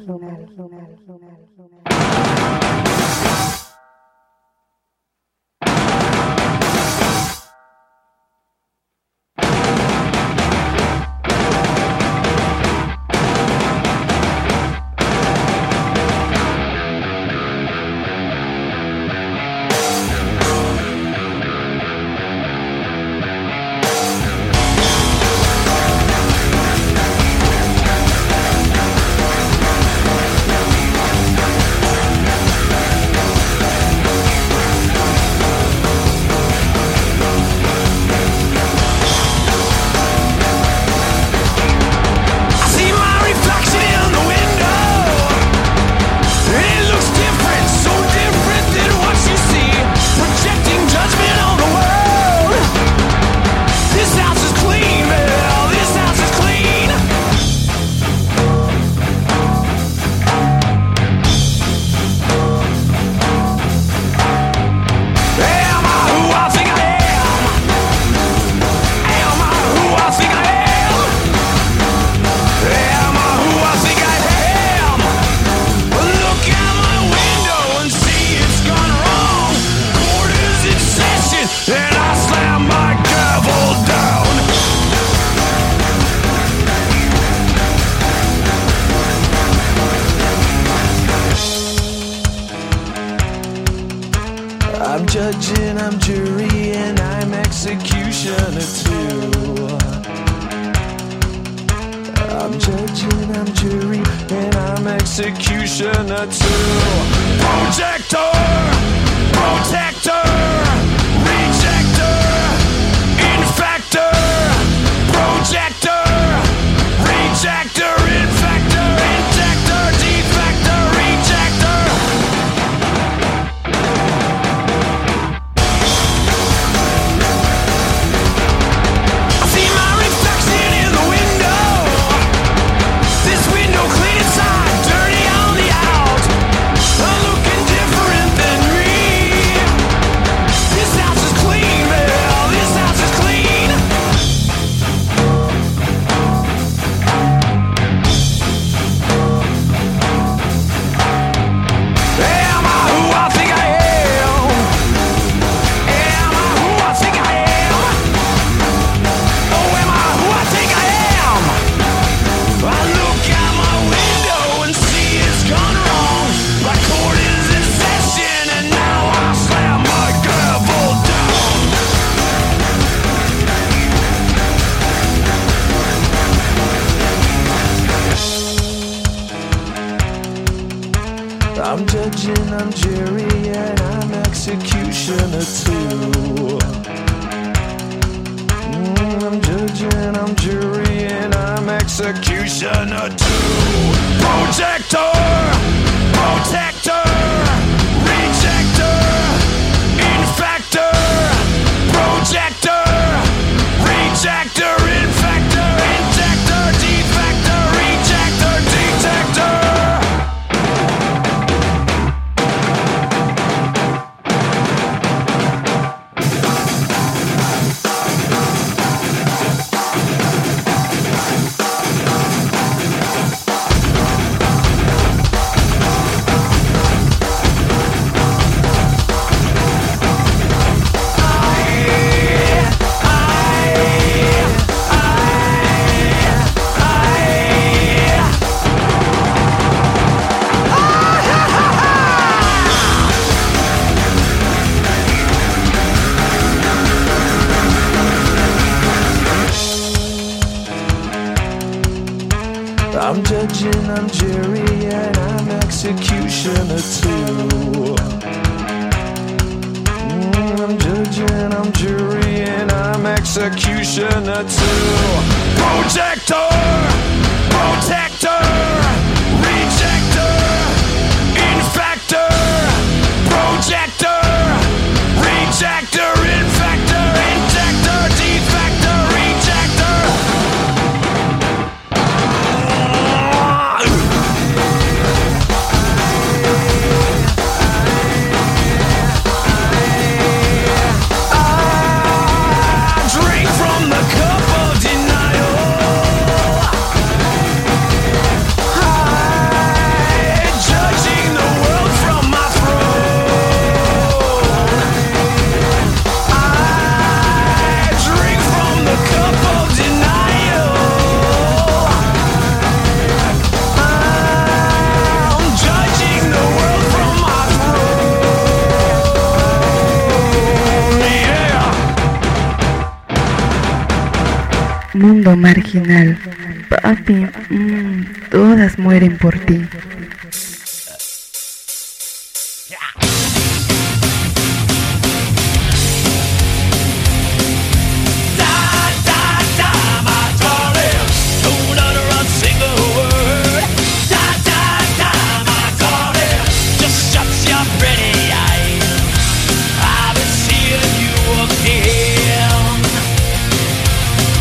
judge and I'm jury and I'm executioner too. I'm judge and I'm jury and I'm executioner too. Projector, protector, rejector, infector, projector, rejector, infector, injector, I'm judging, I'm jury, and I'm executioner too. I'm judging, I'm jury, and I'm executioner too. Protector, protector, rejector, infector, projector, rejector, infector, injector, defector, rejector, detector. I'm judging, I'm jury, and I'm executioner too. I'm judging, I'm jury, and I'm executioner too. Protector, protector, rejector, infector, projector, rejector, infector, injector, defector, rejector. Mundo marginal, papi, todas mueren por ti.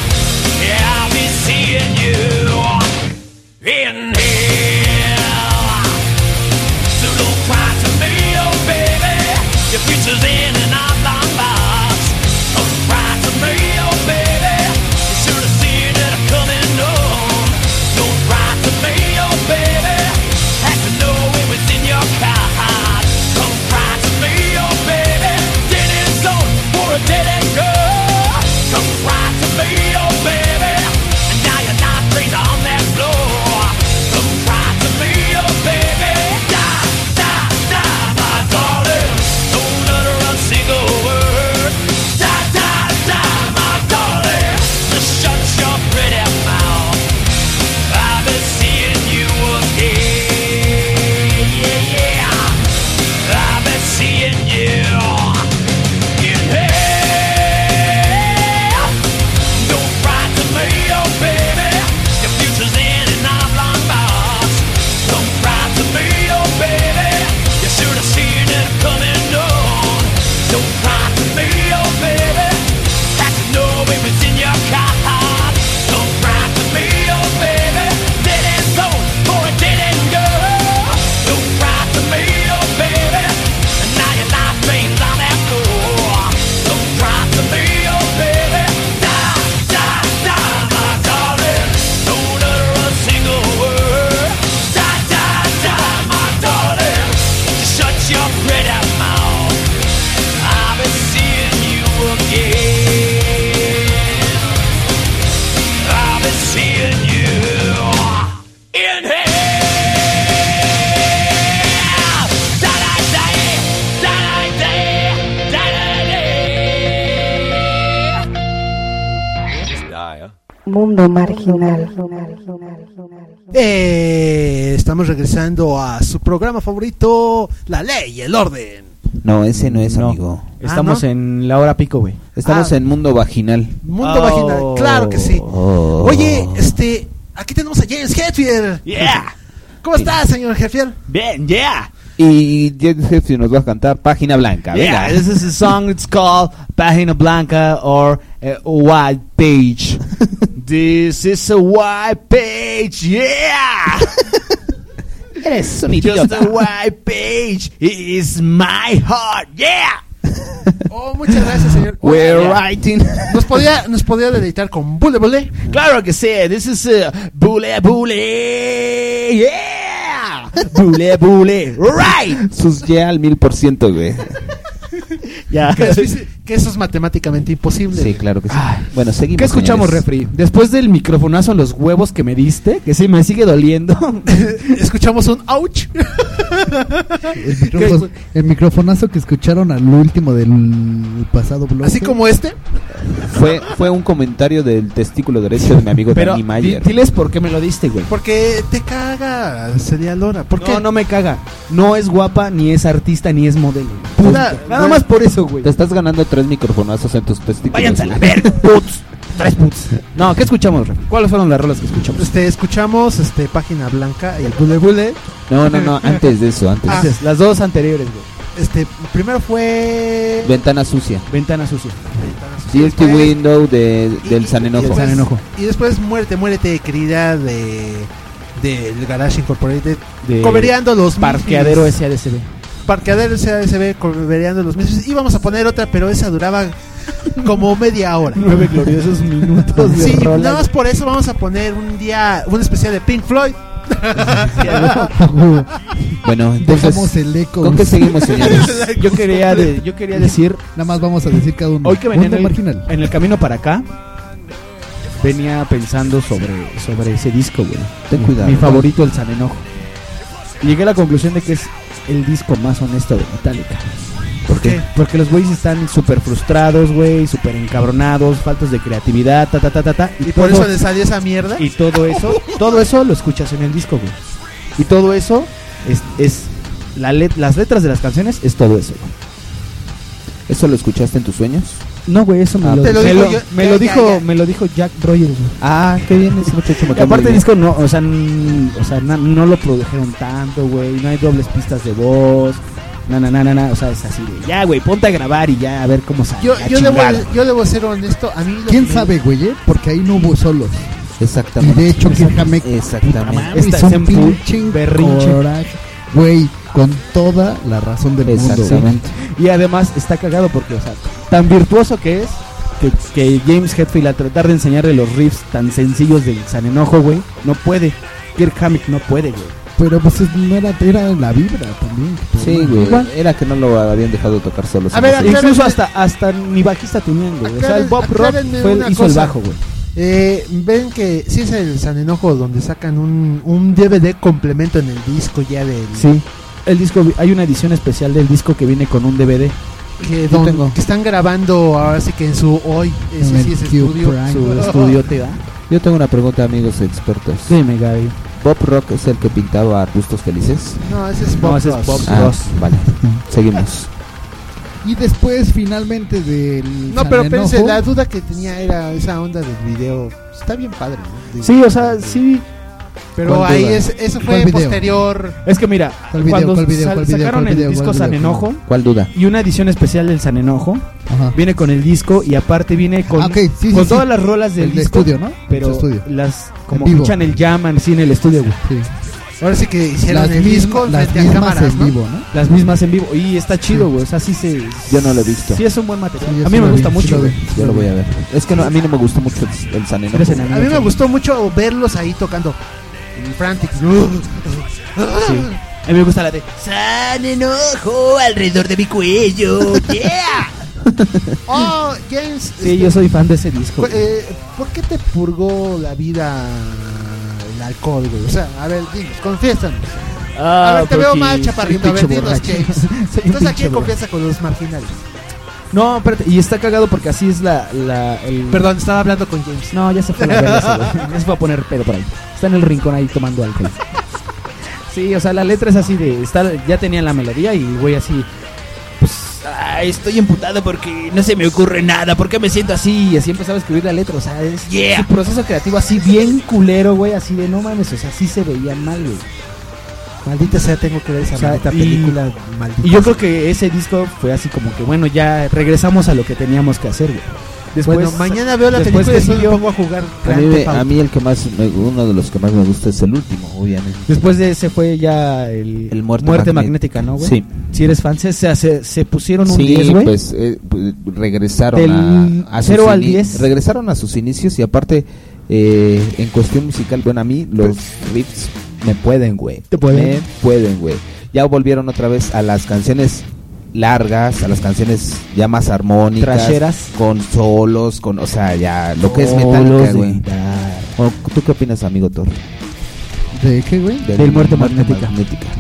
In here mundo marginal. Estamos regresando a su programa favorito, La Ley y el Orden. No, ese no es, amigo. Estamos ¿no? en la hora pico, güey. Estamos en Mundo Vaginal. Mundo Vaginal, claro que sí. Oye, aquí tenemos a James Hetfield. Yeah. ¿Cómo estás, señor Hetfield? Bien, yeah. Y James Hetfield nos va a cantar Página Blanca. Yeah, Venga. this is a song. It's called Página Blanca or White Page. This is a white page, yeah. Eres un Just idiota. a white page is my heart, yeah. Oh, muchas gracias, señor. We're writing. ¿Nos podía deleitar con Bule Bule? Claro que sí. This is Bule Bule, yeah. Bule Bule, right. Sus ya al 1000%, güey. Ya. Que eso es matemáticamente imposible. Sí, claro que sí. Bueno, seguimos. ¿Qué escuchamos, señores. refri? Después del microfonazo en los huevos que me diste, que sí me sigue doliendo. Escuchamos un ouch. El microfonazo que escucharon al último del pasado bloque. Así como este. Fue un comentario del testículo derecho de mi amigo Pero Danny Mayer. diles por qué me lo diste, güey. Porque te caga Celia Lora. ¿Por qué? No me caga. No es guapa, ni es artista, ni es modelo. Puta, Nada güey. más por eso, güey. Te estás ganando 3 microfonazos en tus testículos. Váyanse a la güey. verga, puts. 3 puts. No, ¿qué escuchamos, refri? ¿Cuáles fueron las rolas que escuchamos? Escuchamos Página Blanca y el Bule Bule. No, antes de eso, antes. Gracias, las dos anteriores, güey. Primero fue Ventana sucia. Ventana sucia. Guilty Window del San Enojo. San Enojo. Y después Muérete, querida, del Garage Incorporated. De Cobereando los Parqueadero Misfits. SADCB. Parqueadero SADCB, cobereando los Misfits. Íbamos a poner otra, pero esa duraba como media hora. 9 gloriosos minutos de Sí, rola. nada más por eso vamos a poner un especial de Pink Floyd. Bueno, entonces, Dejamos el eco. ¿con qué seguimos, señores? Yo quería decir, Nada más vamos a decir cada uno. hoy que venía Mundo marginal. en el camino para acá, venía pensando sobre ese disco, güey. Ten cuidado. Mi favorito, el San Enojo. Y llegué a la conclusión de que es el disco más honesto de Metallica. ¿Por qué? Porque los güeyes están súper frustrados, güey, súper encabronados, faltos de creatividad, Y por eso le salió esa mierda. Y todo eso lo escuchas en el disco, güey. Y todo eso es las letras de las canciones, es todo eso, güey. ¿Eso lo escuchaste en tus sueños? No, güey, eso me lo dijo Jack Rogers, güey. Ah, qué bien, ese muchacho me Y aparte el disco no, no lo produjeron tanto, güey, no hay dobles pistas de voz. No, o sea, es así de, ya, güey, ponte a grabar y ya a ver cómo sale. Yo debo ser honesto, a mí ¿Quién sabe, güey? Porque ahí no hubo solos. Exactamente. Y de hecho, Kirk Hammett Exactamente. hizo un pinche berrinche. coraje, güey, con toda la razón del mundo. Exactamente. Y además está cagado porque, o sea, tan virtuoso que es que James Hetfield, al tratar de enseñarle los riffs tan sencillos del San Enojo, güey, no puede. Kirk Hammett no puede, güey. Pero pues no era la vibra también. Sí, güey. Era que no lo habían dejado tocar solo. A ver, incluso hasta ni bajista tenían, güey. O sea, el Bob Rock hizo el bajo, güey. Ven que sí es el San Enojo donde sacan un DVD complemento en el disco ya del... Sí, el disco, hay una edición especial del disco que viene con un DVD. Que están grabando ahora sí que en su estudio te da. Yo tengo una pregunta, amigos expertos. Dime, Gaby. ¿Bob Rock es el que pintaba Arbustos Felices? No, ese es Bob Ross. Vale, seguimos. Y después finalmente del No, San pero Enojo, pensé, la duda que tenía era esa onda del video. Está bien padre, ¿no? Sí, o sea, sí. Pero ahí eso fue posterior. Es que mira, cuando sacaron el disco San Enojo, ¿cuál duda? Y una edición especial del San Enojo, viene con el disco y aparte viene con, todas las rolas del disco, estudio, ¿no? Pero estudio. las como escuchan el Yaman sí en el estudio, güey. Sí. Ahora sí que hicieron el disco las frente a cámaras, en ¿no? vivo, ¿no? Las mismas en vivo y está chido, güey. O sea, sí se. Yo no lo he visto. Sí es un buen material. Sí, a mí me gusta mucho, güey. Yo lo voy a ver. Es que a mí no me gustó mucho el San Enojo. A mí me gustó mucho verlos ahí tocando el Frantic. Sí. A mí me gusta la de San Enojo alrededor de mi cuello. Yeah. Oh, James. Sí, yo soy fan de ese disco. ¿Por qué te purgó la vida el alcohol, güey? O sea, a ver, confiésanos. A ver, te veo mal, chaparrito. A ver, dinos, James. Estás aquí en confianza con los marginales. No, espérate, y está cagado porque así es Perdón, estaba hablando con James. No, ya se fue la verga ese güey. Ya se fue a poner pedo por ahí. Está en el rincón ahí tomando alcohol. Sí, o sea, la letra es así de... ya tenían la melodía y güey así... Pues, estoy emputado porque no se me ocurre nada. ¿Por qué me siento así? Y así empezaba a escribir la letra. O sea, es su proceso creativo así bien culero, güey. Así de no mames, o sea, sí se veía mal, güey. Maldita sea, tengo que ver esa maldita película. Maldita y yo creo que ese disco fue así como que, bueno, ya regresamos a lo que teníamos que hacer, güey. Después, bueno, mañana veo la película y después me pongo a jugar. A mí el que más, uno de los que más me gusta es el último, obviamente. Después de ese fue ya el Muerte Magnética, ¿no, güey? Sí. Si eres fan, se pusieron un sí, 10, güey. Pues regresaron a 0 al 10. Regresaron a sus inicios y aparte, en cuestión musical, bueno, a mí los riffs me pueden, güey. ¿Te pueden? Me pueden, güey. Ya volvieron otra vez a las canciones largas, a las canciones ya más armónicas, trasheras, con solos, o sea, ya lo que es Metallica, güey. ¿Tú qué opinas, amigo Thor? ¿De qué, güey? Del Muerte Magnética.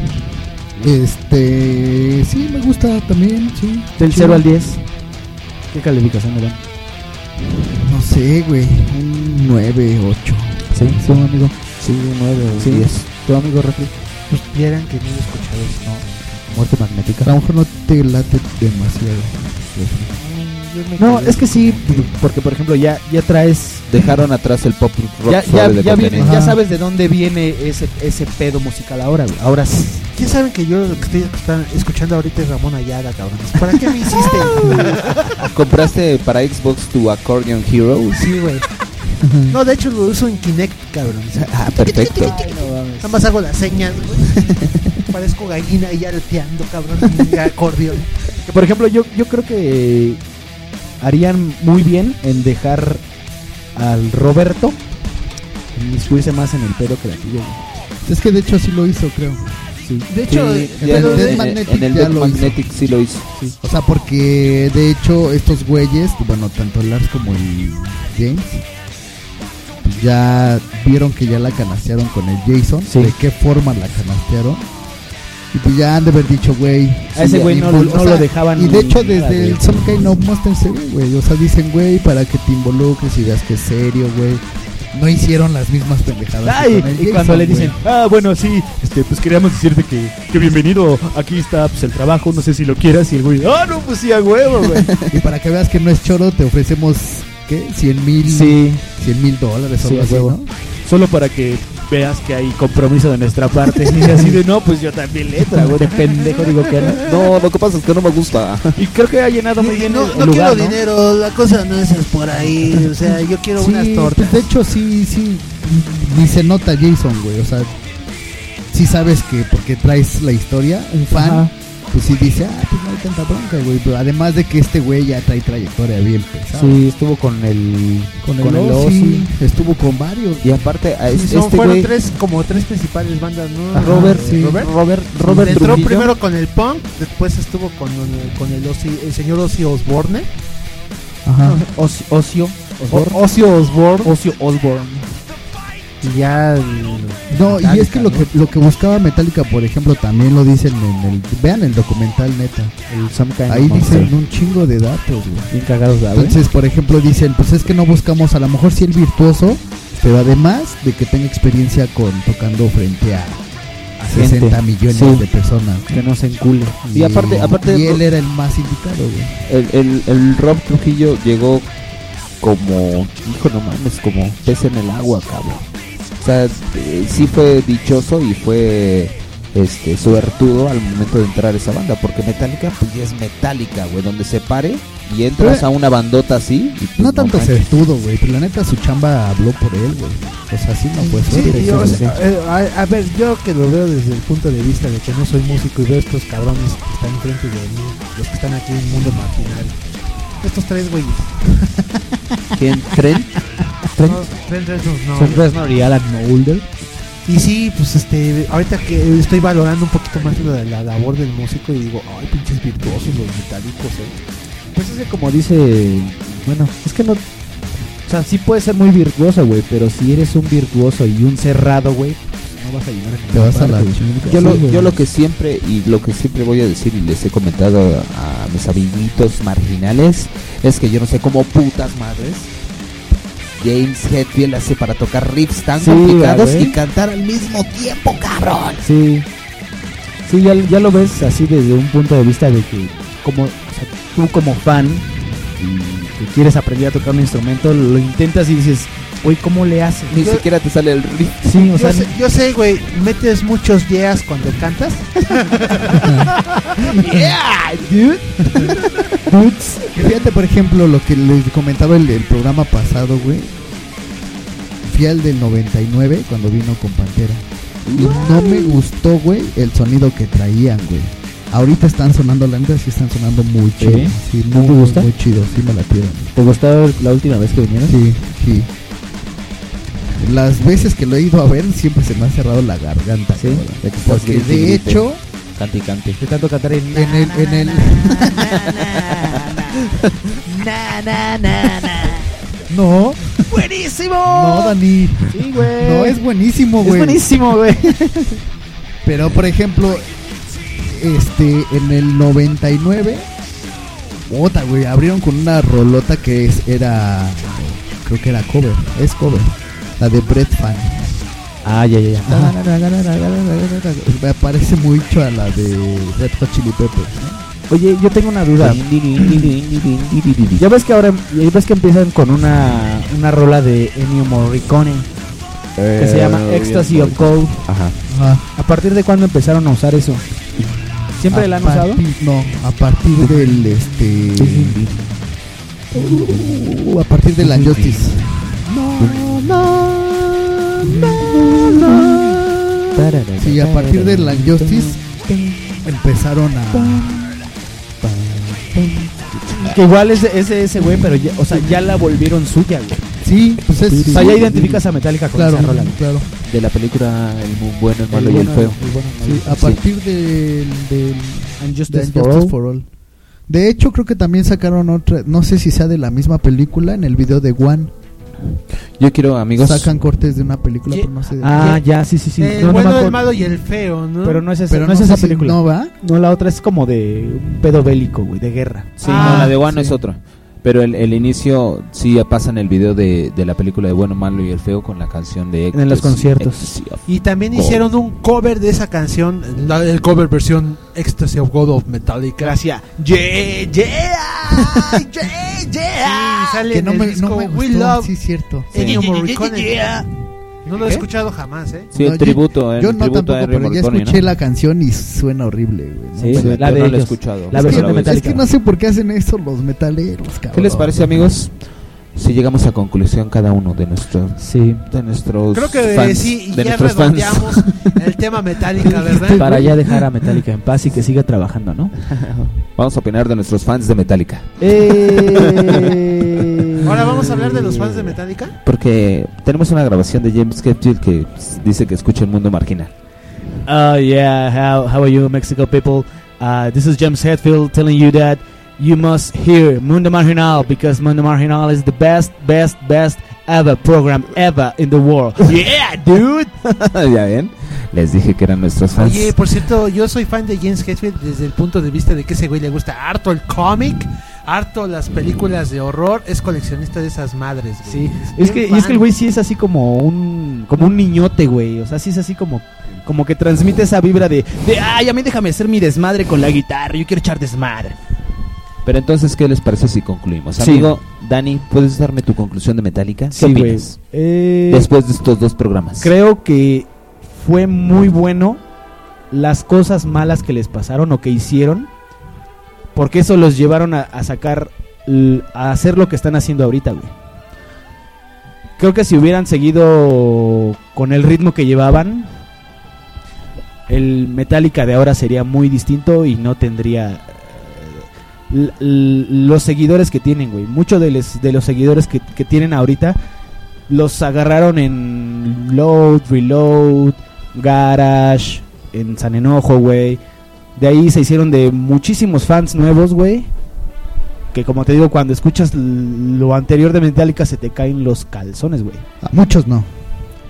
Sí, me gusta también, sí. Del 0 al 10. ¿Qué calificación le dan? No sé, güey, un 9, 8. Sí, sí, un amigo. Sí, un 9 o sí. 10. ¿Tu amigo Refri? Pues vieran que no he escuchado eso, ¿no? Muerte Magnética. A lo mejor no te late demasiado. No, es que sí, porque por ejemplo ya traes... Dejaron atrás el pop rock. Ya sabes de dónde viene ese pedo musical ahora, güey. Ahora sí. Ya saben que yo lo que estoy escuchando ahorita es Ramón Ayala, cabrón. ¿Para qué me hiciste? ¿Compraste para Xbox tu Accordion Hero? Sí, güey. No, de hecho lo uso en Kinect, cabrón. Ah, perfecto. Nada más hago las señas, parezco gallina y areteando, cabrón, en acordeón. Que por ejemplo, yo creo que harían muy bien en dejar al Roberto inmiscuirse más en el pedo creativo. Es que de hecho sí lo hizo, creo. Sí. De hecho, en el Death Magnetic sí lo hizo. Sí. O sea, porque de hecho estos güeyes, bueno, tanto Lars como el James, ya vieron que ya la canastearon con el Jason. Sí. ¿De qué forma la canastearon? Y pues ya han de haber dicho, güey. A ese güey no lo dejaban. Y de hecho, desde el Some Kind of Monster se ve, güey. O sea, dicen, güey, para que te involucres y veas que es serio, güey. No hicieron las mismas pendejadas. Ay, y Jason, cuando le dicen, bueno, sí, pues queríamos decirte que bienvenido. Aquí está pues el trabajo, no sé si lo quieras. Y el güey, no, pues sí, a huevo, güey. Y para que veas que no es choro, te ofrecemos, ¿qué? 100,000. Sí. $100,000, sí, así, ¿no? Solo para que veas que hay compromiso de nuestra parte. Y así de, no, pues yo también le traigo de pendejo, digo que no. No, lo que pasa es que no me gusta. Y creo que ha llenado muy bien el lugar, quiero dinero, la cosa no es por ahí. O sea, yo quiero unas tortas. Pues de hecho, sí. Ni se nota Jason, güey. O sea, sí sabes que porque traes la historia, un fan. Ajá. Pues sí dice, pues no hay tanta bronca, güey. Pero además de que este güey ya trae trayectoria bien pesada. Sí, estuvo con el Ozzy, estuvo con varios. Y aparte, fueron como tres principales bandas, ¿no? Ajá, Robert entró Trujillo. Primero con el punk, después estuvo con el Ozzy, el señor Ozzy Osbourne. Ajá. Ozzy Osbourne. Y ya no, y es que lo que buscaba Metallica, por ejemplo, también lo dicen vean el documental, neta, el Some Kind ahí dicen un chingo de datos, güey. Bien cagados, ¿verdad? Entonces, por ejemplo, dicen, pues es que no buscamos a lo mejor sí el virtuoso, pero además de que tenga experiencia tocando frente a 60 millones de personas, que no se encule. Y aparte y él era el más indicado, güey. El Rob Trujillo llegó como, hijo, no mames, como pez en el agua, cabrón. O sea, sí fue dichoso y fue suertudo al momento de entrar a esa banda, porque Metallica pues ya es Metallica, güey, donde se pare y entras a una bandota así y pues, no tanto suertudo, güey, pero la neta su chamba habló por él, güey. O sea, sí no fue suerte. A ver, yo que lo veo desde el punto de vista de que no soy músico y veo estos cabrones que están enfrente de mí, los que están aquí en el mundo marginal. Estos tres güeyes. ¿Quién? ¿Trent? Son Reznor y Alan Moulder. Y sí, pues ahorita que estoy valorando un poquito más la labor del músico y digo, ay, pinches virtuosos los metálicos, Pues es que como dice, bueno, es que no, o sea, sí puede ser muy virtuoso, güey, pero si eres un virtuoso y un cerrado, güey, no vas a llenar. Te vas a la Yo lo que siempre voy a decir y les he comentado a mis amiguitos marginales es que yo no sé cómo putas madres James Hetfield hace para tocar riffs tan complicados y cantar al mismo tiempo, cabrón. Sí, ya lo ves así desde un punto de vista de que como, o sea, tú como fan y que quieres aprender a tocar un instrumento, lo intentas y dices, güey, ¿cómo le haces? Ni siquiera te sale el riff. Sí, o sea, yo sé, güey, metes muchos yeahs cuando cantas. Yeah, dude. Fíjate, por ejemplo, lo que les comentaba el programa pasado, güey. Fui al del 99 cuando vino con Pantera. Y no me gustó, güey, el sonido que traían, güey. Ahorita están sonando, la neta sí están sonando muy chido. Sí, ¿no te gusta? Muy chido, sí me la tiran. ¿Te gustó la última vez que vinieron? Sí. Las veces que lo he ido a ver siempre se me ha cerrado la garganta. Sí. Porque de hecho, cante. De tanto cantar en el No. ¡Buenísimo! No, Dani. Sí, güey. No, es buenísimo, güey. Es buenísimo, güey. Pero, por ejemplo, en el 99, puta, güey, abrieron con una rolota que creo que era cover, es cover, la de Brett Fan. Ah, ya. Me parece mucho a la de Red Hot Chili Peppers, ¿no? Oye, yo tengo una duda. Ya ves que empiezan con una rola de Ennio Morricone que se llama Ecstasy of Gold. Ajá. ¿A partir de cuándo empezaron a usar eso? ¿Siempre la han usado? No, a partir del a partir de la Justice. Sí, a partir de la Justice empezaron a que igual es ese güey, pero ya, o sea, ya la volvieron suya, güey. Sí, pues es. O sea, ya identificas a Metallica con esa rola. Claro. De la película El bueno, el malo y el feo. Sí, a partir del Justice for All. De hecho, creo que también sacaron otra, no sé si sea de la misma película, en el video de One. Yo quiero, amigos, sacan cortes de una película, pero no sé de ya, sí. El bueno, el malo y el feo, ¿no? Pero no es esa, pero no es esa película. No, ¿va? No, la otra es como de un pedo bélico, güey, de guerra. Sí, no, la de One es otra. Pero el inicio sí pasa en el video de la película de Bueno, Malo y el Feo con la canción de en los conciertos. Y también hicieron un cover de esa canción, el cover versión Ecstasy of God of Metallica. Gracias. Sí, sale que en no el me disco gustó, We Love sí, cierto. Ennio Morricone. No lo he escuchado jamás, Sí, el tributo, yo no tributo tampoco, a Ennio pero ya Morricone, escuché ¿no? la canción y suena horrible, güey. Sí, la de ellos. No la he escuchado. La versión de Metallica. Es que no sé por qué hacen eso los metaleros, cabrón. ¿Qué les parece, amigos? Si llegamos a conclusión cada uno de nuestros creo que fans, sí, y de ya nuestros redondeamos el tema Metallica, ¿verdad? Para ya dejar a Metallica en paz y que siga trabajando, ¿no? Vamos a opinar de nuestros fans de Metallica. Ahora vamos a hablar de los fans de Metallica. Porque tenemos una grabación de James Hetfield que dice que escucha el mundo marginal. Yeah, how are you, Mexico people? This is James Hetfield telling you that you must hear Mundo Marginal because Mundo Marginal is the best ever program ever in the world. Yeah, dude. Ya ven, les dije que eran nuestros fans. Oye, por cierto, yo soy fan de James Hetfield desde el punto de vista de que ese güey le gusta harto el cómic, harto las películas de horror, es coleccionista de esas madres, güey. Sí, es que el güey sí es así como un niñote, güey. O sea, sí es así como que transmite esa vibra de ay, a mí déjame hacer mi desmadre con la guitarra, yo quiero echar desmadre. Pero entonces, ¿qué les parece si concluimos? Sí. Amigo, Dani, ¿puedes darme tu conclusión de Metallica? ¿Qué Sí, opinas? Después de estos dos programas. Creo que fue muy bueno las cosas malas que les pasaron o que hicieron, porque eso los llevaron a sacar, a hacer lo que están haciendo ahorita, güey. Creo que si hubieran seguido con el ritmo que llevaban, el Metallica de ahora sería muy distinto y no tendría los seguidores que tienen, güey. Muchos de los seguidores que tienen ahorita los agarraron en Load, Reload, Garage, en San Enojo, güey. De ahí se hicieron de muchísimos fans nuevos, güey. Que como te digo, cuando escuchas lo anterior de Metallica se te caen los calzones, güey. A muchos no.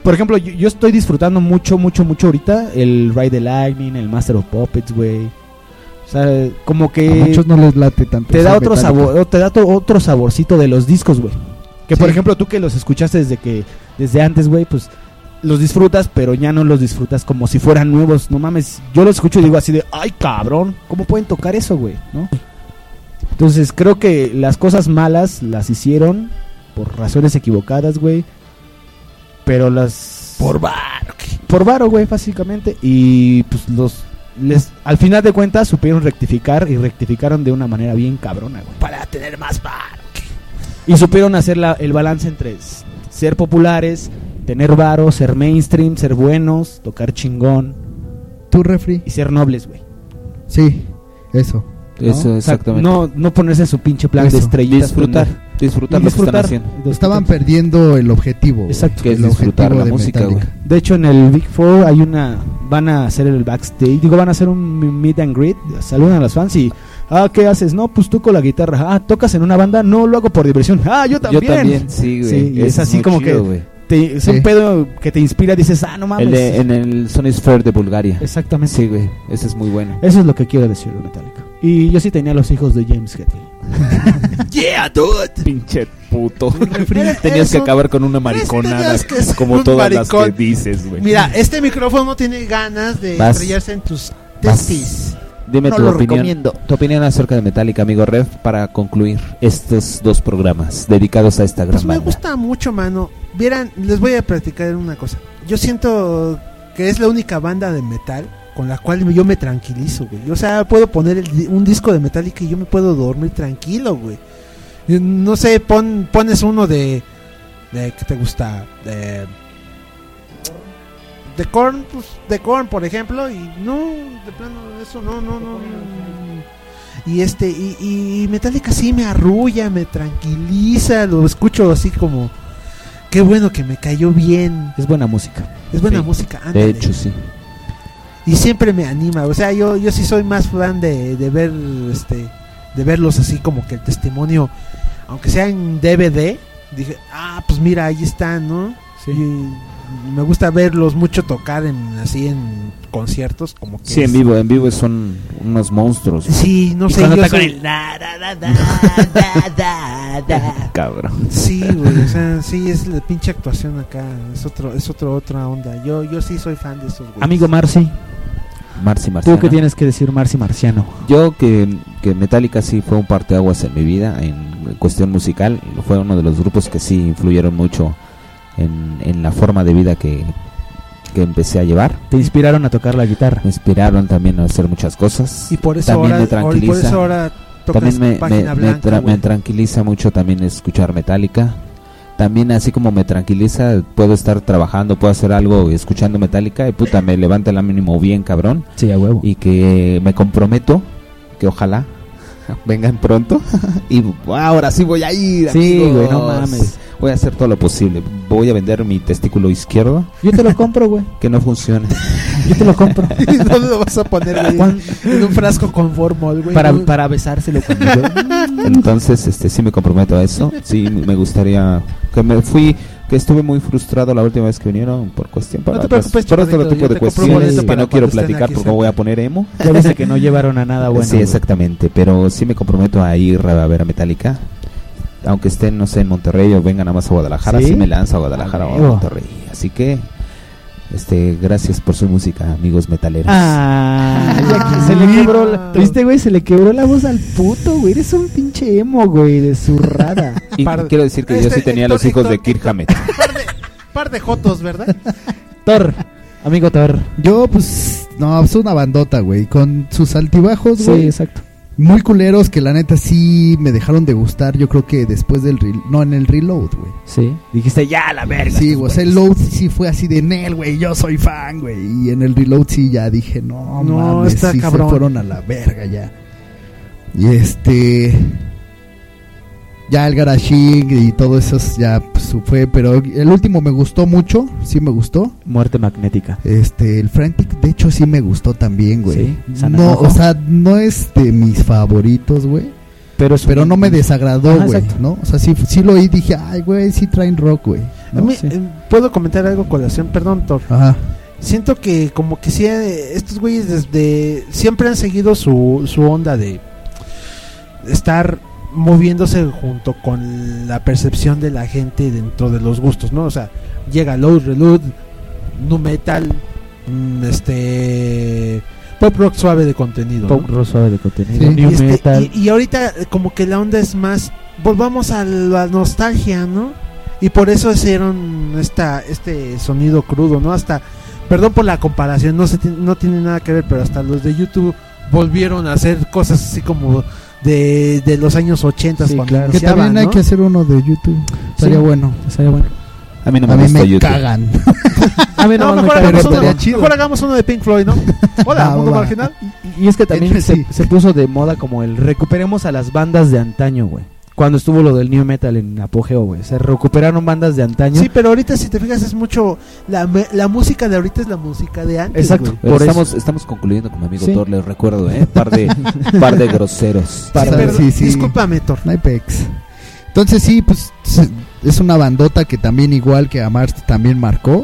por ejemplo, yo estoy disfrutando mucho ahorita el Ride the Lightning, el Master of Puppets, güey. O sea, como que A muchos no les late tanto. te da esa otro Metallica. sabor, te da otro saborcito de los discos, güey. Que por ejemplo, tú que los escuchaste desde antes, güey, pues los disfrutas, pero ya no los disfrutas como si fueran nuevos. No mames, yo los escucho y digo así de, ay, cabrón, ¿cómo pueden tocar eso, güey? ¿No? Entonces creo que las cosas malas las hicieron por razones equivocadas, güey. Pero las... Por varo, güey, básicamente. Y pues al final de cuentas supieron rectificar y rectificaron de una manera bien cabrona, güey. Para tener más varo. Y supieron hacer el balance entre ser populares, tener varo, ser mainstream, ser buenos, tocar chingón. ¿Tú, Refri? Y ser nobles, güey. Sí, eso. ¿No? Eso, exactamente. O sea, no ponerse en su pinche plan de estrellitas. Disfrutar lo que están haciendo. Estaban perdiendo el objetivo. Exacto. Que es el disfrutar objetivo la de música, Metallica. güey. De hecho, en el Big Four van a hacer el backstage, van a hacer un meet and greet, saludan a los fans y ¿qué haces? No, pues toco la guitarra. ¿Tocas en una banda? No, lo hago por diversión. Yo también. Sí, güey. Sí, y es así muy como chido, que güey. es un pedo que te inspira, dices, no mames. En el Sonisphere de Bulgaria. Exactamente. Sí, güey, ese es muy bueno. Eso es lo que quiero decir de Metallica. Y yo sí tenía los hijos de James Hetfield. Yeah, dude. Pinche puto. Tenías que acabar con una mariconada, tenías que ser como un todas maricón. las que dices, güey. Mira, este micrófono tiene ganas de Vas. estrellarse en tus testis. Dime No tu lo opinión. recomiendo. Tu opinión acerca de Metallica, amigo Rev, para concluir estos 2 programas dedicados a esta gran Pues me banda. gusta mucho, mano. Vieran, les voy a platicar una cosa. Yo siento que es la única banda de metal con la cual yo me tranquilizo, güey. O sea, puedo poner un disco de Metallica y yo me puedo dormir tranquilo, güey. No sé, pones uno de ¿qué te gusta? De Korn, pues, de Korn, por ejemplo, y no, de plano, eso no. Y y Metallica sí me arrulla, me tranquiliza, lo escucho así como, qué bueno que me cayó bien. Es buena música. Es buena Sí, música, ándale. de hecho, sí. Y siempre me anima, o sea, yo sí soy más fan de ver de verlos así como que el testimonio, aunque sea en DVD, dije, pues mira, ahí están, ¿no? Sí. Y me gusta verlos mucho tocar así en conciertos, como que Sí, en vivo son unos monstruos. Sí, no Y sé, cuando yo está con soy- el Cabrón. Sí, güey, o sea, sí, es la pinche actuación acá, es otra onda. Yo sí soy fan de esos güeyes. Amigo Marci, Marciano. ¿tú qué tienes que decir, Marci Marciano? Yo que Metallica sí fue un parteaguas en mi vida en cuestión musical. Fue uno de los grupos que sí influyeron mucho en la forma de vida que empecé a llevar. Te inspiraron a tocar la guitarra. Me inspiraron también a hacer muchas cosas. Y por eso también ahora, me tranquiliza. por eso ahora tocas También Página Blanca, güey. me tranquiliza mucho también escuchar Metallica. También así como me tranquiliza, puedo estar trabajando, puedo hacer algo escuchando Metallica y puta, me levanta el ánimo bien cabrón. Sí, a huevo. Y que me comprometo, que ojalá vengan pronto. Y ahora sí voy a ir, Sí, amigos. güey, no mames. Voy a hacer todo lo posible. Voy a vender mi testículo izquierdo, Yo te lo compro, güey. que no funciona. Yo te lo compro. ¿Y dónde lo vas a poner, güey? En un frasco con formol, güey. ¿no? para besárselo cuando Entonces, sí me comprometo a eso. Sí, me gustaría que estuve muy frustrado la última vez que vinieron por cuestión No te preocupes, por otro chavalito, tipo yo de te compro cuestiones boleto que para no quiero cuando estén platicar aquí porque me voy a poner emo. Ya viste que no llevaron a nada bueno. Sí, güey. exactamente, pero sí me comprometo a ir a ver a Metallica. Aunque estén, no sé, en Monterrey o vengan a más a Guadalajara, ¿Sí? sí me lanzo a Guadalajara o a huevo. Monterrey. Así que gracias por su música, amigos metaleros. Se le quebró ¿viste, güey? Se le quebró la voz al puto, güey. Eres un pinche emo, güey, de zurrada. Y quiero decir que yo sí tenía los hijos de Kirk Hammett. Par de jotos, ¿verdad? Thor, amigo Thor. Yo, pues, no, es una bandota, güey, con sus altibajos, güey. Sí, exacto. Muy culeros que la neta sí me dejaron de gustar. Yo creo que después del en el Reload, güey. Sí. Dijiste ya la verga. Sí, güey, o sea, el Load sí fue así de Nel, güey, yo soy fan, güey. Y en el Reload sí ya dije, no mames, está sí cabrón. se fueron a la verga ya. Y ya el Garaging y todo eso ya pues, fue, pero el último me gustó mucho, sí me gustó. Muerte magnética. El Frantic, de hecho sí me gustó también, güey. Sí, No, o sea, no es de mis favoritos, güey. Pero no me desagradó, Ajá, güey, exacto. ¿no? O sea, sí lo oí y dije, ay, güey, sí traen rock, güey. A mí, ¿puedo comentar algo colación? Perdón, Thor. Ajá. Siento que como que sí, estos güeyes desde siempre han seguido su onda de estar moviéndose junto con la percepción de la gente dentro de los gustos, ¿no? O sea, llega Loud Reload, nu metal, pop rock suave de contenido, pop rock suave de contenido, sí. new metal. Y ahorita como que la onda es más, volvamos a la nostalgia, ¿no? Y por eso hicieron este sonido crudo, ¿no? Hasta, perdón por la comparación, no tiene nada que ver, pero hasta los de YouTube volvieron a hacer cosas así como de los años 80, sí, cuando que también ¿no? hay que hacer uno de YouTube. Estaría bueno. A mí no me gusta YouTube. Cagan. A mí no, mejor hagamos uno de Pink Floyd, ¿no? Hola, mundo marginal. Y es que también se puso de moda como el recuperemos a las bandas de antaño, güey. Cuando estuvo lo del new metal en apogeo, güey, se recuperaron bandas de antaño. Sí, pero ahorita si te fijas es mucho la música de ahorita es la música de antes. Exacto. Por estamos concluyendo con mi amigo Thor, les recuerdo, par de groseros. Sí. Discúlpame, Thor. No hay pex. Entonces sí, pues es una bandota que también igual que a Mars también marcó.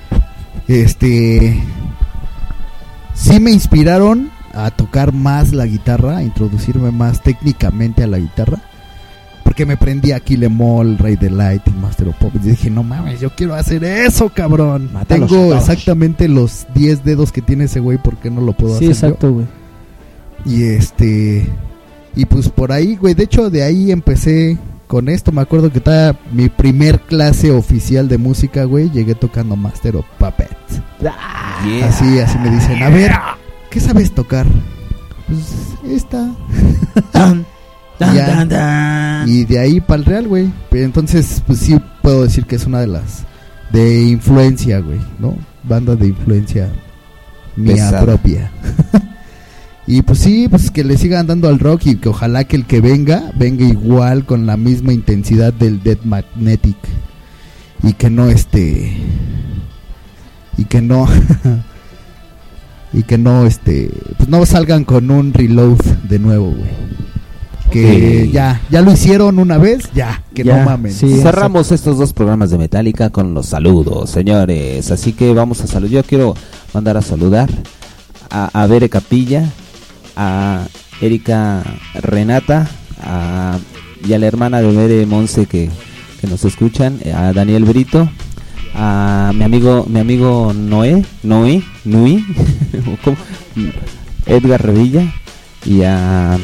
Sí me inspiraron a tocar más la guitarra, a introducirme más técnicamente a la guitarra. Porque me prendí a Kill Em All, Ray the Light y Master of Puppets. Y dije, no mames, yo quiero hacer eso, cabrón. Mátalos, tengo exactamente los 10 dedos que tiene ese güey, ¿por qué no lo puedo hacer? Sí, exacto, güey. Y pues por ahí, güey, de hecho de ahí empecé con esto. Me acuerdo que estaba mi primer clase oficial de música, güey. Llegué tocando Master of Puppets. Yeah. Así me dicen, a ver, ¿qué sabes tocar? Pues esta. Y de ahí para el real, güey. Entonces, pues sí puedo decir que es una de las de influencia, güey, ¿no? Banda de influencia mía pesada. Propia. Y pues sí, pues que le sigan dando al rock y que ojalá que el que venga igual con la misma intensidad del Death Magnetic y que no pues no salgan con un reload de nuevo, güey. Que ya lo hicieron una vez, que no mamen. Sí, cerramos estos dos programas de Metallica con los saludos, señores. Así que vamos a saludar. Yo quiero mandar a saludar a Bere Capilla, a Erika Renata, y a la hermana de Bere Monse que nos escuchan, a Daniel Brito, a mi amigo Nui, Edgar Revilla, y ya.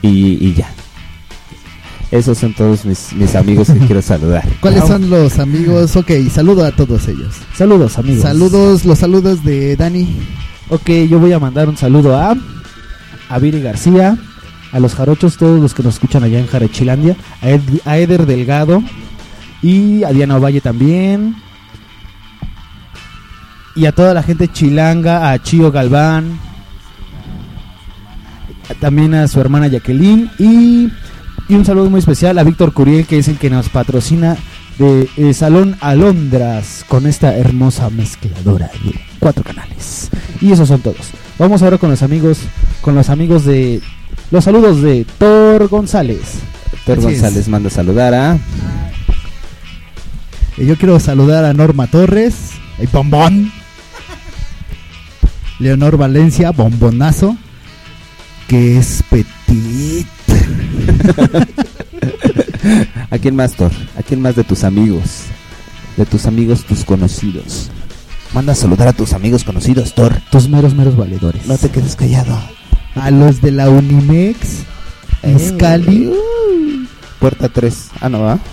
Esos son todos mis amigos que quiero saludar. ¿Cuáles son los amigos? Ok, saludo a todos ellos. Saludos, amigos. Los saludos de Dani. Ok, yo voy a mandar un saludo a Viri García, a los jarochos, todos los que nos escuchan allá en Jarechilandia, a Eder Delgado y a Diana Ovalle también, y a toda la gente chilanga, a Chío Galván, también a su hermana Jacqueline, y un saludo muy especial a Víctor Curiel, que es el que nos patrocina de Salón Alondras con esta hermosa mezcladora de 4 canales. Y esos son todos. Vamos ahora con los amigos de los saludos de Thor González. Thor González manda a saludar a yo quiero saludar a Norma Torres, el bombón, Leonor Valencia, bombonazo, que es petit. ¿A quién más, Thor? ¿A quién más de tus amigos? De tus amigos, tus conocidos. Manda a saludar a tus amigos conocidos, Thor. Tus meros valedores. No te quedes callado. A los de la Unimex, Mezcali, Puerta 3. Ah, no, ¿va?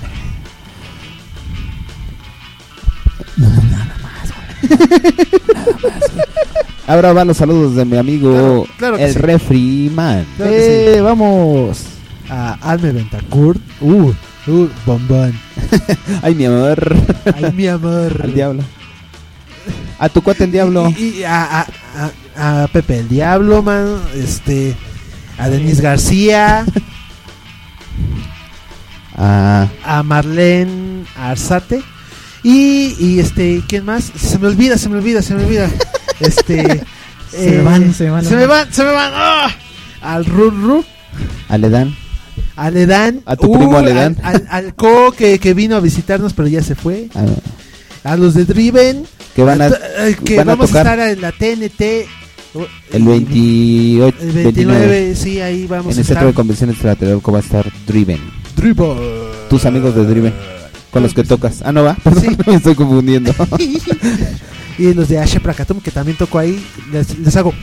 Nada más, güey. Ahora van los saludos de mi amigo, claro el sí. Refri Man. Claro Vamos a Alme Ventacourt. Bombón. Ay, mi amor. Ay, mi amor. Al diablo. A tu cuate el diablo. Y a Pepe el Diablo, man. A Denis García. A Marlene Arzate. Y ¿quién más? Se me olvida. Se me van. ¡Oh! Al Rurru. Aledán. A tu primo Aledán. Al Co que vino a visitarnos, pero ya se fue. a los de Driven, que van a vamos tocar a estar en la TNT el 28, el 29, sí, ahí vamos en a el estar. centro de convenciones de Tlatelolco va a estar Driven. Tus amigos de Driven, con los que tocas. Ah, no va, perdón, me estoy confundiendo. Y los de Ashe Prakatum, que también toco ahí, les hago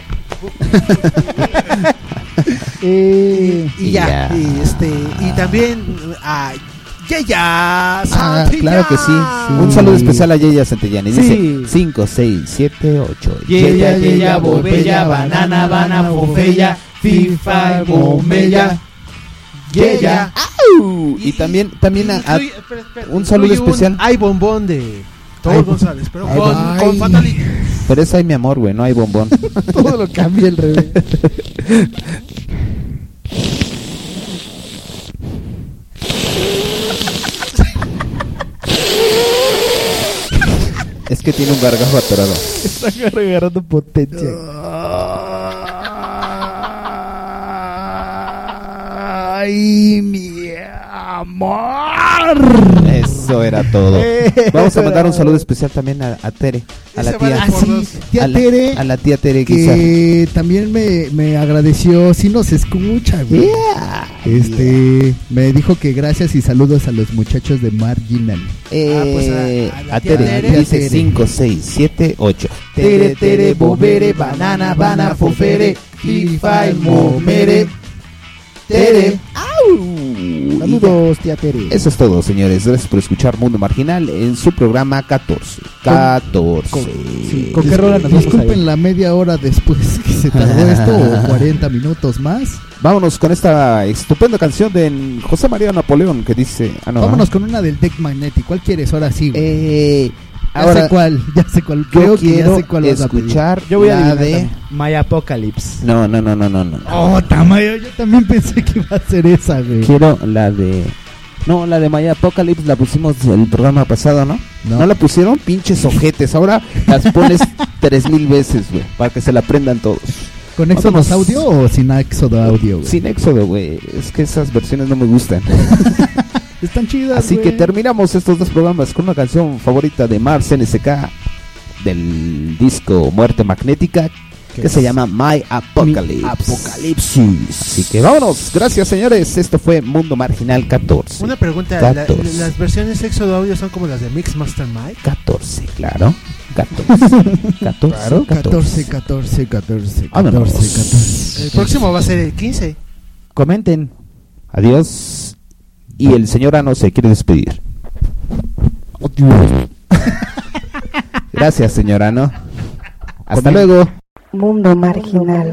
y ya, y también a Yeya Santillán. Claro que sí. Un saludo especial a Yeya Santillán. Y dice 5, 6, 7, 8. Yeya, bobella, banana, banana, bofella, FIFA, bomella. Yeya. Y también un saludo especial. Hay bombón de Todos González, pero con Fatality. Pero es ahí mi amor, güey, no hay bombón. Todo lo cambia el revés. Es que tiene un gargajo atorado. Está agarrando potencia. Ay, mi amor. Eso era todo. Vamos a mandar un saludo especial también a Tere, a la tía. Tía Tere, a la tía Tere que también me agradeció. Si nos escucha, güey. Me dijo que gracias y saludos a los muchachos de Marginal. A Tere dice 5, 6, 7, 8. Tere, tere, bobere, banana, banana, fofere, FIFA, momere. Tere. Saludos, tía Tere. Eso es todo, señores. Gracias por escuchar Mundo Marginal en su programa 14. ¿Con qué rola nos disculpen la media hora después que se tardó esto o 40 minutos más. Vámonos con esta estupenda canción de José María Napoleón que dice... Vámonos con una del Deck Magnetic. ¿Cuál quieres? Ahora sí. Ahora, ya sé cuál. Creo que ya sé cuál vas a escuchar. Yo voy a la de My Apocalypse. No. Oh, Tamayo, yo también pensé que iba a ser esa, güey. Quiero la de... No, la de My Apocalypse la pusimos el programa pasado, ¿no? No la pusieron, pinches ojetes. Ahora las pones 3000 veces, güey, para que se la aprendan todos. ¿Con Éxodo Audio o sin Éxodo Audio, güey? Sin Éxodo, güey. Es que esas versiones no me gustan. Están chidas, así güey. que terminamos estos dos programas con una canción favorita de Mars NSK del disco Muerte Magnética que se llama My Apocalypse. Apocalipsis. Así que vámonos. Gracias, señores. Esto fue Mundo Marginal 14. Una pregunta, 14. ¿las versiones Éxodo Audio son como las de Mix Master Mike? 14, claro. 14. Claro, 14. El próximo va a ser el 15. Comenten. Adiós. Y el señor Ano se quiere despedir. Gracias, señor Ano. Hasta luego. Mundo Marginal.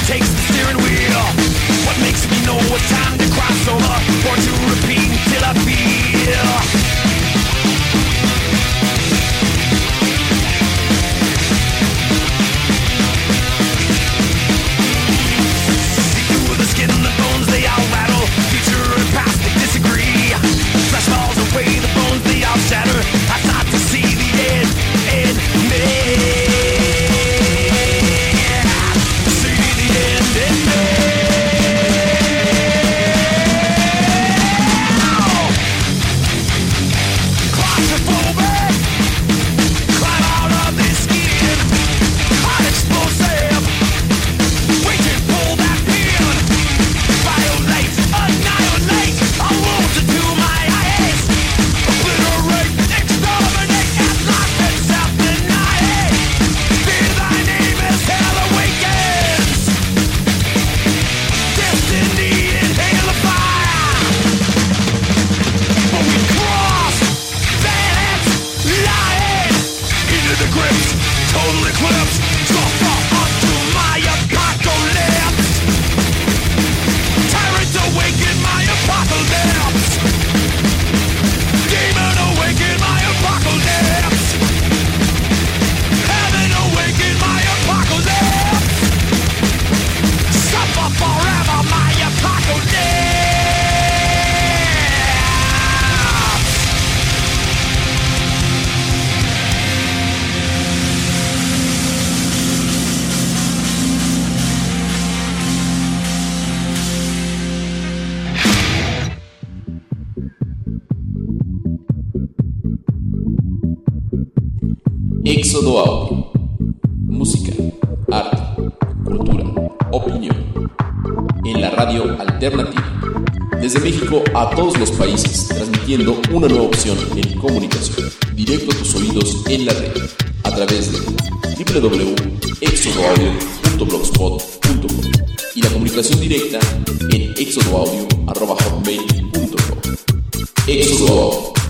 takes the steering wheel? What makes me know what time to cross over or to repeat until I feel? The skin and the bones, they all rattle. Future and past, they disagree. Flesh falls away, the bones, they all shatter. I start to see the end in me. See the end in me. Claustrophobic. Climb out of this skin. Hot explosive. Wait to pull that pin. Violate, annihilate, a wound to my eyes. Obliterate, exterminate, at last and self-denying. Fear thy name as hell awakens. Destiny, inhale the fire. But we cross that line into the grips, total eclipse. Suffer unto my apocalypse. Tyrant awaken my apocalypse. Demon awaken my apocalypse. Heaven awaken my apocalypse. Suffer forever my apocalypse. Éxodo Audio. Música, arte, cultura, opinión. En la radio alternativa. Desde México a todos los países, transmitiendo una nueva opción en comunicación. Directo a tus oídos en la red. A través de www.exodoaudio.blogspot.com y la comunicación directa en exodoaudio@hotmail.com. Éxodo Audio.